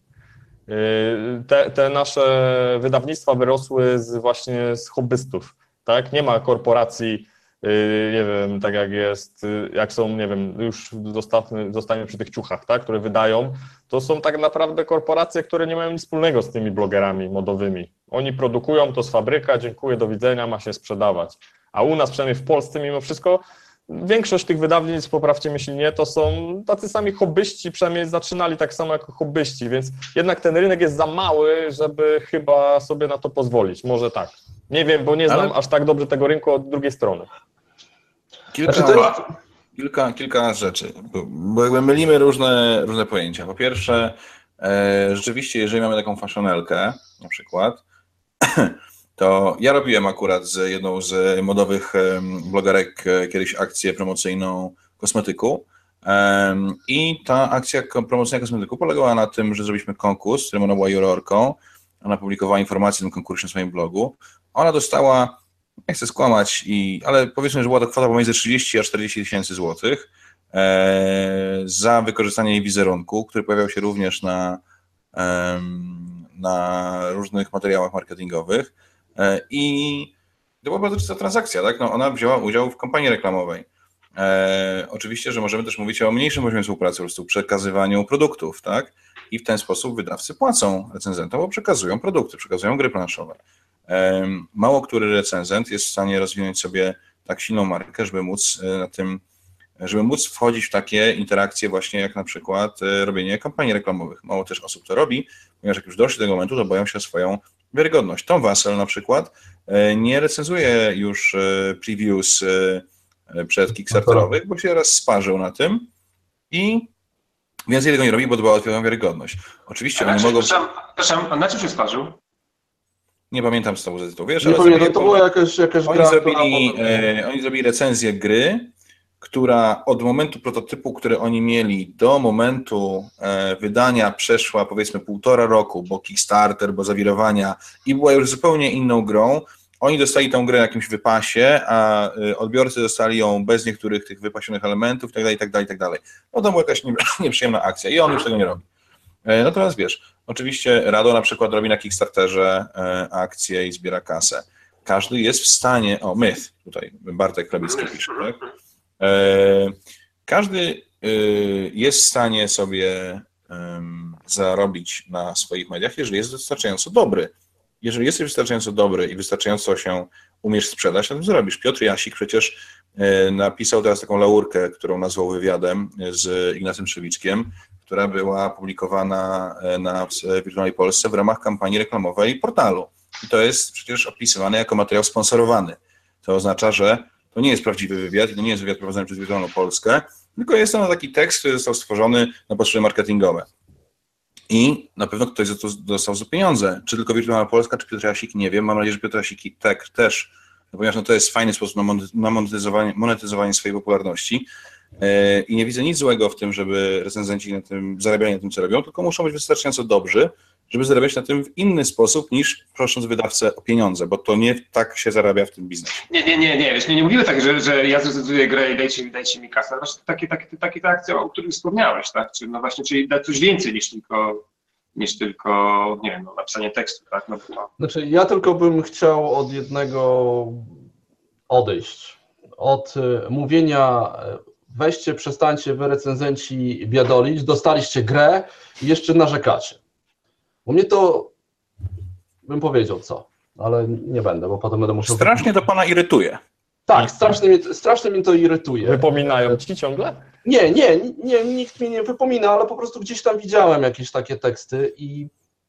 Te nasze wydawnictwa wyrosły właśnie z hobbystów, tak? Nie ma korporacji, nie wiem, tak jak jest, jak są, nie wiem, już zostaniemy przy tych ciuchach, tak? Które wydają, to są tak naprawdę korporacje, które nie mają nic wspólnego z tymi blogerami modowymi. Oni produkują, to z fabryka, dziękuję, do widzenia, ma się sprzedawać. A u nas, przynajmniej w Polsce, mimo wszystko, większość tych wydawnictw, poprawcie jeśli nie, to są tacy sami hobbyści, przynajmniej zaczynali tak samo jako hobbyści, więc jednak ten rynek jest za mały, żeby chyba sobie na to pozwolić. Może tak. Nie wiem, bo nie znam aż tak dobrze tego rynku od drugiej strony. Kilka rzeczy, bo jakby mylimy różne pojęcia. Po pierwsze, rzeczywiście, jeżeli mamy taką fashionelkę na przykład, to ja robiłem akurat z jedną z modowych blogerek kiedyś akcję promocyjną kosmetyku i ta akcja promocyjna kosmetyku polegała na tym, że zrobiliśmy konkurs, w którym ona była jurorką, ona publikowała informacje o tym konkursie na swoim blogu, ona dostała, nie chcę skłamać, ale powiedzmy, że była to kwota pomiędzy 30 a 40 tysięcy złotych za wykorzystanie jej wizerunku, który pojawiał się również na różnych materiałach marketingowych. I to była bardzo czysta transakcja, tak? No, ona wzięła udział w kampanii reklamowej. Oczywiście, że możemy też mówić o mniejszym poziomie współpracy, po prostu przekazywaniu produktów, tak? I w ten sposób wydawcy płacą recenzentom, bo przekazują produkty, przekazują gry planszowe. Mało który recenzent jest w stanie rozwinąć sobie tak silną markę, żeby móc wchodzić w takie interakcje właśnie jak na przykład robienie kampanii reklamowych. Mało też osób to robi, ponieważ jak już doszli do tego momentu, to boją się o swoją wiarygodność. Tom Wassel na przykład nie recenzuje już previews przed Kickstarterowych, bo się raz sparzył na tym i więcej tego nie robi, bo dba o swoją wiarygodność. Oczywiście oni mogą... Przepraszam, a na czym się sparzył? Nie pamiętam, co to był tytuł, wiesz? Nie pamiętam, to była jakaś gra, Oni zrobili recenzję gry, która od momentu prototypu, który oni mieli, do momentu wydania przeszła powiedzmy 1,5 roku, bo Kickstarter, bo zawirowania i była już zupełnie inną grą, oni dostali tę grę na jakimś wypasie, a odbiorcy dostali ją bez niektórych tych wypasionych elementów i tak dalej. No to była jakaś nieprzyjemna akcja i on już tego nie robi. Natomiast wiesz, oczywiście Rado na przykład robi na Kickstarterze akcję i zbiera kasę. Każdy jest w stanie, Myth, tutaj Bartek Krabicki pisze, tak? Każdy jest w stanie sobie zarobić na swoich mediach, jeżeli jest wystarczająco dobry. Jeżeli jesteś wystarczająco dobry i wystarczająco się umiesz sprzedać, to zrobisz. Piotr Jasik przecież napisał teraz taką laurkę, którą nazwał wywiadem z Ignacym Trzewiczkiem, która była publikowana na Wirtualnej Polsce w ramach kampanii reklamowej portalu. I to jest przecież opisywane jako materiał sponsorowany. To oznacza, że to nie jest prawdziwy wywiad i to nie jest wywiad prowadzony przez Wirtualną Polskę, tylko jest to taki tekst, który został stworzony na potrzeby marketingowe. I na pewno ktoś za to dostał za pieniądze. Czy tylko Wirtualna Polska, czy Piotr Jasik, nie wiem. Mam nadzieję, że Piotr Jasik też, ponieważ to jest fajny sposób na monetyzowanie swojej popularności. I nie widzę nic złego w tym, żeby recenzenci zarabiali na tym, co robią, tylko muszą być wystarczająco dobrzy, żeby zarabiać na tym w inny sposób niż prosząc wydawcę o pieniądze, bo to nie tak się zarabia w tym biznesie. Nie, wiesz, nie mówimy tak, że ja zrecenzuję grę i dajcie mi kasę. Właśnie takie akcje, o których wspomniałeś, tak? Czyli dać coś więcej niż tylko nie wiem, napisanie tekstu, tak? No to... Znaczy, ja tylko bym chciał od jednego odejść. Od mówienia weźcie, przestańcie wy recenzenci biadolić, dostaliście grę i jeszcze narzekacie. Bo mnie to, bym powiedział co, ale nie będę, bo potem będę musiał... Strasznie to pana irytuje. Tak, strasznie mnie to irytuje. Wypominają ci ciągle? Nie, nikt mi nie wypomina, ale po prostu gdzieś tam widziałem jakieś takie teksty i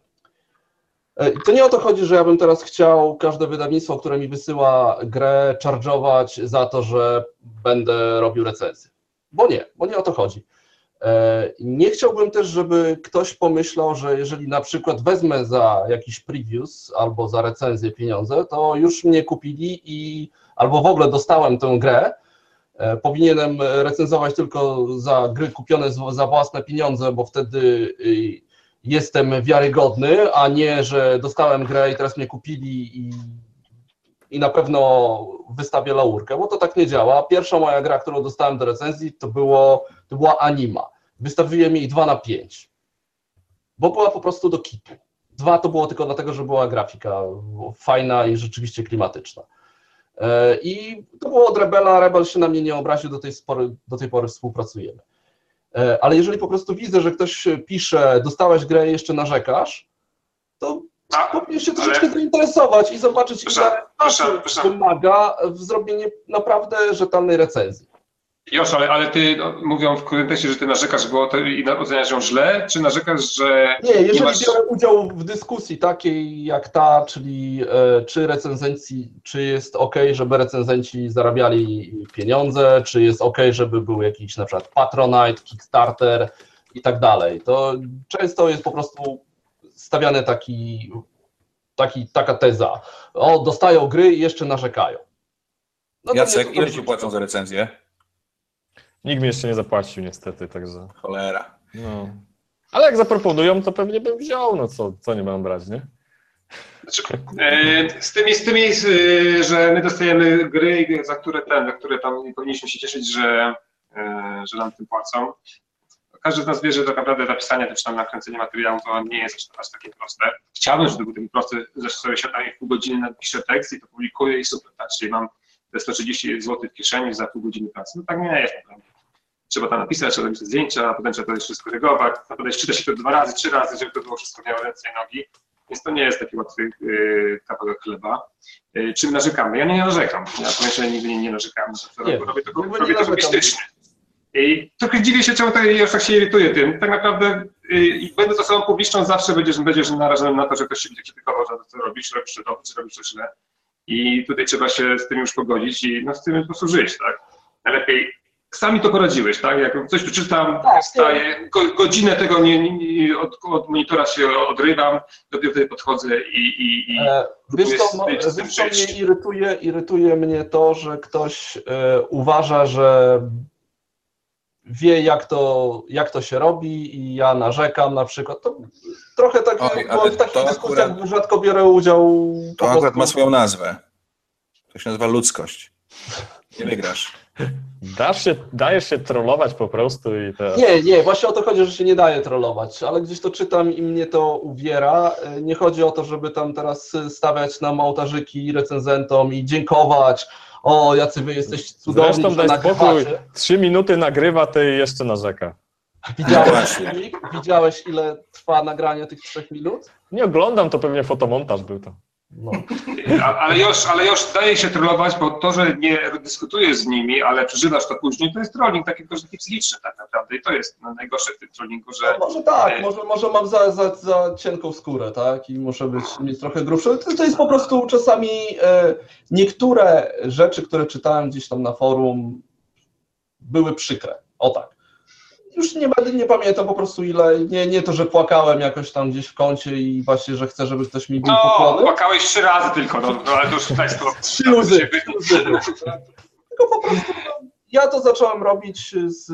to nie o to chodzi, że ja bym teraz chciał każde wydawnictwo, które mi wysyła grę, charge'ować za to, że będę robił recenzję. Bo nie o to chodzi. Nie chciałbym też, żeby ktoś pomyślał, że jeżeli na przykład wezmę za jakiś previews albo za recenzję pieniądze, to już mnie kupili albo w ogóle dostałem tę grę, powinienem recenzować tylko za gry kupione za własne pieniądze, bo wtedy jestem wiarygodny, a nie, że dostałem grę i teraz mnie kupili i na pewno wystawię laurkę, bo to tak nie działa. Pierwsza moja gra, którą dostałem do recenzji, to była Anima. Wystawiłem jej 2 na 5, bo była po prostu do kitu. 2 to było tylko dlatego, że była grafika fajna i rzeczywiście klimatyczna. I to było od Rebela, Rebel się na mnie nie obraził, do tej pory współpracujemy. Ale jeżeli po prostu widzę, że ktoś pisze, dostałeś grę i jeszcze narzekasz, to powinien się troszeczkę zainteresować i zobaczyć, ile czasu wymaga w zrobienie naprawdę rzetelnej recenzji. Josz, ale ty mówią w kontekście, że ty narzekasz, bo to i oceniasz ją źle, czy narzekasz, że... Nie, jeżeli biorę udział w dyskusji takiej jak ta, czyli czy jest ok, żeby recenzenci zarabiali pieniądze, czy jest ok, żeby był jakiś na przykład Patronite, Kickstarter i tak dalej, to często jest po prostu stawiane taka teza. Dostają gry i jeszcze narzekają. No Jacek, ile ci płacą za recenzję? Nikt mi jeszcze nie zapłacił niestety, także... Cholera. No. Ale jak zaproponują, to pewnie bym wziął, no co nie mam brać, nie? Z tymi, że my dostajemy gry, za które tam nie powinniśmy się cieszyć, że nam tym płacą. Każdy z nas wie, że tak naprawdę napisanie czy tam nakręcenie materiału to nie jest aż takie proste. Chciałbym, żeby był taki prosty, że sobie siadam i w pół godziny napiszę tekst i to publikuję i super, tak, czyli mam te 130 zł w kieszeni za pół godziny pracy. No tak nie jest. Trzeba tam napisać, trzeba napisać zdjęcia, potem trzeba to jeszcze skorygować, potem czyta się to 2 razy, 3 razy, żeby to było wszystko miało ręce i nogi. Więc to nie jest taki łatwy kawałek chleba. Czym narzekamy? Ja nie narzekam. Ja powiem, że nigdy nie narzekałem. Robię to hobbystycznie. I trochę dziwię się, czemu już tak się irytuje tym. Tak naprawdę będąc osobą publiczną zawsze będziesz narażony na to, że ktoś się będzie krytykował za to, co robisz to dobrze, czy robisz to źle. I tutaj trzeba się z tym już pogodzić i z tym po prostu żyć, tak? Najlepiej sami to poradziłeś, tak? Jak coś tu czytam, wstaję, godzinę tego od monitora się odrywam, dopiero wtedy podchodzę wiesz co mnie irytuje mnie to, że ktoś uważa, że wie jak to się robi i ja narzekam na przykład. To trochę tak, bo w takich dyskusjach rzadko biorę udział. To akurat ma swoją nazwę. To się nazywa ludzkość. Nie wygrasz. Dajesz się trollować po prostu i to... Nie, właśnie o to chodzi, że się nie daje trollować, ale gdzieś to czytam i mnie to uwiera. Nie chodzi o to, żeby tam teraz stawiać nam ołtarzyki recenzentom i dziękować. O, jacy wy jesteście cudowni, Zresztą że daj spokój, nagrywacie. 3 minuty nagrywa, ty jeszcze narzeka. Widziałeś, ile trwa nagranie tych 3 minut? Nie oglądam, to pewnie fotomontaż był to. No. Ale już daje się trollować, bo to, że nie dyskutujesz z nimi, ale przeżywasz to później, to jest trolling taki psychiczny tak naprawdę i to jest najgorsze w tym trollingu, że... No, może tak, może mam za cienką skórę, tak, i muszę mieć trochę grubszy. To jest po prostu czasami niektóre rzeczy, które czytałem gdzieś tam na forum, były przykre, o tak. Już nie pamiętam po prostu ile, nie to, że płakałem jakoś tam gdzieś w kącie i właśnie, że chcę, żeby ktoś mi był pochłony. Płakałeś 3 razy tylko, no ale to już tutaj to... 3 łzy. Tylko po prostu ja to zacząłem robić,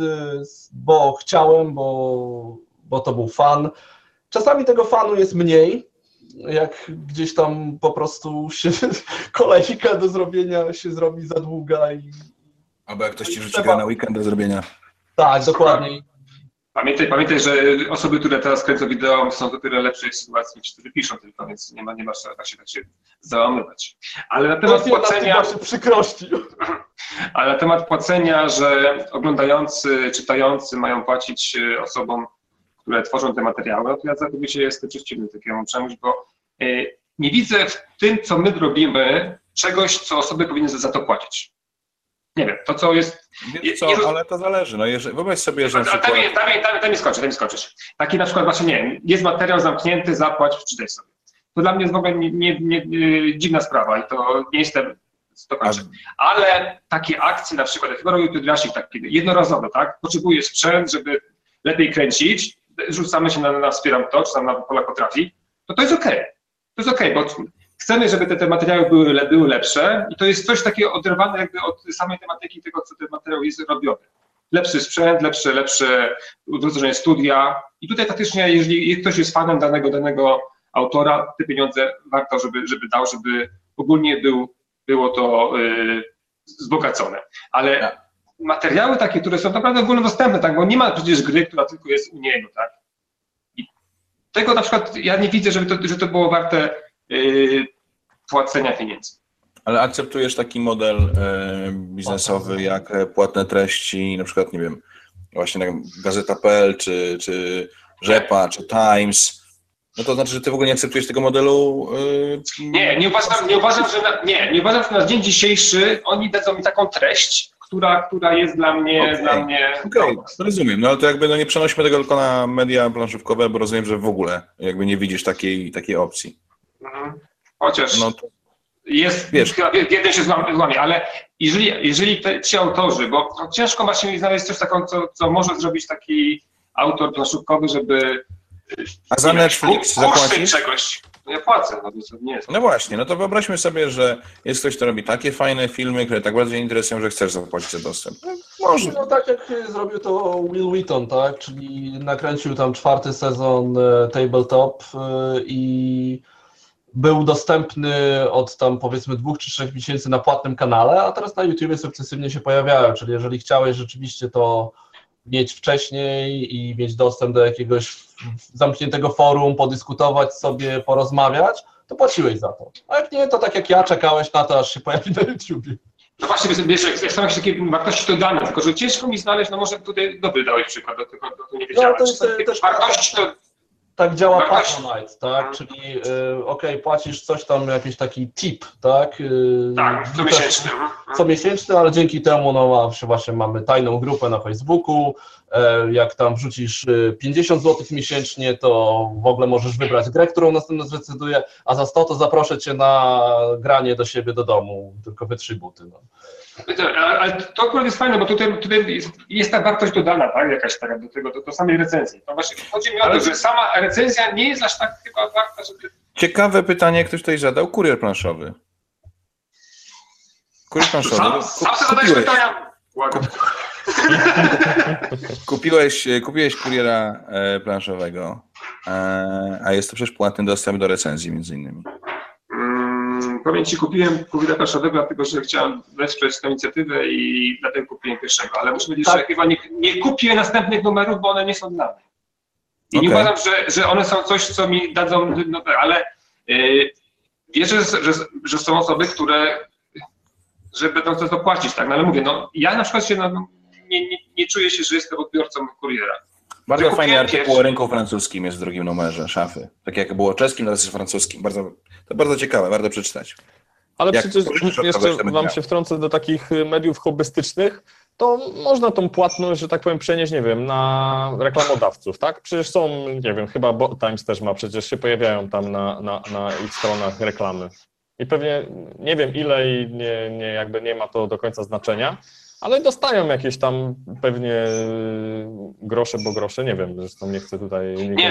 bo chciałem, bo to był fan. Czasami tego fanu jest mniej, jak gdzieś tam po prostu się kolejka do zrobienia się zrobi za długa i... Albo jak ktoś ci rzuci grę na weekend do zrobienia. Tak, dokładnie. Pamiętaj, że osoby, które teraz kręcą wideo, są dopiero lepszej sytuacji niż wtedy piszą tylko, więc nie masz tak się załamywać. Ale na temat płacenia... przykrości. Ale na temat płacenia, że oglądający, czytający mają płacić osobom, które tworzą te materiały, no to ja całkowicie jestem przeciwny takiemu czemuś, bo nie widzę w tym, co my robimy, czegoś, co osoby powinny za to płacić. Nie wiem, to co jest... Wiesz co, ale to zależy. No wyobraź sobie, że... Daj mi skończyć. Taki na przykład właśnie, nie jest materiał zamknięty, zapłać, przeczytaj sobie. To dla mnie jest w ogóle dziwna sprawa i to nie jestem... Ale takie akcje na przykład, jak chyba robił Piotrasik, takie jednorazowe, tak? Potrzebuję sprzęt, żeby lepiej kręcić, rzucamy się na wspieram to, czy tam na Polak potrafi, to jest okej. To jest okej, bo chcemy, żeby te materiały były lepsze i to jest coś takiego oderwane jakby od samej tematyki tego, co ten materiał jest robiony. Lepszy sprzęt, lepsze udrożenie studia i tutaj faktycznie, jeżeli ktoś jest fanem danego autora, te pieniądze warto, żeby dał, żeby ogólnie było to wzbogacone. Ale materiały takie, które są naprawdę ogólnodostępne, tak, bo nie ma przecież gry, która tylko jest u niego, tak. I tego na przykład ja nie widzę, że to było warte płacenia pieniędzy. Ale akceptujesz taki model biznesowy jak płatne treści, na przykład, nie wiem, właśnie Gazeta.pl, czy Rzepa, czy Times. No to znaczy, że ty w ogóle nie akceptujesz tego modelu? Nie uważam, że na dzień dzisiejszy oni dadzą mi taką treść, która jest dla mnie... Okej, rozumiem. No ale to jakby nie przenosimy tego tylko na media planszówkowe, bo rozumiem, że w ogóle jakby nie widzisz takiej opcji. Chociaż jest, wiesz, jeden się złamie, ale jeżeli ci autorzy, bo ciężko właśnie znaleźć coś taką, co może zrobić taki autor planszówkowy, żeby... A za Netflix zapłacisz? Czegoś. No ja płacę, no to nie jest. No właśnie, no to wyobraźmy sobie, że jest ktoś, kto robi takie fajne filmy, które tak bardzo cię interesują, że chcesz zapłacić za dostęp. Może. No tak jak zrobił to Will Wheaton, tak? Czyli nakręcił tam 4. sezon Tabletop i był dostępny od tam powiedzmy 2 czy 3 miesięcy na płatnym kanale, a teraz na YouTubie sukcesywnie się pojawiają, czyli jeżeli chciałeś rzeczywiście to mieć wcześniej i mieć dostęp do jakiegoś zamkniętego forum, podyskutować sobie, porozmawiać, to płaciłeś za to. A jak nie, to tak jak ja, czekałeś na to, aż się pojawi na YouTubie. No właśnie, wiesz, jak są jakieś takie wartości dodane, tylko że ciężko mi znaleźć, no może tutaj dobry dałeś przykład, do tego nie wiedziałem. No, to jest też wartości to... Tak działa Patronite, tak? Czyli płacisz coś tam, jakiś taki tip, tak? Tak, comiesięczny. Comiesięczny, ale dzięki temu właśnie mamy tajną grupę na Facebooku. Jak tam wrzucisz 50 zł miesięcznie, to w ogóle możesz wybrać grę, którą następnie zdecyduję, a za 100 to zaproszę cię na granie do siebie do domu, tylko wytrzyj buty. No. Ale to akurat jest fajne, bo tutaj jest ta wartość dodana, tak? Jakaś taka do tego, do samej recenzji. To właśnie chodzi mi o to, że sama recenzja nie jest aż tak chyba warta, żeby... Ciekawe pytanie, ktoś tutaj zadał. Kurier planszowy. Kurier planszowy. Sam sobie zadajesz pytania. Kupiłeś kuriera planszowego, a jest to przecież płatny dostęp do recenzji między innymi. Powiem Ci, kupiłem Kurier'a Planszowego, dlatego że chciałem wesprzeć tę inicjatywę i dlatego kupiłem pierwszego, ale muszę powiedzieć, Tak. że chyba nie kupię następnych numerów, bo one nie są dla mnie. I nie Okej. uważam, że one są coś, co mi dadzą, no, ale wierzę, że są osoby, że będą chcą to płacić, tak? No ale mówię, no ja na przykład się nie czuję się, że jestem odbiorcą Kuriera. Bardzo Kupiłem fajny artykuł pierwszy. o rynku francuskim jest w drugim numerze Szafy. Tak jak było czeskim, teraz jest francuskim. To bardzo ciekawe, warto przeczytać. Ale Jak przecież pożyczysz od jeszcze kogoś, to będzie wam miał. się wtrącę do takich mediów hobbystycznych, to można tą płatność, że tak powiem, przenieść, nie wiem, na reklamodawców, tak? Przecież są, nie wiem, chyba Times też ma, przecież się pojawiają tam na ich stronach reklamy. I pewnie nie wiem ile i jakby nie ma to do końca znaczenia, ale dostają jakieś tam pewnie grosze, bo grosze, nie wiem, zresztą nie chcę tutaj...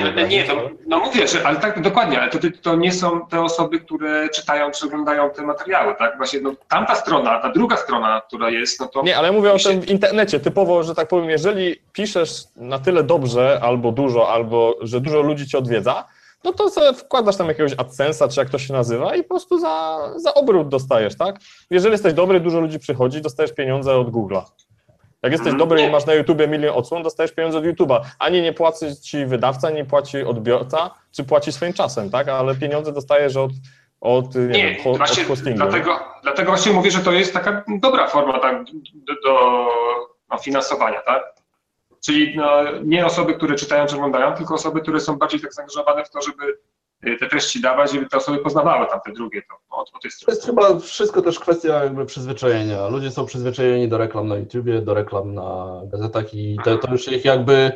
No mówię, że, ale tak dokładnie, ale to nie są te osoby, które czytają czy oglądają te materiały, tak? Właśnie no, tamta strona, ta druga strona, która jest, no to... Nie, ale mówię o tym w internecie, typowo, że tak powiem, jeżeli piszesz na tyle dobrze, albo dużo, albo że dużo ludzi cię odwiedza, no to sobie wkładasz tam jakiegoś AdSense'a, czy jak to się nazywa i po prostu za obrót dostajesz, tak? Jeżeli jesteś dobry, dużo ludzi przychodzi, dostajesz pieniądze od Google'a. Jak jesteś dobry i masz na YouTubie 1 000 000 odsłon, dostajesz pieniądze od YouTube'a. Ani nie płaci ci wydawca, nie płaci odbiorca, czy płaci swoim czasem, tak? Ale pieniądze dostajesz od hostingu. Dlatego właśnie mówię, że to jest taka dobra forma tak, do finansowania, tak? Czyli no, nie osoby, które czytają czy oglądają, tylko osoby, które są bardziej tak zaangażowane w to, żeby te treści dawać, żeby te osoby poznawały tam te drugie od tej To strony. jest chyba wszystko też kwestia jakby przyzwyczajenia. Ludzie są przyzwyczajeni do reklam na YouTubie, do reklam na gazetach i to już ich jakby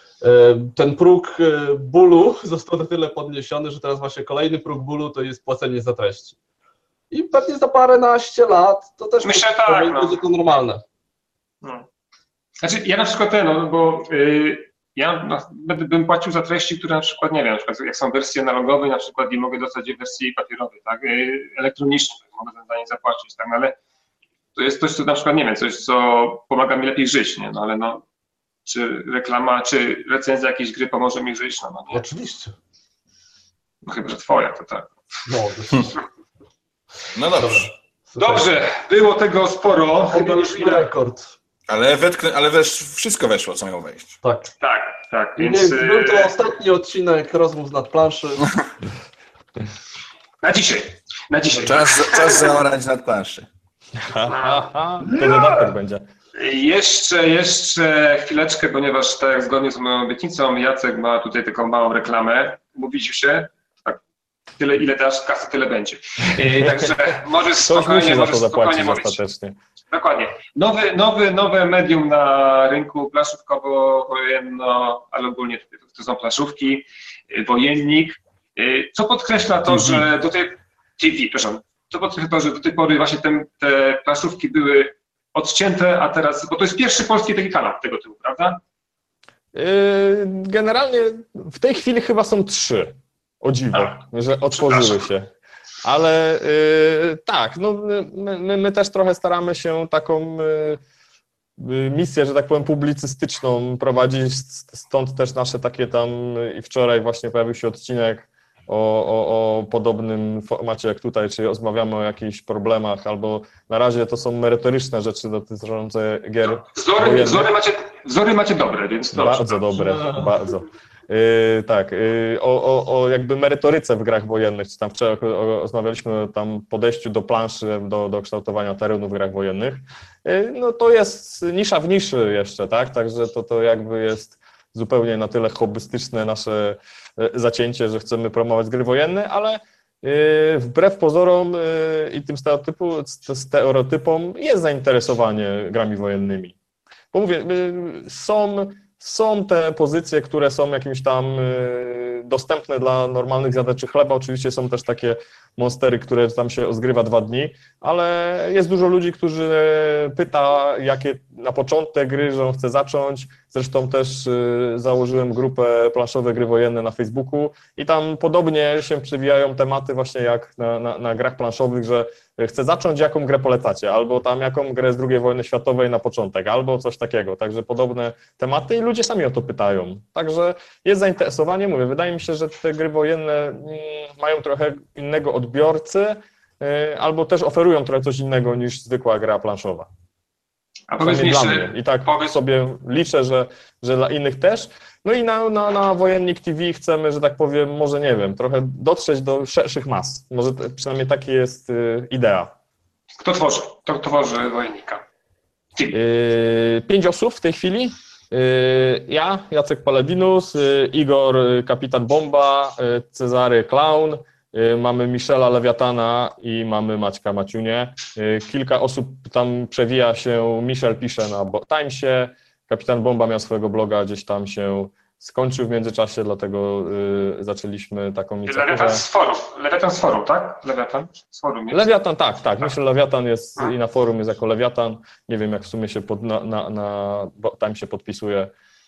ten próg bólu został na tyle podniesiony, że teraz właśnie kolejny próg bólu to jest płacenie za treści. I pewnie za paręnaście lat to też Myślę, tak, będzie to normalne. No. Znaczy ja na przykład bo ja bym płacił za treści, które na przykład, nie wiem, na przykład jak są wersje analogowe na przykład i mogę dostać je w wersji papierowej, tak, elektronicznej, mogę za nie zapłacić, tak, no ale to jest coś, co na przykład, nie wiem, coś, co pomaga mi lepiej żyć, nie, no ale no, czy reklama, czy recenzja jakiejś gry pomoże mi żyć, no nie. Oczywiście. No chyba, że twoja, to tak. No dobrze. Dobrze, było tego sporo, chyba już ile. Rekord. Ale wszystko weszło, co miało wejść. Tak, Więc więc był to ostatni odcinek rozmów z nadplanszy. na dzisiaj. Czas zaorać nad planszy. To dodatek będzie. Jeszcze chwileczkę, ponieważ tak jak zgodnie z moją obietnicą, Jacek ma tutaj taką małą reklamę. Mówić się, tak, tyle ile dasz kasy, tyle będzie. Także możesz Ktoś musi za to zapłacić mówić. ostatecznie. Dokładnie. Nowe medium na rynku planszówkowo-wojenno, ale ogólnie to są planszówki, wojennik. Co podkreśla to, że do tej co podkreśla to, że do tej pory właśnie te planszówki były odcięte, a teraz, bo to jest pierwszy polski taki kanał tego typu, prawda? Generalnie w tej chwili chyba są 3, o dziwo, że otworzyły się. Ale tak, no my też trochę staramy się taką misję, że tak powiem, publicystyczną prowadzić, stąd też nasze takie tam i wczoraj właśnie pojawił się odcinek o podobnym formacie jak tutaj, czyli rozmawiamy o jakichś problemach, albo na razie to są merytoryczne rzeczy dotyczące gier Wzory macie dobre, więc dobrze. Bardzo dobre, bardzo. Tak, o jakby merytoryce w grach wojennych, czy tam wczoraj rozmawialiśmy o tam podejściu do planszy, do kształtowania terenu w grach wojennych, no to jest nisza w niszy jeszcze, tak, także to jakby jest zupełnie na tyle hobbystyczne nasze zacięcie, że chcemy promować gry wojenne, ale wbrew pozorom i tym stereotypom jest zainteresowanie grami wojennymi. Bo mówię, są te pozycje, które są jakimś tam dostępne dla normalnych zjadaczy chleba. Oczywiście są też takie monstery, które tam się rozgrywa 2 dni, ale jest dużo ludzi, którzy pyta, jakie na początek gry, że on chce zacząć. Zresztą też założyłem grupę Planszowe Gry Wojenne na Facebooku i tam podobnie się przewijają tematy właśnie jak na grach planszowych, że chcę zacząć, jaką grę polecacie, albo tam jaką grę z II wojny światowej na początek, albo coś takiego. Także podobne tematy i ludzie sami o to pytają. Także jest zainteresowanie, mówię, wydaje mi się, że te gry wojenne mają trochę innego odbiorcę, albo też oferują trochę coś innego niż zwykła gra planszowa. A powiedz mi Przynajmniej jeszcze, dla mnie. I tak powiedz- sobie liczę, że dla innych też. No i na Wojennik TV chcemy, że tak powiem, może nie wiem, trochę dotrzeć do szerszych mas. Może przynajmniej taki jest idea. kto tworzy Wojennika? Film. 5 osób w tej chwili. Ja, Jacek Paladinus, Igor, Kapitan Bomba, Cezary Clown, mamy Michela Lewiatana i mamy Maćka Maciunię. Kilka osób tam przewija się, Michel pisze na Timesie, Kapitan Bomba miał swojego bloga, gdzieś tam się skończył w międzyczasie, dlatego zaczęliśmy taką inicjatywę. Lewiatan z forum, tak? Lewiatan z forum jest. Lewiatan, tak. Myślę, Lewiatan jest i na forum jest jako Lewiatan. Nie wiem, jak w sumie się tam się podpisuje.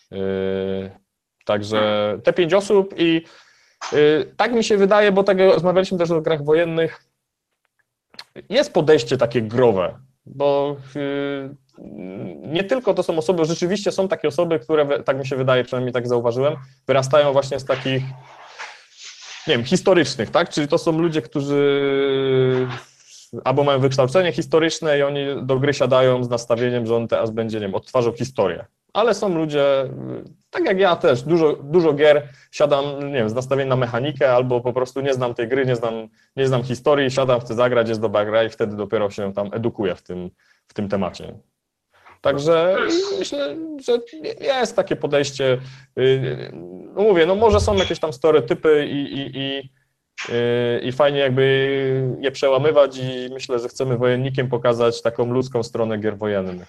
Także te 5 osób i tak mi się wydaje, bo tak rozmawialiśmy też o grach wojennych, jest podejście takie growe, bo nie tylko to są osoby, rzeczywiście są takie osoby, które, tak mi się wydaje, przynajmniej tak zauważyłem, wyrastają właśnie z takich, nie wiem, historycznych, tak? Czyli to są ludzie, którzy albo mają wykształcenie historyczne i oni do gry siadają z nastawieniem, że on teraz będzie, nie wiem, odtwarzał historię. Ale są ludzie, tak jak ja też, dużo gier siadam, nie wiem, z nastawieniem na mechanikę albo po prostu nie znam tej gry, nie znam historii, siadam, chcę zagrać, jest dobra gra i wtedy dopiero się tam edukuję w tym temacie. Także myślę, że jest takie podejście, no mówię, no może są jakieś tam stereotypy i fajnie jakby je przełamywać i myślę, że chcemy wojennikiem pokazać taką ludzką stronę gier wojennych.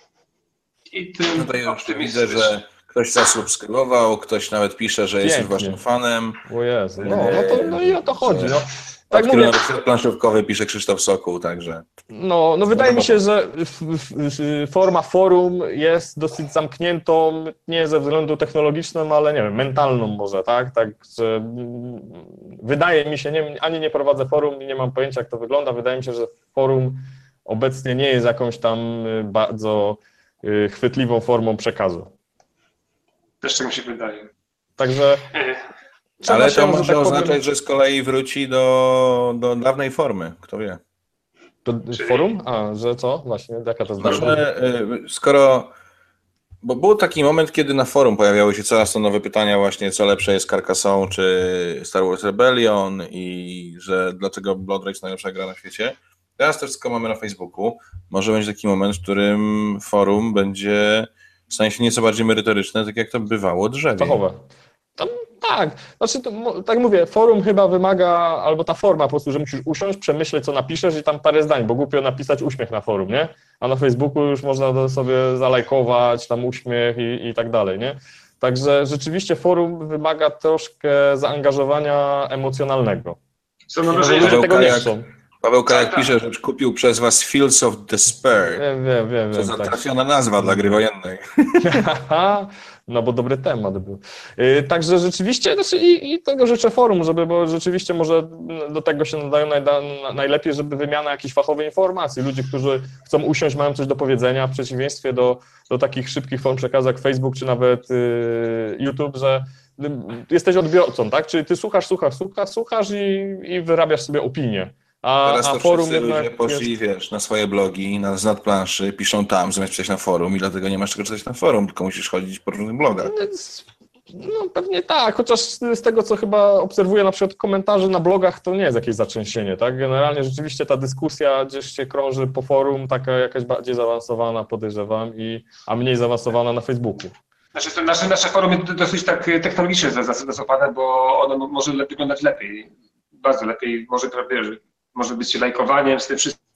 I tym Tutaj już widzę, że ktoś zasubskrybował, ktoś nawet pisze, że jest już Pięknie. waszym fanem. O Jezu, no i o to chodzi. No. Tak Tak mówię, nawet świat planszówkowy pisze Krzysztof Sokół, także. no wydaje mi się, że forma forum jest dosyć zamkniętą, nie ze względu technologicznym, ale nie wiem, mentalną może, tak? Także wydaje mi się, ani nie prowadzę forum i nie mam pojęcia, jak to wygląda. Wydaje mi się, że forum obecnie nie jest jakąś tam bardzo chwytliwą formą przekazu. też tak mi się wydaje. Także trzeba Ale się, to że może tak powiem, oznaczać, że z kolei wróci do dawnej formy, kto wie. forum? A, że co? Właśnie, jaka to jest No, że skoro... Bo był taki moment, kiedy na forum pojawiały się coraz to nowe pytania właśnie, co lepsze jest Carcassonne czy Star Wars Rebellion i że dlaczego Blood Rage najlepsza gra na świecie. Teraz to wszystko mamy na Facebooku. Może będzie taki moment, w którym forum będzie stanie się nieco bardziej merytoryczne, tak jak to bywało drzewie. fachowe. Tam, tak, znaczy, tak mówię, forum chyba wymaga, albo ta forma po prostu, że musisz usiąść, przemyśleć, co napiszesz i tam parę zdań, bo głupio napisać uśmiech na forum, nie? A na Facebooku już można sobie zalajkować, tam uśmiech i tak dalej, nie? Także rzeczywiście forum wymaga troszkę zaangażowania emocjonalnego. Co mam Może wrażenie, ludzie że tego nie jak- chcą. Paweł Kajak Tak, tak. pisze, że już kupił przez was Fields of Despair. Wiem, Co za tak. trafiona nazwa dla gry wojennej. No bo dobry temat był. Także rzeczywiście, znaczy i tego życzę forum, bo rzeczywiście może do tego się nadają najlepiej, żeby wymiana jakichś fachowych informacji. Ludzie, którzy chcą usiąść, mają coś do powiedzenia, w przeciwieństwie do takich szybkich form przekazu jak Facebook czy nawet YouTube, że jesteś odbiorcą, tak? Czyli ty słuchasz i wyrabiasz sobie opinię. Teraz A to forum wszyscy ludzie jednak poszli, wiesz, na swoje blogi, z nadplanszy, piszą tam, zamiast pisać na forum i dlatego nie masz czego czytać na forum, tylko musisz chodzić po różnych blogach. No pewnie tak, chociaż z tego, co chyba obserwuję na przykład komentarzy na blogach, to nie jest jakieś zatrzęsienie, tak? Generalnie rzeczywiście ta dyskusja gdzieś się krąży po forum, taka jakaś bardziej zaawansowana, podejrzewam, a mniej zaawansowana na Facebooku. Znaczy, to nasze forum jest dosyć tak technologicznie zastosowane, bo ono może wyglądać lepiej, bardzo lepiej, może być lajkowaniem z tym wszystkim.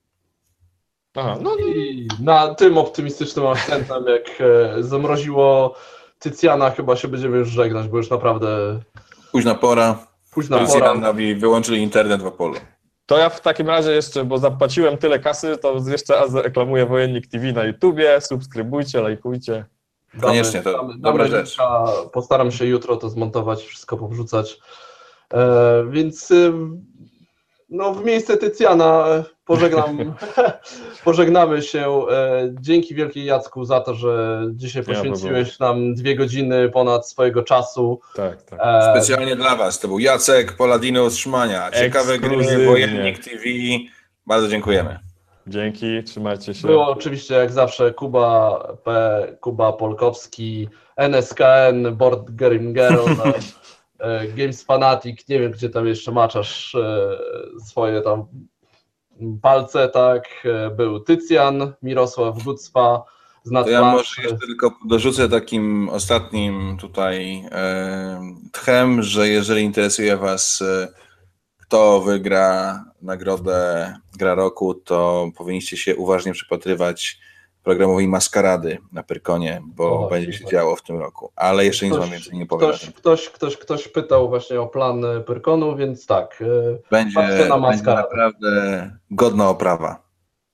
Aha, no I na tym optymistycznym akcentem, jak zamroziło Tycjana, chyba się będziemy już żegnać, bo już naprawdę Późna pora, późna pora. Policjantowi wyłączyli internet w Opolu. to ja w takim razie jeszcze, bo zapłaciłem tyle kasy, to jeszcze raz reklamuję Wojennik TV na YouTubie, subskrybujcie, lajkujcie. Koniecznie, to dobra rzecz. linka. Postaram się jutro to zmontować, wszystko powrzucać. Więc no, w miejsce Tycjana pożegnamy się. Dzięki wielkiej, Jacku, za to, że dzisiaj poświęciłeś nam 2 godziny ponad swojego czasu. Tak. Specjalnie dla Was. To był Jacek Poladino z Szymania. Ciekawe gry, Wojennik TV. Bardzo dziękujemy. Dzięki, trzymajcie się. Było oczywiście jak zawsze Kuba Polkowski, NSKN, Board Game Girl, Games Fanatic, nie wiem gdzie tam jeszcze maczasz swoje tam palce, tak, był Tycjan, Mirosław Gucpa z To ja Nadplanszy. może jeszcze tylko dorzucę takim ostatnim tutaj tchem, że jeżeli interesuje Was, kto wygra nagrodę Gra Roku, to powinniście się uważnie przypatrywać programowej Maskarady na Pyrkonie, bo będzie się działo w tym roku. Ale jeszcze nic Wam więcej nie powiem. Ktoś pytał właśnie o plan Pyrkonu, więc tak. Będzie naprawdę godna oprawa.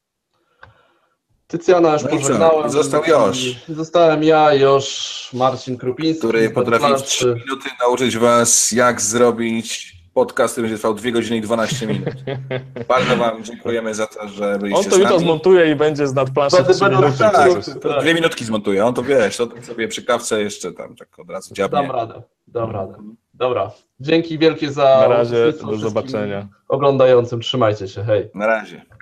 Tycjana już No i co? pożegnałem. Został Josz. Zostałem ja, Josz Marcin Krupiński. Który potrafi w 3 minuty nauczyć Was, jak zrobić podcast, który będzie trwał 2 godziny i 12 minut. Bardzo Wam dziękujemy za to, że byliście On to z nami. jutro zmontuje i będzie z nadplanszy 3 minuty. Tak, przecież. 2 minutki zmontuje, on to wiesz, to sobie przy kawce jeszcze tam tak od razu dziabnie. Dam radę. Dobra. Dzięki wielkie za Na razie, uczestnictwo do wszystkim zobaczenia. oglądającym. Trzymajcie się, hej. Na razie.